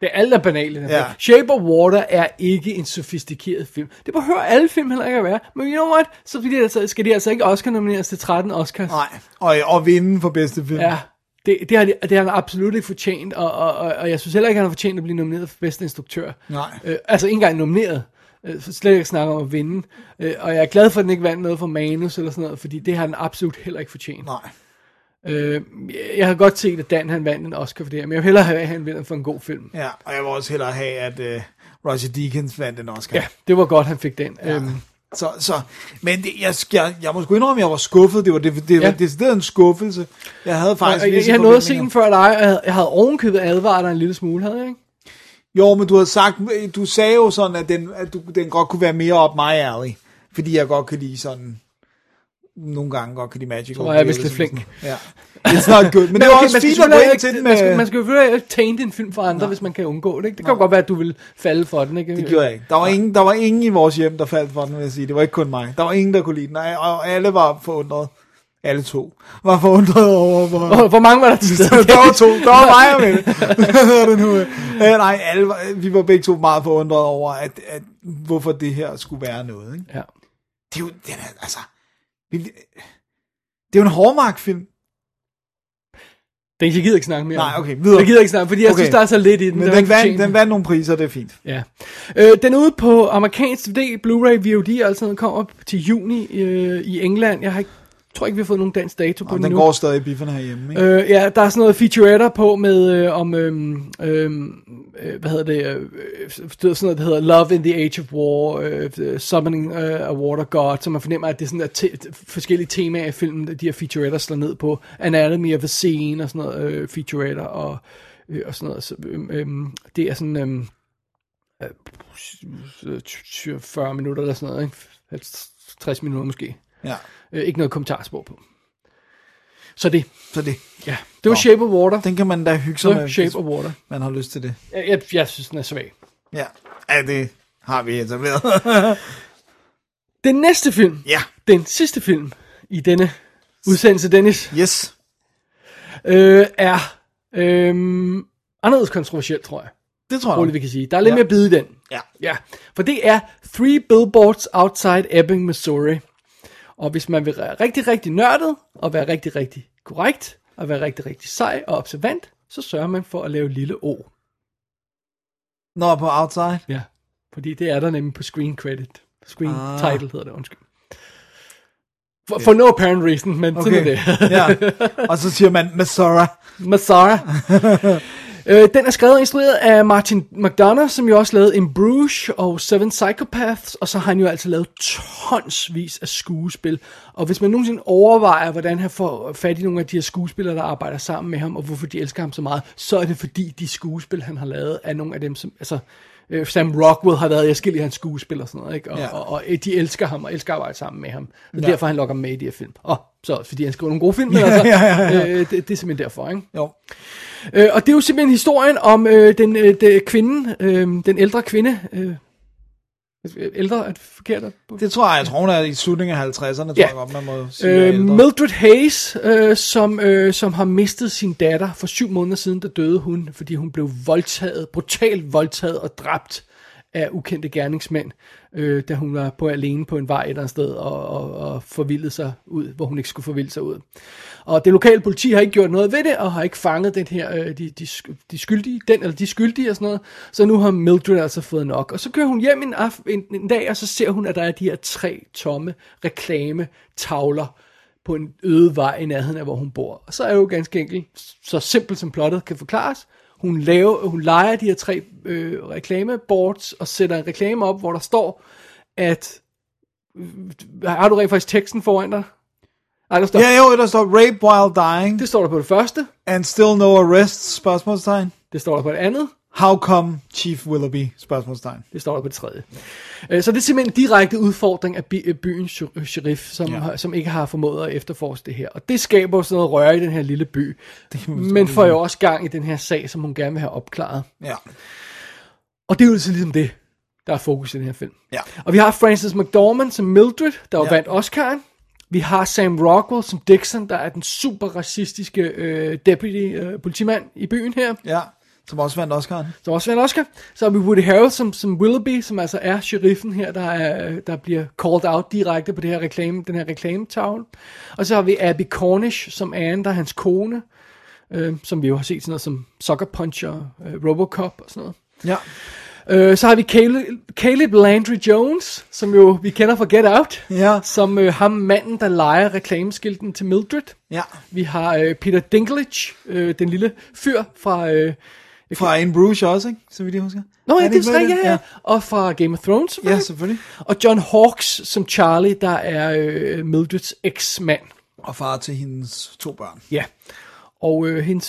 Det er alle banale. Ja. Shape of Water er ikke en sofistikeret film. Det behøver alle film heller ikke at være. Men you know what? Så skal de altså ikke Oscar-nomineres til 13 Oscars. Nej, og vinde for bedste film. Ja, det har han absolut ikke fortjent, og jeg synes heller ikke, han har fortjent at blive nomineret for bedste instruktør. Nej. Altså ikke engang nomineret. Slet ikke snakke om at vinde. Og jeg er glad for, at den ikke vandt noget for manus eller sådan noget, fordi det har han absolut heller ikke fortjent. Nej. Jeg har godt set, at Dan han vandt en Oscar for det her, men jeg vil hellere have, at han vinder for en god film. Ja, og jeg vil også hellere have, at Roger Deakins vandt en Oscar. Ja, det var godt, han fik den. Ja. Men jeg må sgu indrømme, at jeg var skuffet. Det var en skuffelse. Jeg havde faktisk jeg havde noget at se den før dig, og jeg havde ovenkøbet advaret dig en lille smule, havde jeg ikke? Jo, men du sagde jo sådan, at den godt kunne være mere op my alley, fordi jeg godt kan lide sådan, nogle gange godt kan lide magical. Så var jeg vist lidt flink. Ja. It's not good. Men det er også fint at gå ind til den med... Man skal jo selvfølgelig ikke tainte en film for andre, hvis man kan undgå det, ikke? Det kan jo godt være, at du vil falde for den, ikke? Det gjorde jeg ikke. Der var ingen i vores hjem, der faldt for den, vil jeg sige. Det var ikke kun mig. Der var ingen, der kunne lide den, og alle var forundret. Alle to var forundret over, hvor mange var der til stede? Der var to. Der var mig med det. Nej, vi var begge to meget forundret over, at hvorfor det her skulle være noget. Ikke? Ja. Det er jo, det er jo en Hallmark-film. Jeg gider ikke snakke mere. Nej, okay, videre. Jeg gider ikke snakke, fordi jeg synes, der er så lidt i den. Men den vandt nogle priser, det er fint. Ja. Den er ude på amerikansk DVD, Blu-ray, VOD, altså den kommer til juni i England. Jeg tror ikke, vi har fået nogen dansk dato på den nu. Den går stadig i bifferne herhjemme, ikke? Ja, der er sådan noget featuretter på med, hvad hedder det, sådan noget, der hedder Love in the Age of War, Summoning a Water God, så man fornemmer, at det er sådan forskellige temaer i filmen, de her featuretter slår ned på. Anatomy of a Scene og sådan noget, featuretter og sådan noget. Så, det er sådan 40 minutter eller sådan noget, ikke? 60 minutter måske. Ja. Ikke noget kommentarspor på. Så det. Ja, det var Shape of Water. Den kan man da hygge sig med, Shape of Water. Man har lyst til det. Jeg synes, den er svag. Ja, det har vi etableret. Den næste film. Ja. Den sidste film i denne udsendelse, Dennis. Yes. Er anderledes kontroversielt, tror jeg. Det tror jeg. Roligt, vi kan sige. Der er lidt mere bid i den. Ja. For det er 3 Billboards Outside Ebbing, Missouri. Og hvis man vil være rigtig, rigtig nørdet, og være rigtig, rigtig korrekt, og være rigtig, rigtig sej og observant, så sørger man for at lave lille O. Nå, på outside? Ja, fordi det er der nemlig på screen credit. Screen title hedder det, undskyld. For no apparent reason, men sådan er det. Ja. Og så siger man Missouri. Den er skrevet og instrueret af Martin McDonagh, som jo også lavede In Bruges og Seven Psychopaths, og så har han jo altså lavet tonsvis af skuespil. Og hvis man nogensinde overvejer, hvordan han får fat i nogle af de her skuespillere, der arbejder sammen med ham, og hvorfor de elsker ham så meget, så er det fordi, de skuespil, han har lavet, er nogle af dem, som... Altså, Sam Rockwell har været i forskellige hans skuespil og sådan noget, ikke? Og de elsker ham og elsker at arbejde sammen med ham. Så derfor han lokker med i de her film. Så fordi han skriver nogle gode film, altså, det er simpelthen derfor, ikke? Jo. Og det er jo simpelthen historien om den ældre kvinde. Ældre er det forkert? Det tror jeg hun er i slutningen af 50'erne, tror jeg godt, man må sige. Mildred Hayes, som har mistet sin datter for 7 måneder siden, der døde hun, fordi hun blev brutalt voldtaget og dræbt af ukendte gerningsmænd, da hun var alene på en vej et eller andet sted og forvildede sig ud, hvor hun ikke skulle forvilde sig ud. Og det lokale politi har ikke gjort noget ved det, og har ikke fanget den her, de skyldige og sådan noget, så nu har Mildred altså fået nok. Og så kører hun hjem en dag, og så ser hun, at der er de her 3 tomme reklametavler på en øde vej i nærheden af, hvor hun bor. Og så er det jo ganske enkelt, så simpelt som plottet kan forklares. Hun lejer de her 3 reklameboards og sætter en reklame op, hvor der står, at... Har du rent faktisk teksten foran dig? Nej, der står... Ja, der står rape while dying. Det står der på det første. And still no arrests, spørgsmålstegn. Det står der på det andet. How come Chief Willoughby, spørgsmålstegn. Det står der på det tredje. Så det er simpelthen en direkte udfordring af byens sheriff, som ikke har formået at efterforske det her. Og det skaber sådan noget røre i den her lille by. Men får jo også gang i den her sag, som hun gerne vil have opklaret. Ja. Og det er jo så ligesom det, der er fokus i den her film. Ja. Og vi har Frances McDormand som Mildred, der jo vandt Oscar'en. Vi har Sam Rockwell som Dixon, der er den super racistiske deputy politimand i byen her. Ja, Som også vandt Oscar. Så har vi Woody Harrelson som Willoughby, som altså er sheriffen her, der bliver called out direkte på den her reklametavle. Og så har vi Abby Cornish som Anne, der er hans kone, som vi jo har set sådan noget som Sucker Punch og Robocop og sådan noget. Ja. Så har vi Caleb Landry Jones, som jo vi kender fra Get Out, som ham manden, der leger reklameskilten til Mildred. Ja. Vi har Peter Dinklage, den lille fyr fra In Bruges også, ikke? Så vidt jeg husker. Nå, ja, det er ja. Og fra Game of Thrones, selvfølgelig. Ja, selvfølgelig. Og John Hawkes som Charlie, der er Mildreds eks-mand. Og far til hendes 2 børn. Ja. Og hendes...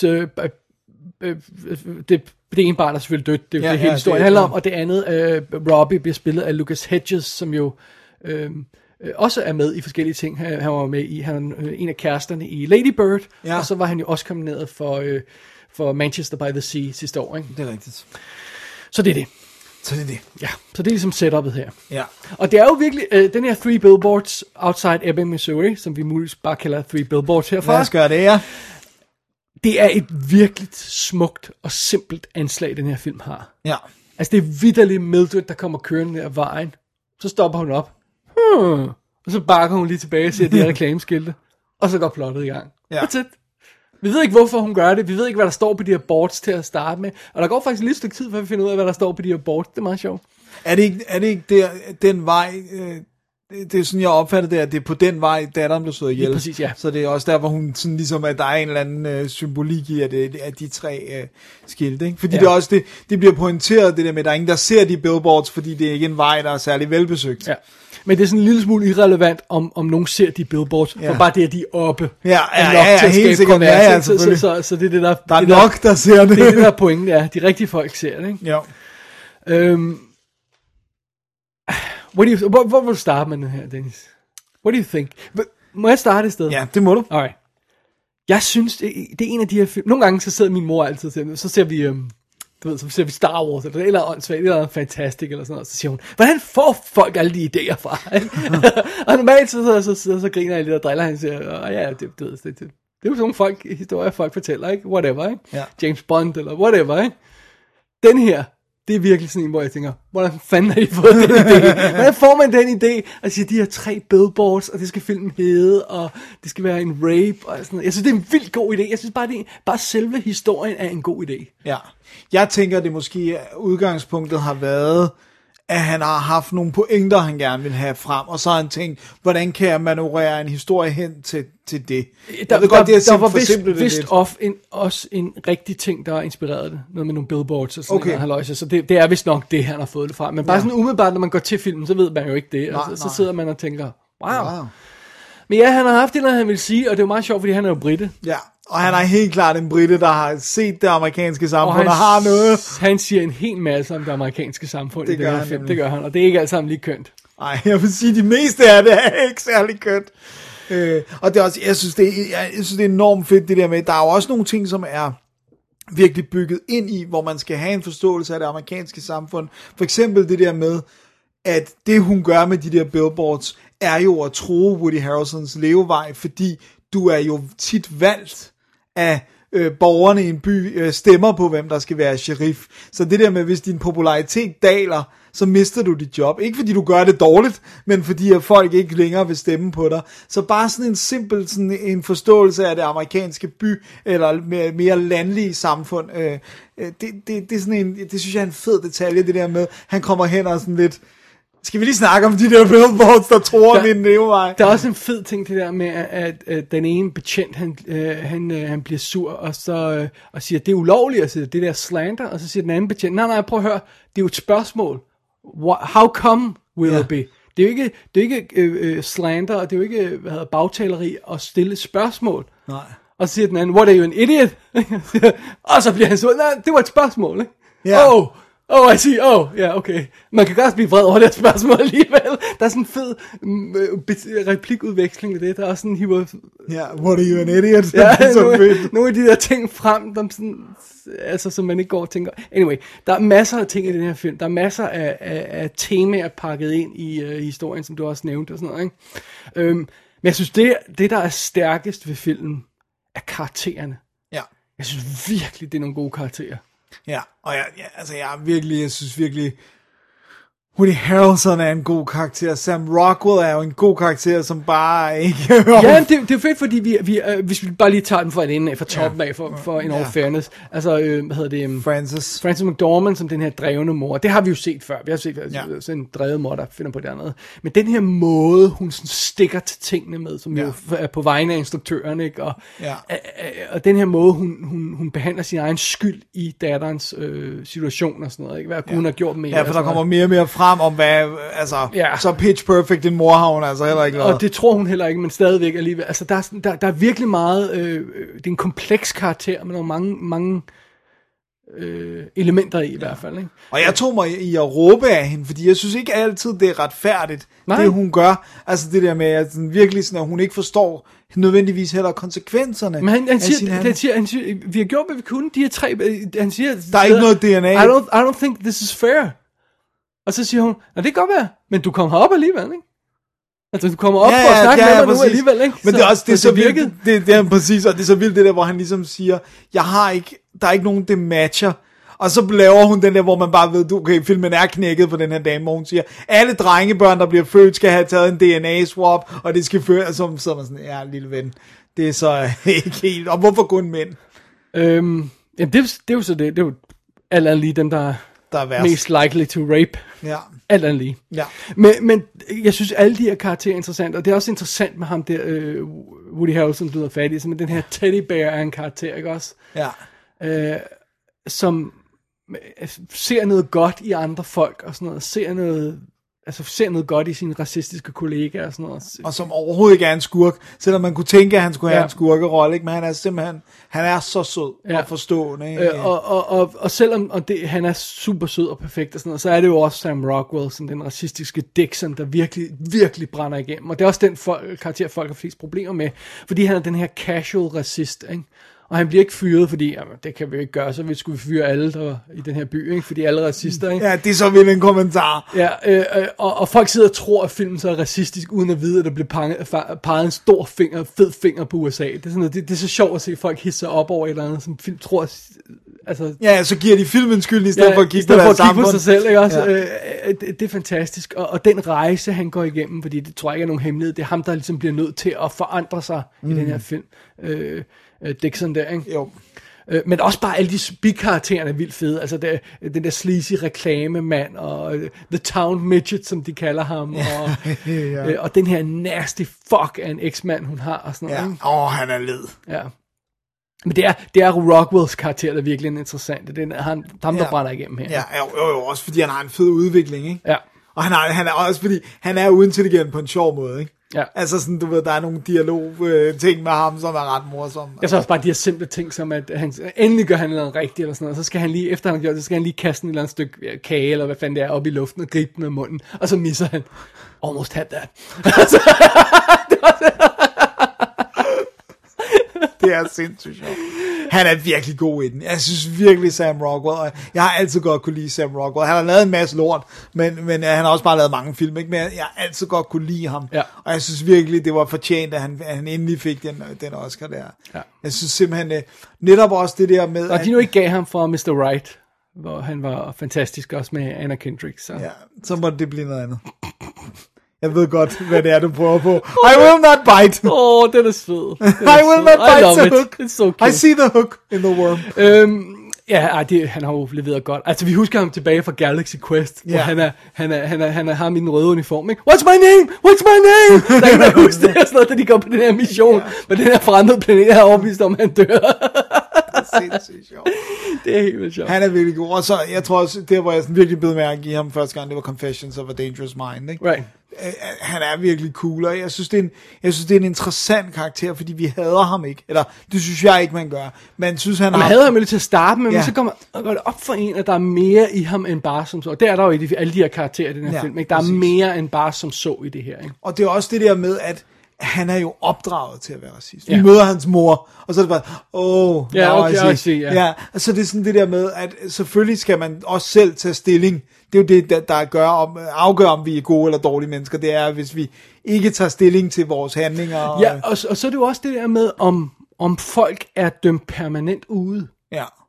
Det ene barn er selvfølgelig dødt, det er det hele historien handler om, og det andet, Robbie, bliver spillet af Lucas Hedges, som jo også er med i forskellige ting. Han var med i, han er en af kæresterne i Lady Bird, og så var han jo også nomineret for Manchester by the Sea sidste år, ikke? Det er rigtigt. Så det er det. Ja, så det er ligesom setupet her. Ja. Og det er jo virkelig, den her 3 Billboards Outside Ebbing, Missouri, som vi muligvis bare kalder 3 Billboards herfra. Lad os gøre det, ja. Det er et virkelig smukt og simpelt anslag, den her film har. Ja. Altså, det er vitterligt Mildred, der kommer kørende af vejen. Så stopper hun op. Og så bakker hun lige tilbage og ser de her reklameskilte. Og så går plottet i gang. Ja. That's it. Vi ved ikke, hvorfor hun gør det. Vi ved ikke, hvad der står på de her boards til at starte med. Og der går faktisk lidt stykke tid, før vi finder ud af, hvad der står på de her boards. Det er meget sjovt. Er det ikke den vej... Det er sådan, jeg opfatter det, at det er på den vej, datteren blev slået ihjel. Præcis, ja. Så det er også der, hvor hun sådan ligesom, at der er en eller anden symbolik i, at de 3 skilte, ikke? Fordi det er også det bliver pointeret, det der med, at der er ingen, der ser de billboards, fordi det er ikke en vej, der er særlig velbesøgt. Ja. Men det er sådan en lille smule irrelevant, om nogen ser de billboards, for bare det, at de er oppe. Ja, helt sikkert. Ja, så det er det, der er nok, der ser det. Det er det, der er pointen, ja. De rigtige folk ser det, ikke? Ja. Hvor vil du starte med den her, Dennis? What do you think? Må jeg starte et sted? Ja, det må du. Alright. Jeg synes, det er en af de her film... Nogle gange så sidder min mor altid til, så ser vi... så ser vi Star Wars, eller åndssvagt, eller Fantastic, eller sådan noget, så siger hun, hvordan får folk alle de idéer fra? Og normalt så griner jeg lidt og driller, han siger, ja, det er jo sådan nogle historier, folk fortæller, ikke? Whatever, ikke? Ja. James Bond, eller whatever, ikke? Den her, det er virkelig sådan en, hvor jeg tænker, hvordan fanden har I fået den idé? Hvordan får man den idé? Og siger, de her 3 billboards, og det skal filmen hedde, og det skal være en rape, og sådan noget. Jeg synes, det er en vildt god idé. Jeg synes bare selve historien er en god idé. Ja. Jeg tænker, det måske udgangspunktet har været, at han har haft nogle pointer, han gerne vil have frem, og så har han tænkt, hvordan kan jeg manøvrere en historie hen til det? Der var vist også en rigtig ting, der har inspireret det. Noget med nogle billboards og sådan noget. Så det er vist nok det, han har fået det fra. Men bare sådan umiddelbart, når man går til filmen, så ved man jo ikke det. Så sidder man og tænker, wow. Men ja, han har haft det, når han vil sige, og det er jo meget sjovt, fordi han er jo britte. Ja, og han er helt klart en britte, der har set det amerikanske samfund, og har noget. Han siger en hel masse om det amerikanske samfund i den her film. Det gør han, og det er ikke alt sammen lige kønt. Nej, jeg vil sige, de meste af det er ikke særlig kønt. Og det er også, jeg synes, det er enormt fedt, det der med, der er jo også nogle ting, som er virkelig bygget ind i, hvor man skal have en forståelse af det amerikanske samfund. For eksempel det der med, at det hun gør med de der billboards, er jo at tro Woody Harrelsons levevej, fordi du er jo tit valgt af borgerne i en by, stemmer på, hvem der skal være sheriff. Så det der med, hvis din popularitet daler, så mister du dit job. Ikke fordi du gør det dårligt, men fordi at folk ikke længere vil stemme på dig. Så bare sådan en simpel sådan en forståelse af det amerikanske by, eller mere landlige samfund. Det er sådan en, det synes jeg er en fed detalje, det der med, han kommer hen og sådan lidt, skal vi lige snakke om de der billboards, der tror min levevej? Der er også en fed ting, det der med, at den ene betjent, han bliver sur, og så og siger, det er ulovligt, og siger, det der slander, og så siger den anden betjent, nej, prøv at høre, det er jo et spørgsmål. How come, Willoughby? Yeah. Det er jo ikke slander, og det er jo ikke bagtaleri at stille et spørgsmål. Nej. Og så siger den anden, what are you, an idiot? Og så bliver han sur, nej, det var et spørgsmål, ikke? Yeah. Oh, I see. Okay. Man kan godt blive vred over det spørgsmål alligevel. Der er sådan en fed replikudveksling med det. Der er også sådan, what are you, an idiot? Ja, nogle af de der ting frem, der sådan, altså, som man ikke går og tænker. Anyway, der er masser af ting i den her film. Der er masser af temaer pakket ind i historien, som du også nævnte og sådan noget, ikke? Men jeg synes, det der er stærkest ved filmen, er karaktererne. Ja. Jeg synes virkelig, det er nogle gode karakterer. Ja, og jeg synes virkelig, Woody Harrelson er en god karakter. Sam Rockwell er jo en god karakter, som bare ikke... Ja, det er fedt, fordi hvis vi bare lige tager den fra en ende af, fra toppen af, for en all fairness. Altså, hvad hedder det? Frances McDormand som den her drevne mor. Det har vi jo set før. Vi har set sådan en drevet mor, der finder på det andet. Men den her måde, hun sådan stikker til tingene med, som jo er på vegne af instruktøren, ikke? Og den her måde, hun behandler sin egen skyld i datterens situation og sådan noget, ikke? Hvad hun har gjort med. Ja, for der kommer mere og mere frem om, hvad, så pitch perfect en mor har hun altså heller ikke lavet. Og det tror hun heller ikke, men stadigvæk alligevel. Altså, der er virkelig meget, det er en kompleks karakter, med nogle mange elementer i hvert fald, ikke? Og jeg tog mig i at råbe af hende, fordi jeg synes ikke altid, det er retfærdigt, det hun gør. Altså det der med, at virkelig sådan, at hun ikke forstår nødvendigvis heller konsekvenserne. Men han siger, vi har gjort, hvad vi kunne, de her tre, han siger, der er ikke noget DNA. I don't think this is fair. Og så siger hun, det kan godt være, men du kommer herop alligevel, ikke? Altså, du kommer op for at snakke med mig nu alligevel, ikke? Men det er også, det er så vildt, det er præcis, og det er så vildt det der, hvor han ligesom siger, der er ikke nogen, det matcher. Og så laver hun den der, hvor man bare ved, okay, filmen er knækket på den her dame, hvor hun siger, alle drengebørn, der bliver født, skal have taget en DNA-swap, og det skal føre, så sidder man sådan, lille ven, det er så ikke helt, og hvorfor kun mænd? Jamen, det er jo så det er jo alt andet lige dem, der er mest likely to rape. Ja. Alt andet lige. Ja. Men jeg synes, alle de her karakterer er interessante, og det er også interessant med ham der, Woody Harrelson lyder fattig, så med den her teddy bear er en karakter, ikke også? Ja. Som ser noget godt i andre folk, og sådan noget, ser noget godt i sine racistiske kollegaer og sådan noget. Og som overhovedet ikke er en skurk, selvom man kunne tænke, at han skulle have en skurkerolle, ikke? Men han er simpelthen, han er så sød og forstående. Ikke? Og selvom han er super sød og perfekt og sådan noget, så er det jo også Sam Rockwell, som den racistiske Dixon, der virkelig, virkelig brænder igennem. Og det er også den karakter, folk har flest problemer med, fordi han er den her casual racist, ikke? Og han bliver ikke fyret, fordi det kan vi jo ikke gøre, så skulle vi fyre alle der i den her by, ikke? Fordi alle er racister, ikke? Ja, det er så vildt en kommentar. Ja, og folk sidder og tror, at filmen så er racistisk, uden at vide, at der bliver peget en stor fed finger på USA. Det er, sådan noget, det er så sjovt at se folk hisse sig op over et eller andet, som film tror, altså... Ja, så giver de filmen skyld, i stedet for at kigge på deres samfund. På sig selv, ikke også? Ja. Det er fantastisk, og den rejse, han går igennem, fordi det tror jeg ikke er nogen hemmelighed, det er ham, der ligesom bliver nødt til at forandre sig i den her film. Dixon der, ikke? Jo. Men også bare alle de bikaraktererne er vildt fede. Altså den der sleazy reklamemand, og The Town Midget, som de kalder ham, og, og den her nasty fuck af en eksmand, hun har, og sådan noget. Han er led. Ja. Men det er Rockwells karakter, der virkelig er interessant. Det er ham, der brænder igennem her. Ja, jo, også fordi han har en fed udvikling, ikke? Ja. Og han er også fordi, han er uintelligent på en sjov måde, ikke? Ja. Altså sådan, du ved, der er nogle dialog-ting med ham, som er ret morsomme. Jeg så også bare de her simple ting, som at han endelig gør han noget rigtigt, eller sådan noget, så skal han lige, efter han har gjort det, så skal han lige kaste en eller anden stykke kage, eller hvad fanden det er, op i luften, og gribe den med munden, og så misser han. Almost had that. Det er sindssygt sjovt. Han er virkelig god i den. Jeg synes virkelig Sam Rockwell, og jeg har altid godt kunne lide Sam Rockwell. Han har lavet en masse lort, men han har også bare lavet mange film, ikke? Men jeg har altid godt kunne lide ham. Ja. Og jeg synes virkelig, det var fortjent, at han endelig fik den Oscar der. Ja. Jeg synes simpelthen, netop også det der med... Og de nu ikke gav ham for Mr. Right, hvor han var fantastisk også med Anna Kendrick. Så, så må det blive noget andet. Jeg ved godt, hvad det er, du prøver på. I will not bite. Den er sød. I will not bite the hook. It's so cute. I see the hook in the worm. Han har jo leveret godt. Altså, vi husker ham tilbage fra Galaxy Quest, hvor han er ham i den røde uniform, ikke? What's my name? What's my name? Der kan man huske det, sådan noget, da de går på den her mission, med den her fremmede planet, har overbevist om, han dør. Sindssygt sjovt. Det er helt vildt sjovt. Han er virkelig god. Og så, jeg tror også, det hvor jeg sådan virkelig bed med at give ham første gang, det var Confessions of a Dangerous Mind, ikke? Right. Han er virkelig cool, og jeg synes, det er en interessant karakter, fordi vi hader ham ikke. Eller, det synes jeg ikke, man gør. Man synes, han man hader ham jo lidt til at starte med, men så går det op for en, at der er mere i ham end bare som så. Og der er der jo i alle de her karakterer i den her film, ikke? Der er mere end bare som så i det her, ikke? Og det er også det der med, at han er jo opdraget til at være racist. Vi møder hans mor, og så er det bare, okay, og så det er sådan det der med, at selvfølgelig skal man også selv tage stilling. Det er jo det, der afgør, om vi er gode eller dårlige mennesker. Det er, hvis vi ikke tager stilling til vores handlinger. Ja, og så er det jo også det der med, om folk er dømt permanent ude. Ja.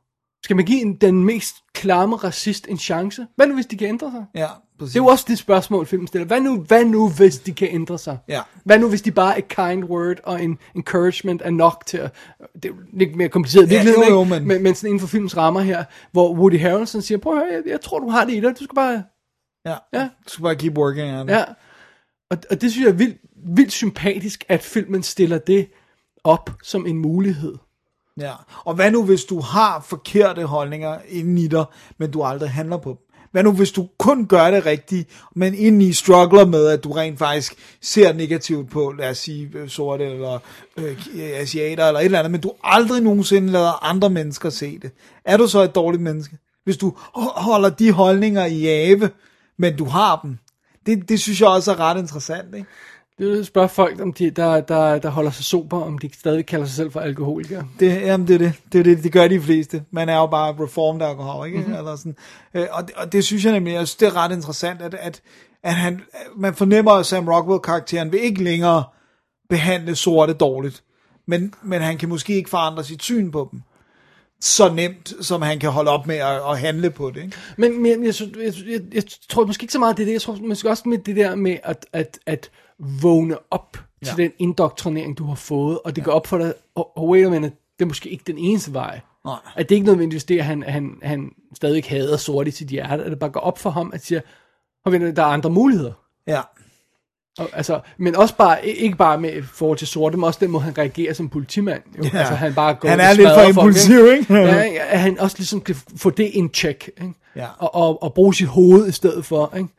Skal man give den mest klamme racist en chance? Hvad nu, hvis de kan ændre sig? Ja, præcis. Det er jo også det spørgsmål, filmen stiller. Hvad nu, hvis de kan ændre sig? Ja. Hvad nu, hvis de bare er et kind word og en encouragement er nok til at... Det er jo lidt mere kompliceret virkeligheden, men sådan inden for filmens rammer her, hvor Woody Harrelson siger, prøv at høre, jeg tror, du har det i dig, du skal bare... Ja. Du skal bare keep working on it. Ja, og det synes jeg er vildt sympatisk, at filmen stiller det op som en mulighed. Ja, og hvad nu hvis du har forkerte holdninger inden i dig, men du aldrig handler på dem? Hvad nu hvis du kun gør det rigtigt, men indeni struggler med, at du rent faktisk ser negativt på, lad os sige, sorte eller asiater eller et eller andet, men du aldrig nogensinde lader andre mennesker se det? Er du så et dårligt menneske? Hvis du holder de holdninger i ave, men du har dem. Det synes jeg også er ret interessant, ikke? Det spørger folk, om de, der holder sig sober, om de stadig kalder sig selv for alkoholikere. Det er det. Det gør de fleste. Man er jo bare reformed alkohol, ikke? Mm-hmm. Eller sådan. Og det synes jeg nemlig, jeg synes, det er ret interessant, at man fornemmer, at Sam Rockwell-karakteren vil ikke længere behandle sorte dårligt. Men han kan måske ikke forandre sit syn på dem så nemt, som han kan holde op med at handle på det, ikke? Men jeg tror måske ikke så meget det er det. Jeg tror måske også med det der med at vågne op til den indoktrinering, du har fået, og det går op for dig, wait a minute, det er måske ikke den eneste vej. Nej. At det ikke nødvendigvis det, at han stadig hader sort i sit hjerte, at det bare går op for ham, at siger, der er andre muligheder. Ja. Og, altså, men også bare, ikke bare med forhold til sorte, men også den måde, han reagerer som politimand. Jo. Ja. Altså, han bare går han er lidt for impulsiv, ikke? Ja, at han også ligesom kan få det in check, ikke? Ja. Og bruge sit hoved i stedet for, ikke?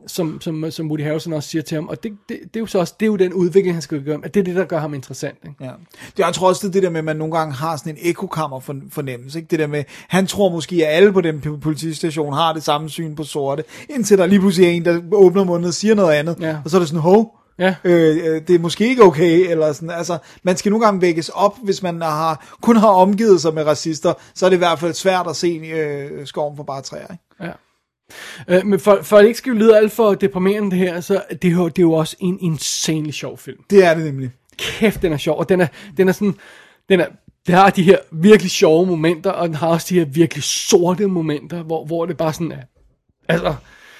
Som Woody Harrelson også siger til ham. Og det er jo så også, det er jo den udvikling, han skal gøre, at det er det, der gør ham interessant, ikke? Ja. Jeg tror også, det der med, at man nogle gange har sådan en ekokammer fornemmelse, ikke? Det der med, han tror måske, at alle på den politistation har det samme syn på sorte, indtil der lige pludselig er en, der åbner munden og siger noget andet, og så er det sådan, det er måske ikke okay, eller sådan, altså, man skal nogle gange vækkes op, hvis man kun har omgivet sig med racister, så er det i hvert fald svært at se skoven for bare træer, ikke? Ja. Men for at ikke skal lyde alt for deprimerende det her, så det er jo også en insanely sjov film. Det er det nemlig. Kæft, den er sjov, og den er sådan, det har de her virkelig sjove momenter, og den har også de her virkelig sorte momenter, hvor det bare sådan er, altså,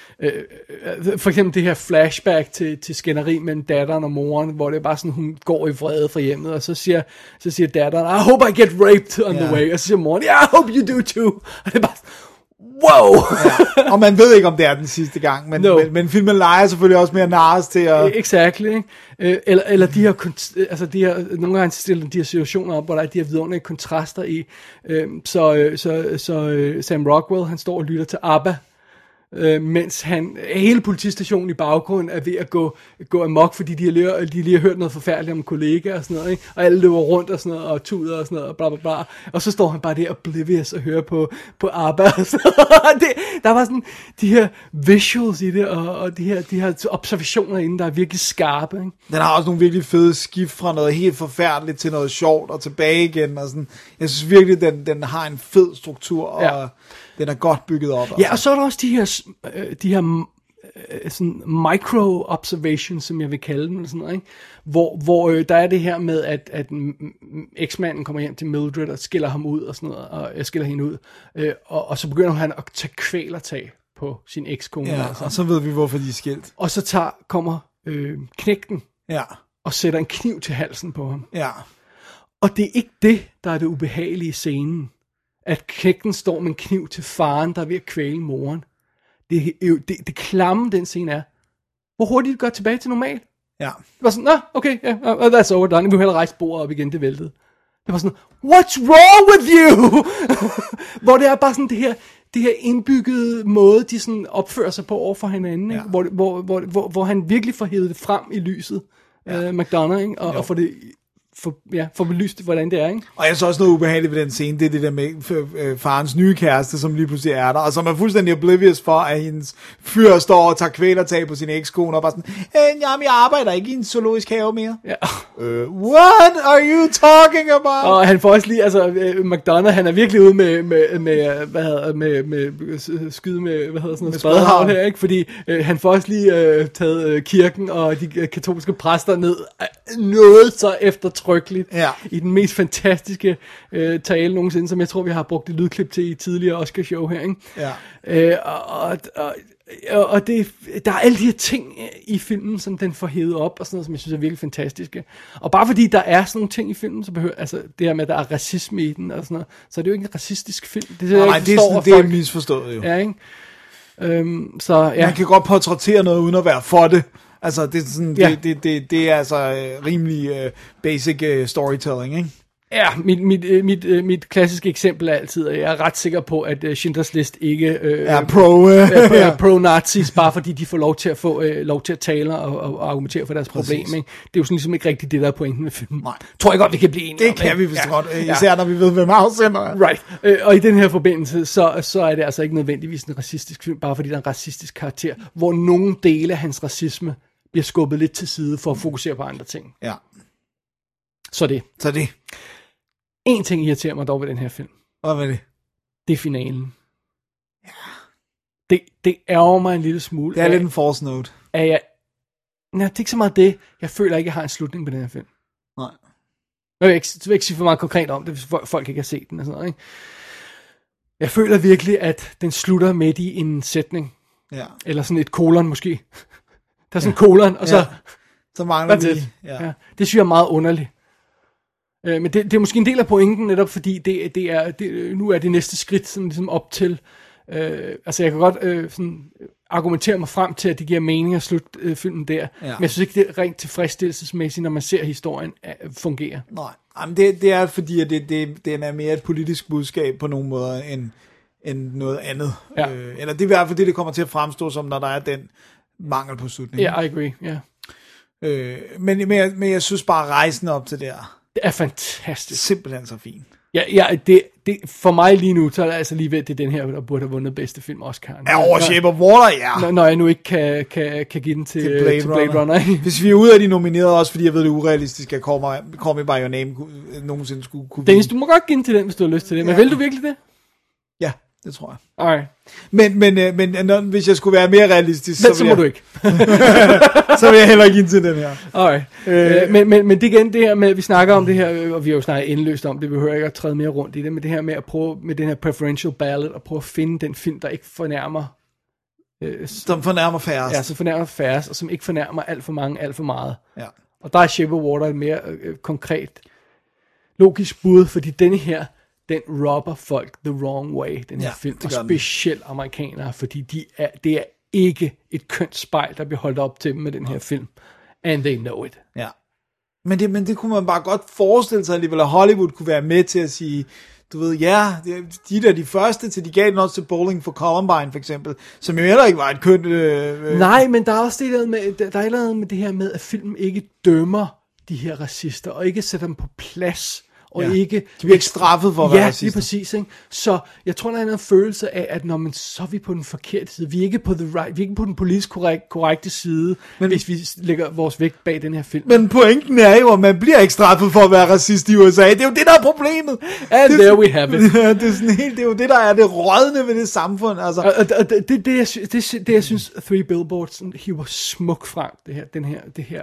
for eksempel det her flashback til skænderi mellem datteren og moren, hvor det er bare sådan, hun går i vrede fra hjemmet, og så siger datteren, I hope I get raped on the way, og så siger moren, yeah, I hope you do too, og det er bare wow! Ja. Og man ved ikke, om det er den sidste gang, men filmen leger selvfølgelig også mere narres til at... Exactly, ikke? Eller de her, nogle gange stiller de her situationer op, hvor der er de her vidunderlige kontraster i, så Sam Rockwell, han står og lytter til ABBA, mens hele politistationen i baggrunden er ved at gå amok, fordi de lige har hørt noget forfærdeligt om kollegaer og sådan noget, ikke? Og alle løber rundt og sådan noget, og tuder og sådan noget, og bla bla bla. Og så står han bare der oblivious og hører på ABBA og sådan noget. Der var sådan de her visuals i det, og de her observationer inde, der er virkelig skarpe, ikke? Den har også nogle virkelig fede skift fra noget helt forfærdeligt til noget sjovt og tilbage igen, og sådan. Jeg synes virkelig, den har en fed struktur, og den er godt bygget op. Ja, og så er der også de her sådan micro-observations, som jeg vil kalde dem, sådan noget, ikke? Hvor der er det her med, at eksmanden kommer hjem til Mildred og skiller ham ud, og sådan noget, og jeg skiller hende ud, og så begynder han at tage kvælertag på sin ekskone. Ja, altså. Og så ved vi, hvorfor de er skilt. Og så kommer knægten og sætter en kniv til halsen på ham. Ja. Og det er ikke det, der er det ubehagelige i scenen. At knægten står med en kniv til faren, der er ved at kvæle moren. Det klamme, den scene er, hvor hurtigt det går tilbage til normal. Ja. Det var sådan, okay, that's over done. Vi vil hellere rejse bordet op igen, det væltede. Det var sådan, what's wrong with you? Hvor det er bare sådan det her indbyggede måde, de sådan opfører sig på over for hinanden, ikke? Hvor han virkelig får hævet det frem i lyset, McDonough, ikke? Og får det... For belyst, hvordan det er, ikke? Og jeg så også noget ubehageligt ved den scene, det er det der med farens nye kæreste, som lige pludselig er der, og som er fuldstændig oblivious for, at hendes fyr står og tager kvælertag på sin ekskone, og bare sådan, jamen jeg arbejder ikke i en zoologisk have mere. Ja. What are you talking about? Og han får også lige, altså, McDonough, han er virkelig ude med skyde med, hvad hedder sådan noget, spadhavn her, ikke? Fordi han får også lige taget kirken og de katolske præster ned, noget så eftertrykkeligt frygteligt. Ja. I den mest fantastiske tale nogensinde, som jeg tror, vi har brugt et lydklip til i tidligere Oscar-show her. Ikke? Og det, der er alle de her ting i filmen, som den får hævet op, og sådan noget, som jeg synes er virkelig fantastiske. Og bare fordi der er sådan nogle ting i filmen, så behøver, altså det her med, at der er racisme i den, og sådan noget, så er det jo ikke en racistisk film. Det er misforstået jo. Ja, ikke? Så, ja. Man kan godt portrættere noget, uden at være for det. Altså, det er sådan, det er altså rimelig basic storytelling, ikke? Ja, mit klassiske eksempel er altid, at jeg er ret sikker på, at Schindlers List ikke er pro-nazis, bare fordi de får lov til at tale og argumentere for deres problem. Ikke? Det er jo sådan ligesom ikke rigtigt det, der er pointen med filmen. Nej. Tror jeg godt, vi kan blive enige om. Det kan vi vist godt, især når vi ved, hvem afsender er. Right. Og i den her forbindelse, så er det altså ikke nødvendigvis en racistisk film, bare fordi der er en racistisk karakter, hvor nogle dele af hans racisme bliver skubbet lidt til side for at fokusere på andre ting. Ja. Så det. En ting irriterer mig dog ved den her film. Hvad er det? Det er finalen. Ja. Det ærger mig en lille smule. Det er lidt en false note. Nej, det er ikke så meget det. Jeg føler ikke, jeg har en slutning på den her film. Nej. Jeg vil ikke sige for meget konkret om det, hvis folk ikke har set den og sådan noget, ikke? Jeg føler virkelig, at den slutter midt i en sætning. Ja. Eller sådan et kolon måske. Der er sådan en kolon, og så... Så mangler det. Ja. Det synes jeg er meget underligt. Men det er måske en del af pointen, netop fordi nu er det næste skridt sådan ligesom op til, altså jeg kan godt sådan argumentere mig frem til, at det giver mening at slutte filmen der, men jeg synes ikke, det er rent tilfredsstillelsesmæssigt, når man ser historien fungere. Nej, men det er fordi, at det er mere et politisk budskab på nogle måder, end noget andet. Ja. Eller det er i hvert fald det kommer til at fremstå som, når der er den mangel på slutningen. Ja, I agree, ja. Men jeg synes bare, rejsen op til der... Det er fantastisk. Simpelthen så fint. Ja, det for mig lige nu, så er det altså lige ved, det er den her, der burde have vundet bedste film Oscar. Ja, over Shape of Water, ja. Når jeg nu ikke kan give den til Blade Runner. Hvis vi er ude af de nominerede, også fordi jeg ved, det er urealistisk, at Call Me By Your Name nogensinde skulle kunne... Dennis, du må godt give den til den, hvis du har lyst til det. Men vil du virkelig det? Ja, det tror jeg. Alright. Men hvis jeg skulle være mere realistisk, så må du ikke. Så vil jeg heller ikke give til den her. Alright. Men det igen, det her med, vi snakker om det her, og vi har jo snakket endeløst om det, vi behøver ikke at træde mere rundt i det, men det her med at prøve, med den her preferential ballot, at prøve at finde den film, der ikke fornærmer... som fornærmer færrest. Ja, som fornærmer færrest, og som ikke fornærmer alt for mange, alt for meget. Ja. Og der er Shape of Water et mere konkret, logisk bud, fordi denne her, den robber folk the wrong way, den her film, og specielt amerikanere, fordi det er ikke et kønt spejl, der bliver holdt op til dem med den her film, and they know it. Ja. Men det kunne man bare godt forestille sig alligevel, at Hollywood kunne være med til at sige, du ved, de der de første til, de gav den også til Bowling for Columbine for eksempel, som jo heller ikke var et kønt... Nej, men der er også det med det her med, at filmen ikke dømmer de her racister, og ikke sætter dem på plads, og ikke... De bliver ikke straffet for at være racister. Ja, lige præcis, ikke? Så jeg tror, der er en følelse af, at når man så er vi på den forkerte side, vi er ikke på vi er ikke på den politisk korrekte side, hvis vi lægger vores vægt bag den her film. Men pointen er jo, at man bliver ikke straffet for at være racist i USA. Det er jo det, der er problemet. And there we have it. Det er sådan helt, det er jo det, der er det rådne ved det samfund. Altså. Og det, jeg synes, Three Billboards hiver smuk frem, det her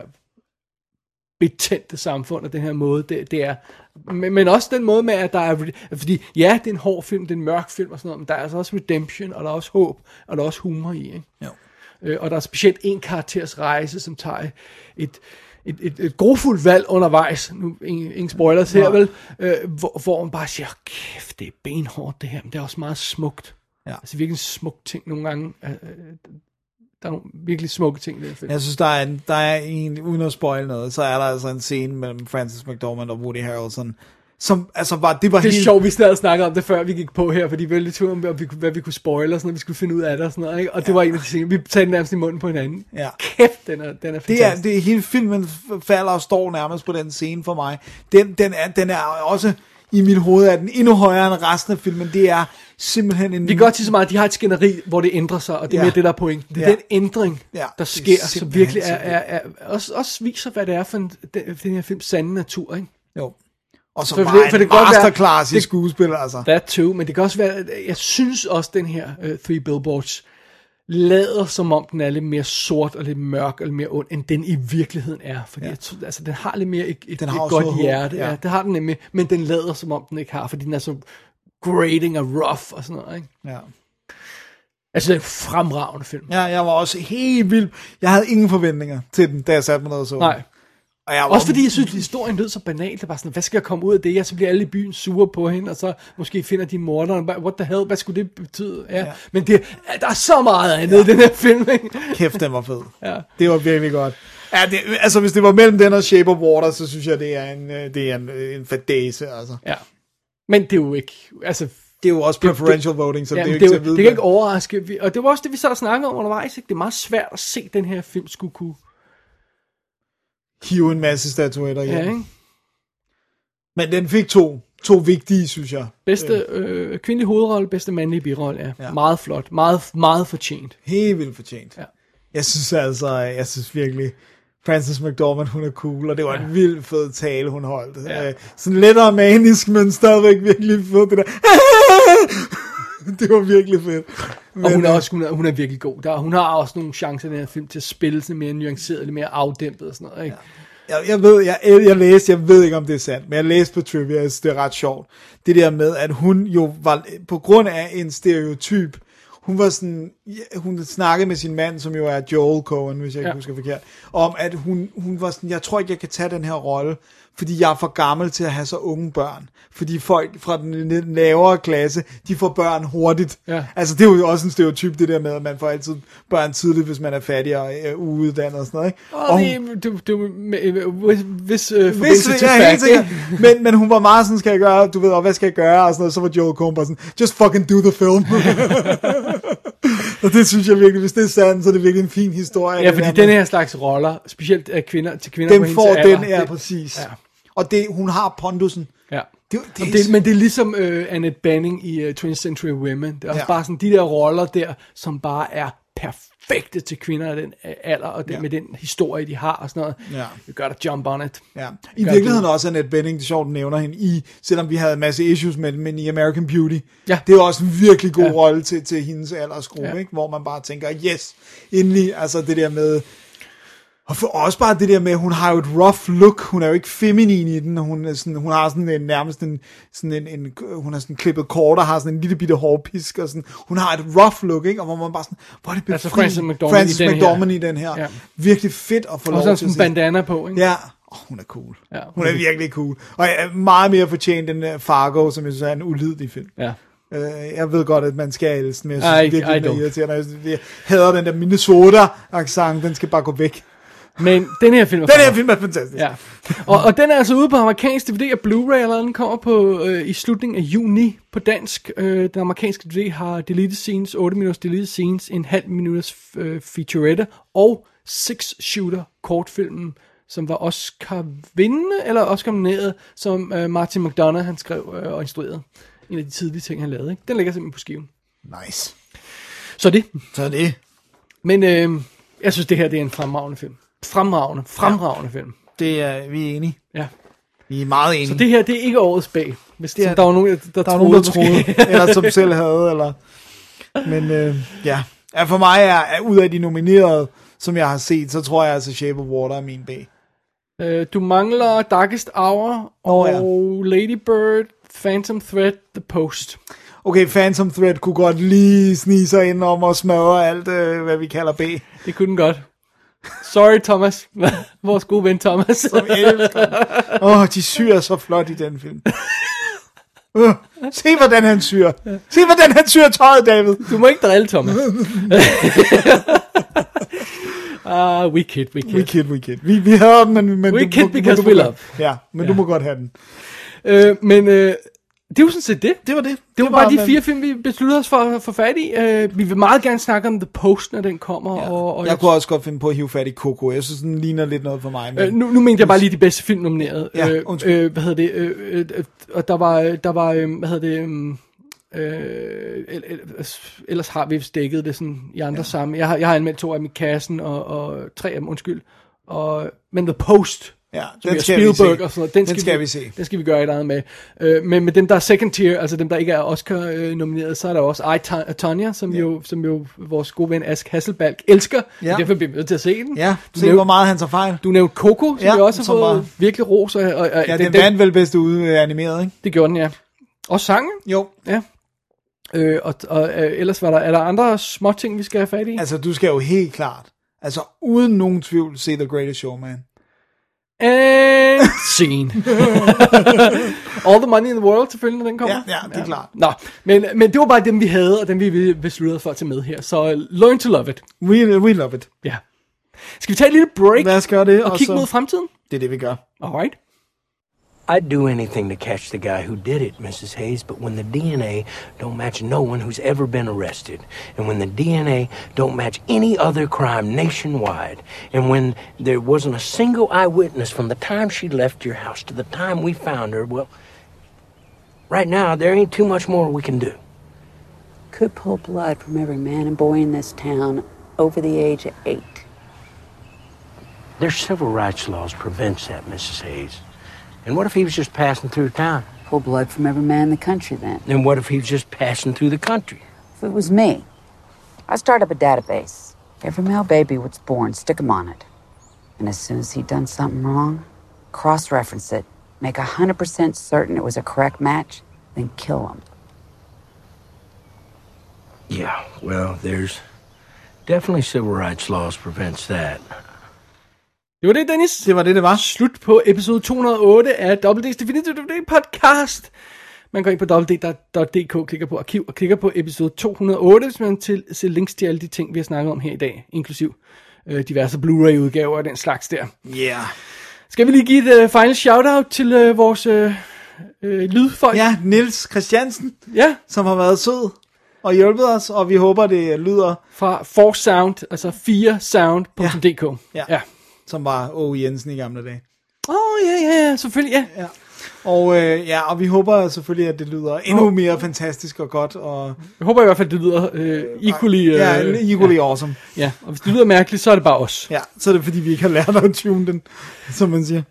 betændte samfund, og den her måde, det er. Men også den måde med, at der er... Fordi ja, det er en hård film, det er en mørk film og sådan noget, men der er altså også redemption, og der er også håb, og der er også humor i, ikke? Jo. Og der er specielt en karakters rejse, som tager et grofuldt valg undervejs, nu ingen spoilers her vel, hvor man bare siger, kæft, det er benhårdt det her, men det er også meget smukt. Ja. Altså virkelig en smuk ting nogle gange. Der er nogle virkelig smukke ting i den film. Jeg synes, der er en, uden at spoil noget, så er der altså en scene mellem Frances McDormand og Woody Harrelson, som altså var, det var helt... Det er sjovt, vi stadig snakkede om det, før vi gik på her, fordi vi var lidt tvivl om, hvad vi kunne spoile, og sådan noget, vi skulle finde ud af det, og sådan noget, ikke? Og det var en af de ting, vi talte nærmest i munden på hinanden. Ja. Kæft, den er fantastisk. Det er hele filmen falder og står nærmest på den scene for mig. Den er også... I mit hoved er den endnu højere end resten af filmen. Det er simpelthen en... Vi kan godt sige så meget, at de har et skænderi, hvor det ændrer sig, og det er mere det, der er pointen. Det er den ændring, der sker, som virkelig er også viser, hvad det er for den her films sande natur, ikke? Jo. Og så bare en masterclass i skuespil, altså. That too, men det kan også være, jeg synes også, den her Three Billboards lader som om den er lidt mere sort og lidt mørk og lidt mere ond, end den i virkeligheden er. Fordi altså, den har lidt mere et godt hjerte. Ja, det har den nemlig, men den lader som om den ikke har, fordi den er så grating og rough og sådan noget, ikke? Ja. Altså, det er en fremragende film. Ja, jeg var også helt vild. Jeg havde ingen forventninger til den, da jeg satte mig ned og så. Nej. Og jeg var også fordi jeg synes, historien lød så banalt. Det var sådan, hvad skal jeg komme ud af det? Og så bliver alle i byen sure på hende, og så måske finder de morderen. What the hell? Hvad skulle det betyde? Ja. Men der er så meget andet i den her film, ikke? Kæft, den var fed. Ja. Det var virkelig godt. Ja, altså, hvis det var mellem den og Shape of Water, så synes jeg, det er en fadese, altså. Ja. Men det er jo ikke... Altså, det er jo også preferential voting, så det er jo ikke til at vide. Det kan ikke overraske. Og det var også det, vi så snakkede om undervejs. Ikke? Det er meget svært at se, den her film skulle kunne... hive en masse statuetter hjem. Ja, ikke? Men den fik to vigtige, synes jeg. Bedste kvindelig hovedrolle, bedste mandlige birolle, ja. Meget flot. Meget, meget fortjent. Helt vildt fortjent. Ja. Jeg synes virkelig, Frances McDormand, hun er cool, og det var en vild fed tale, hun holdt. Ja. Sådan lettere manisk, men stadigvæk virkelig fed, det der. Det var virkelig fedt. Men, og hun er virkelig god. Hun har også nogle chancer i den her film til at spille sig mere nuanceret, lidt mere afdæmpet og sådan noget, ikke? Ja. Jeg ved ikke om det er sandt, men jeg læste på trivia, jeg synes, det er ret sjovt. Det der med, at hun jo var, på grund af en stereotyp, hun snakkede med sin mand, som jo er Joel Coen, hvis jeg ikke husker forkert, om at hun var sådan, jeg tror ikke, jeg kan tage den her rolle, fordi jeg er for gammel til at have så unge børn. Fordi folk fra den lavere klasse, de får børn hurtigt. Ja. Altså, det er jo også en stereotyp, det der med, at man får altid børn tidligt, hvis man er fattig og uuddannet og sådan noget, ikke? Hvis forbindelse til fact, men hun var meget sådan, skal jeg gøre, du ved, og hvad skal jeg gøre, og sådan noget, så var Joel Coen bare sådan, just fucking do the film. Og det synes jeg virkelig, hvis det er sandt, så er det virkelig en fin historie. Ja, fordi den her slags roller, specielt af kvinder til kvinder på hendes alder. Den er præcis. Ja. Og hun har pondusen. Ja. Men det er ligesom Annette Bening i 20th Century Women. Det er også bare sådan de der roller der, som bare er perfekte til kvinder af den alder, og med den historie, de har og sådan noget. Ja. You gotta jump on it. Ja. I virkeligheden også Annette Bening, det er sjovt, nævner hende selvom vi havde en masse issues med men i American Beauty. Ja. Det er også en virkelig god rolle til hendes aldersgruppe, ikke? Hvor man bare tænker, yes, endelig, altså det der med... Og for også bare det der med, hun har jo et rough look, hun er jo ikke feminin i den, hun har sådan en nærmest hun har sådan klippet kort og har sådan en lille bitte hårpisk og sådan, hun har et rough look, ikke? Og hvor man bare sådan, hvor er det befriende, Frances McDormand i den her. Ja. Virkelig fedt at få lov til at se. Og sådan en bandana på, ikke? Ja, hun er cool. Ja, hun er virkelig cool. Og jeg er meget mere fortjent end Fargo, som jeg synes er en ulidelig film. Ja. Jeg ved godt, at man skal elske, men jeg synes virkelig, jeg hader den der Minnesota-accent, den skal bare gå væk. Men den her film er fantastisk. Ja. Og den er altså ude på amerikansk DVD og Blu-ray, eller den kommer på i slutningen af juni på dansk. Den amerikanske DVD har deleted scenes, 8 minutters deleted scenes, en halv minutters featurette og 6-shooter kortfilmen, som var Oscar-vindende eller Oscar-nomineret, som Martin McDonagh han skrev og instruerede. En af de tidlige ting, han lavede. Ikke? Den ligger simpelthen på skiven. Nice. Så er det. Men jeg synes, det her det er en fremragende film. Fremragende film. Det er vi er enige. Ja. Vi er meget enige. Så det her, det er ikke årets bag. Hvis det er, der var nogen, der troede, eller som selv havde, eller... Men ja, for mig er ud af de nominerede, som jeg har set, så tror jeg altså Shape of Water er min bag. Du mangler Darkest Hour og Lady Bird, Phantom Thread, The Post. Okay, Phantom Thread kunne godt lige snige sig ind om og smadre alt, hvad vi kalder B. Det kunne den godt. Sorry, Thomas. Vores gode ven Thomas. Som elsker. De syr så flot i den film. Se, hvordan han syr. Se, hvordan han syr tøjet, David. Du må ikke drille, Thomas. We kid. Vi havde den, men we kid because we love. Ja, men du må godt have den. Det er jo sådan set det. Det var det. Det var bare de 4 film, vi besluttede os for at få fat i. Vi vil meget gerne snakke om The Post, når den kommer. Ja. Og jeg kunne også godt finde på at hive fat i Coco. Jeg synes, den ligner lidt noget for mig. Men... Nu mente jeg bare lige de bedste film nomineret. Ja, hvad hedder det? Og der var hvad hedder det? Ellers har vi stikket det sådan i andre sammen. Jeg har anmeldt 2 af dem i kassen, og 3 af dem, undskyld. Men The Post Ja, som den er skal vi Spielberg se. og sådan noget. Den skal vi se. Den skal vi gøre et andet med. Men med dem, der er second tier, altså dem, der ikke er Oscar-nomineret, så er der også Tonya, som jo vores gode ven Ask Hasselbalch elsker. Ja. Derfor bliver vi nødt til at se den. Ja, se hvor meget han tager fejl. Du nævnte Coco, som jo også har fået virkelig ros. Ja, den vandt vel bedst ude animeret, ikke? Det gjorde den, ja. Og sangen? Jo. Ja. Ellers er der andre små ting, vi skal have fat i? Altså, du skal jo helt klart, altså uden nogen tvivl, se The Greatest Showman. And scene. All the money in the world, selvfølgelig, når den kommer. Ja, det er klart. Nå, men det var bare dem, vi havde, og dem, vi besluttede for at tage med her. Så learn to love it. We love it. Ja. Skal vi tage et lille break? Lad os gøre det. Og kigge mod fremtiden? Det er det, vi gør. Alright. I'd do anything to catch the guy who did it, Mrs. Hayes, but when the DNA don't match no one who's ever been arrested, and when the DNA don't match any other crime nationwide, and when there wasn't a single eyewitness from the time she left your house to the time we found her, well, right now there ain't too much more we can do. Could pull blood from every man and boy in this town over the age of 8. Their civil rights laws prevents that, Mrs. Hayes. And what if he was just passing through town? Pull blood from every man in the country, then. And what if he was just passing through the country? If it was me, I'd start up a database. Every male baby was born, stick him on it. And as soon as he'd done something wrong, cross-reference it, make 100% certain it was a correct match, then kill him. Yeah, well, there's definitely civil rights laws prevents that. Det var det, Dennis. Det var det var. Slut på episode 208 af WD's Definitive DVD podcast. Man går ind på www.dk, klikker på arkiv og klikker på episode 208, hvis man til se links til alle de ting, vi har snakket om her i dag, inklusiv diverse Blu-ray-udgaver og den slags der. Yeah. Skal vi lige give et final shout-out til vores lydfolk? Ja, Niels Christiansen, ja, som har været sød og hjulpet os, og vi håber, det lyder... Fra 4Sound, altså 4sound.dk. Ja. Som var Åge Jensen i gamle dage. Ja, selvfølgelig, ja. Og vi håber selvfølgelig, at det lyder endnu mere fantastisk og godt. Og jeg håber i hvert fald, det lyder equally awesome. Ja, og hvis det lyder mærkeligt, så er det bare os. Ja, så er det fordi, vi ikke har lært at tune den, som man siger.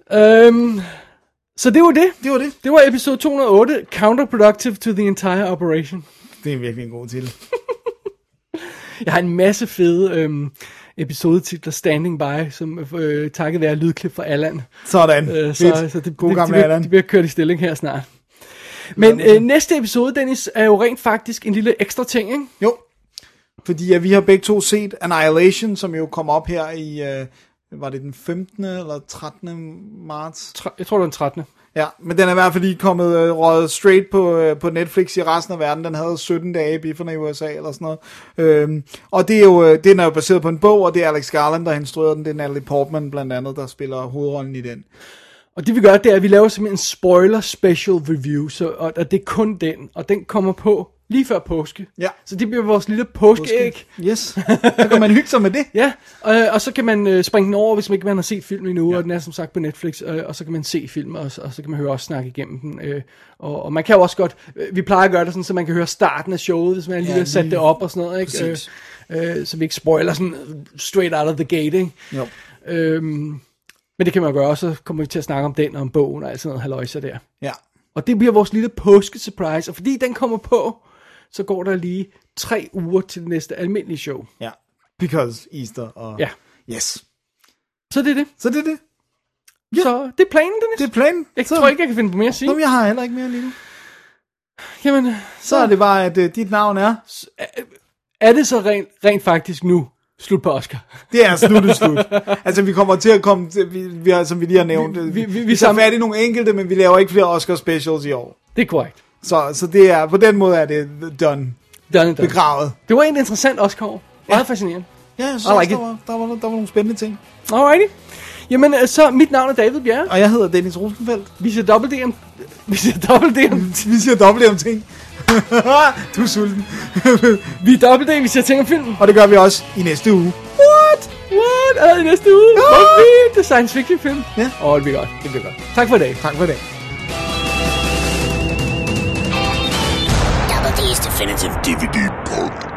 Så det var det. Det var episode 208, Counterproductive to the Entire Operation. Det er virkelig en god titel. Jeg har en masse fede episodetitler standing by, som takket være lydklip fra Allan. Sådan. Så det, god gamle Allan. De bliver kørt i stilling her snart. Men næste episode, Dennis, er jo rent faktisk en lille ekstra ting, ikke? Jo. Fordi vi har begge to set Annihilation, som jo kom op her i, var det den 15. eller 13. marts? Jeg tror, det var den 13. Ja, men den er i hvert fald lige kommet røget straight på Netflix i resten af verden. Den havde 17 dage i bifferne i USA eller sådan noget. Og det er jo, den er jo baseret på en bog, og det er Alex Garland, der har instrueret den. Det er Natalie Portman blandt andet, der spiller hovedrollen i den. Og det vi gør, det er, at vi laver simpelthen en spoiler special review, og det er kun den, og den kommer på lige før påske. Ja. Så det bliver vores lille påskeæg. Yes. Så kan man hygge sig med det. Ja, og så kan man springe den over, hvis man ikke har set filmen endnu, og den er som sagt på Netflix, og så kan man se film, og så kan man høre os snakke igennem den. Og man kan jo også godt, vi plejer at gøre det sådan, så man kan høre starten af showet, hvis man lige har sat det op og sådan noget, ikke? Så vi ikke spoiler sådan straight out of the gate, ikke? Jo. Men det kan man jo gøre, og så kommer vi til at snakke om den og om bogen og alt sådan noget halløjser der. Ja. Og det bliver vores lille påske-surprise, og fordi den kommer på, så går der lige 3 uger til det næste almindelige show. Ja, because Easter og... Ja. Yes. Så det er det. Ja. Så det er planen, Dennis. Det er planen. Jeg tror ikke, jeg kan finde på mere at sige. Nå, jeg har heller ikke mere lige nu. Jamen, så er det bare, at dit navn er... Er det så rent faktisk nu slut på Oscar? Det er slut. Altså, vi kommer til at komme til, vi har, som vi lige har nævnt, vi tager fat i nogle enkelte, men vi laver ikke flere Oscar specials i år. Det er korrekt. Så det er, på den måde er det done. Begravet. Det var en interessant Oscar-år. Meget fascinerende. Ja, jeg synes også, der var nogle spændende ting. Alrighty. Jamen, så mit navn er David Bjerre. Og jeg hedder Dennis Rosenfeldt. Vi siger dobbelt D om ting. Du er sulten. Vi er dobbelt D, vi siger ting om filmen. Og det gør vi også i næste uge. What? I næste uge? Det er science fiction film. Ja. Det bliver godt. Tak for i dag. Double D's Definitive DVD Podcast.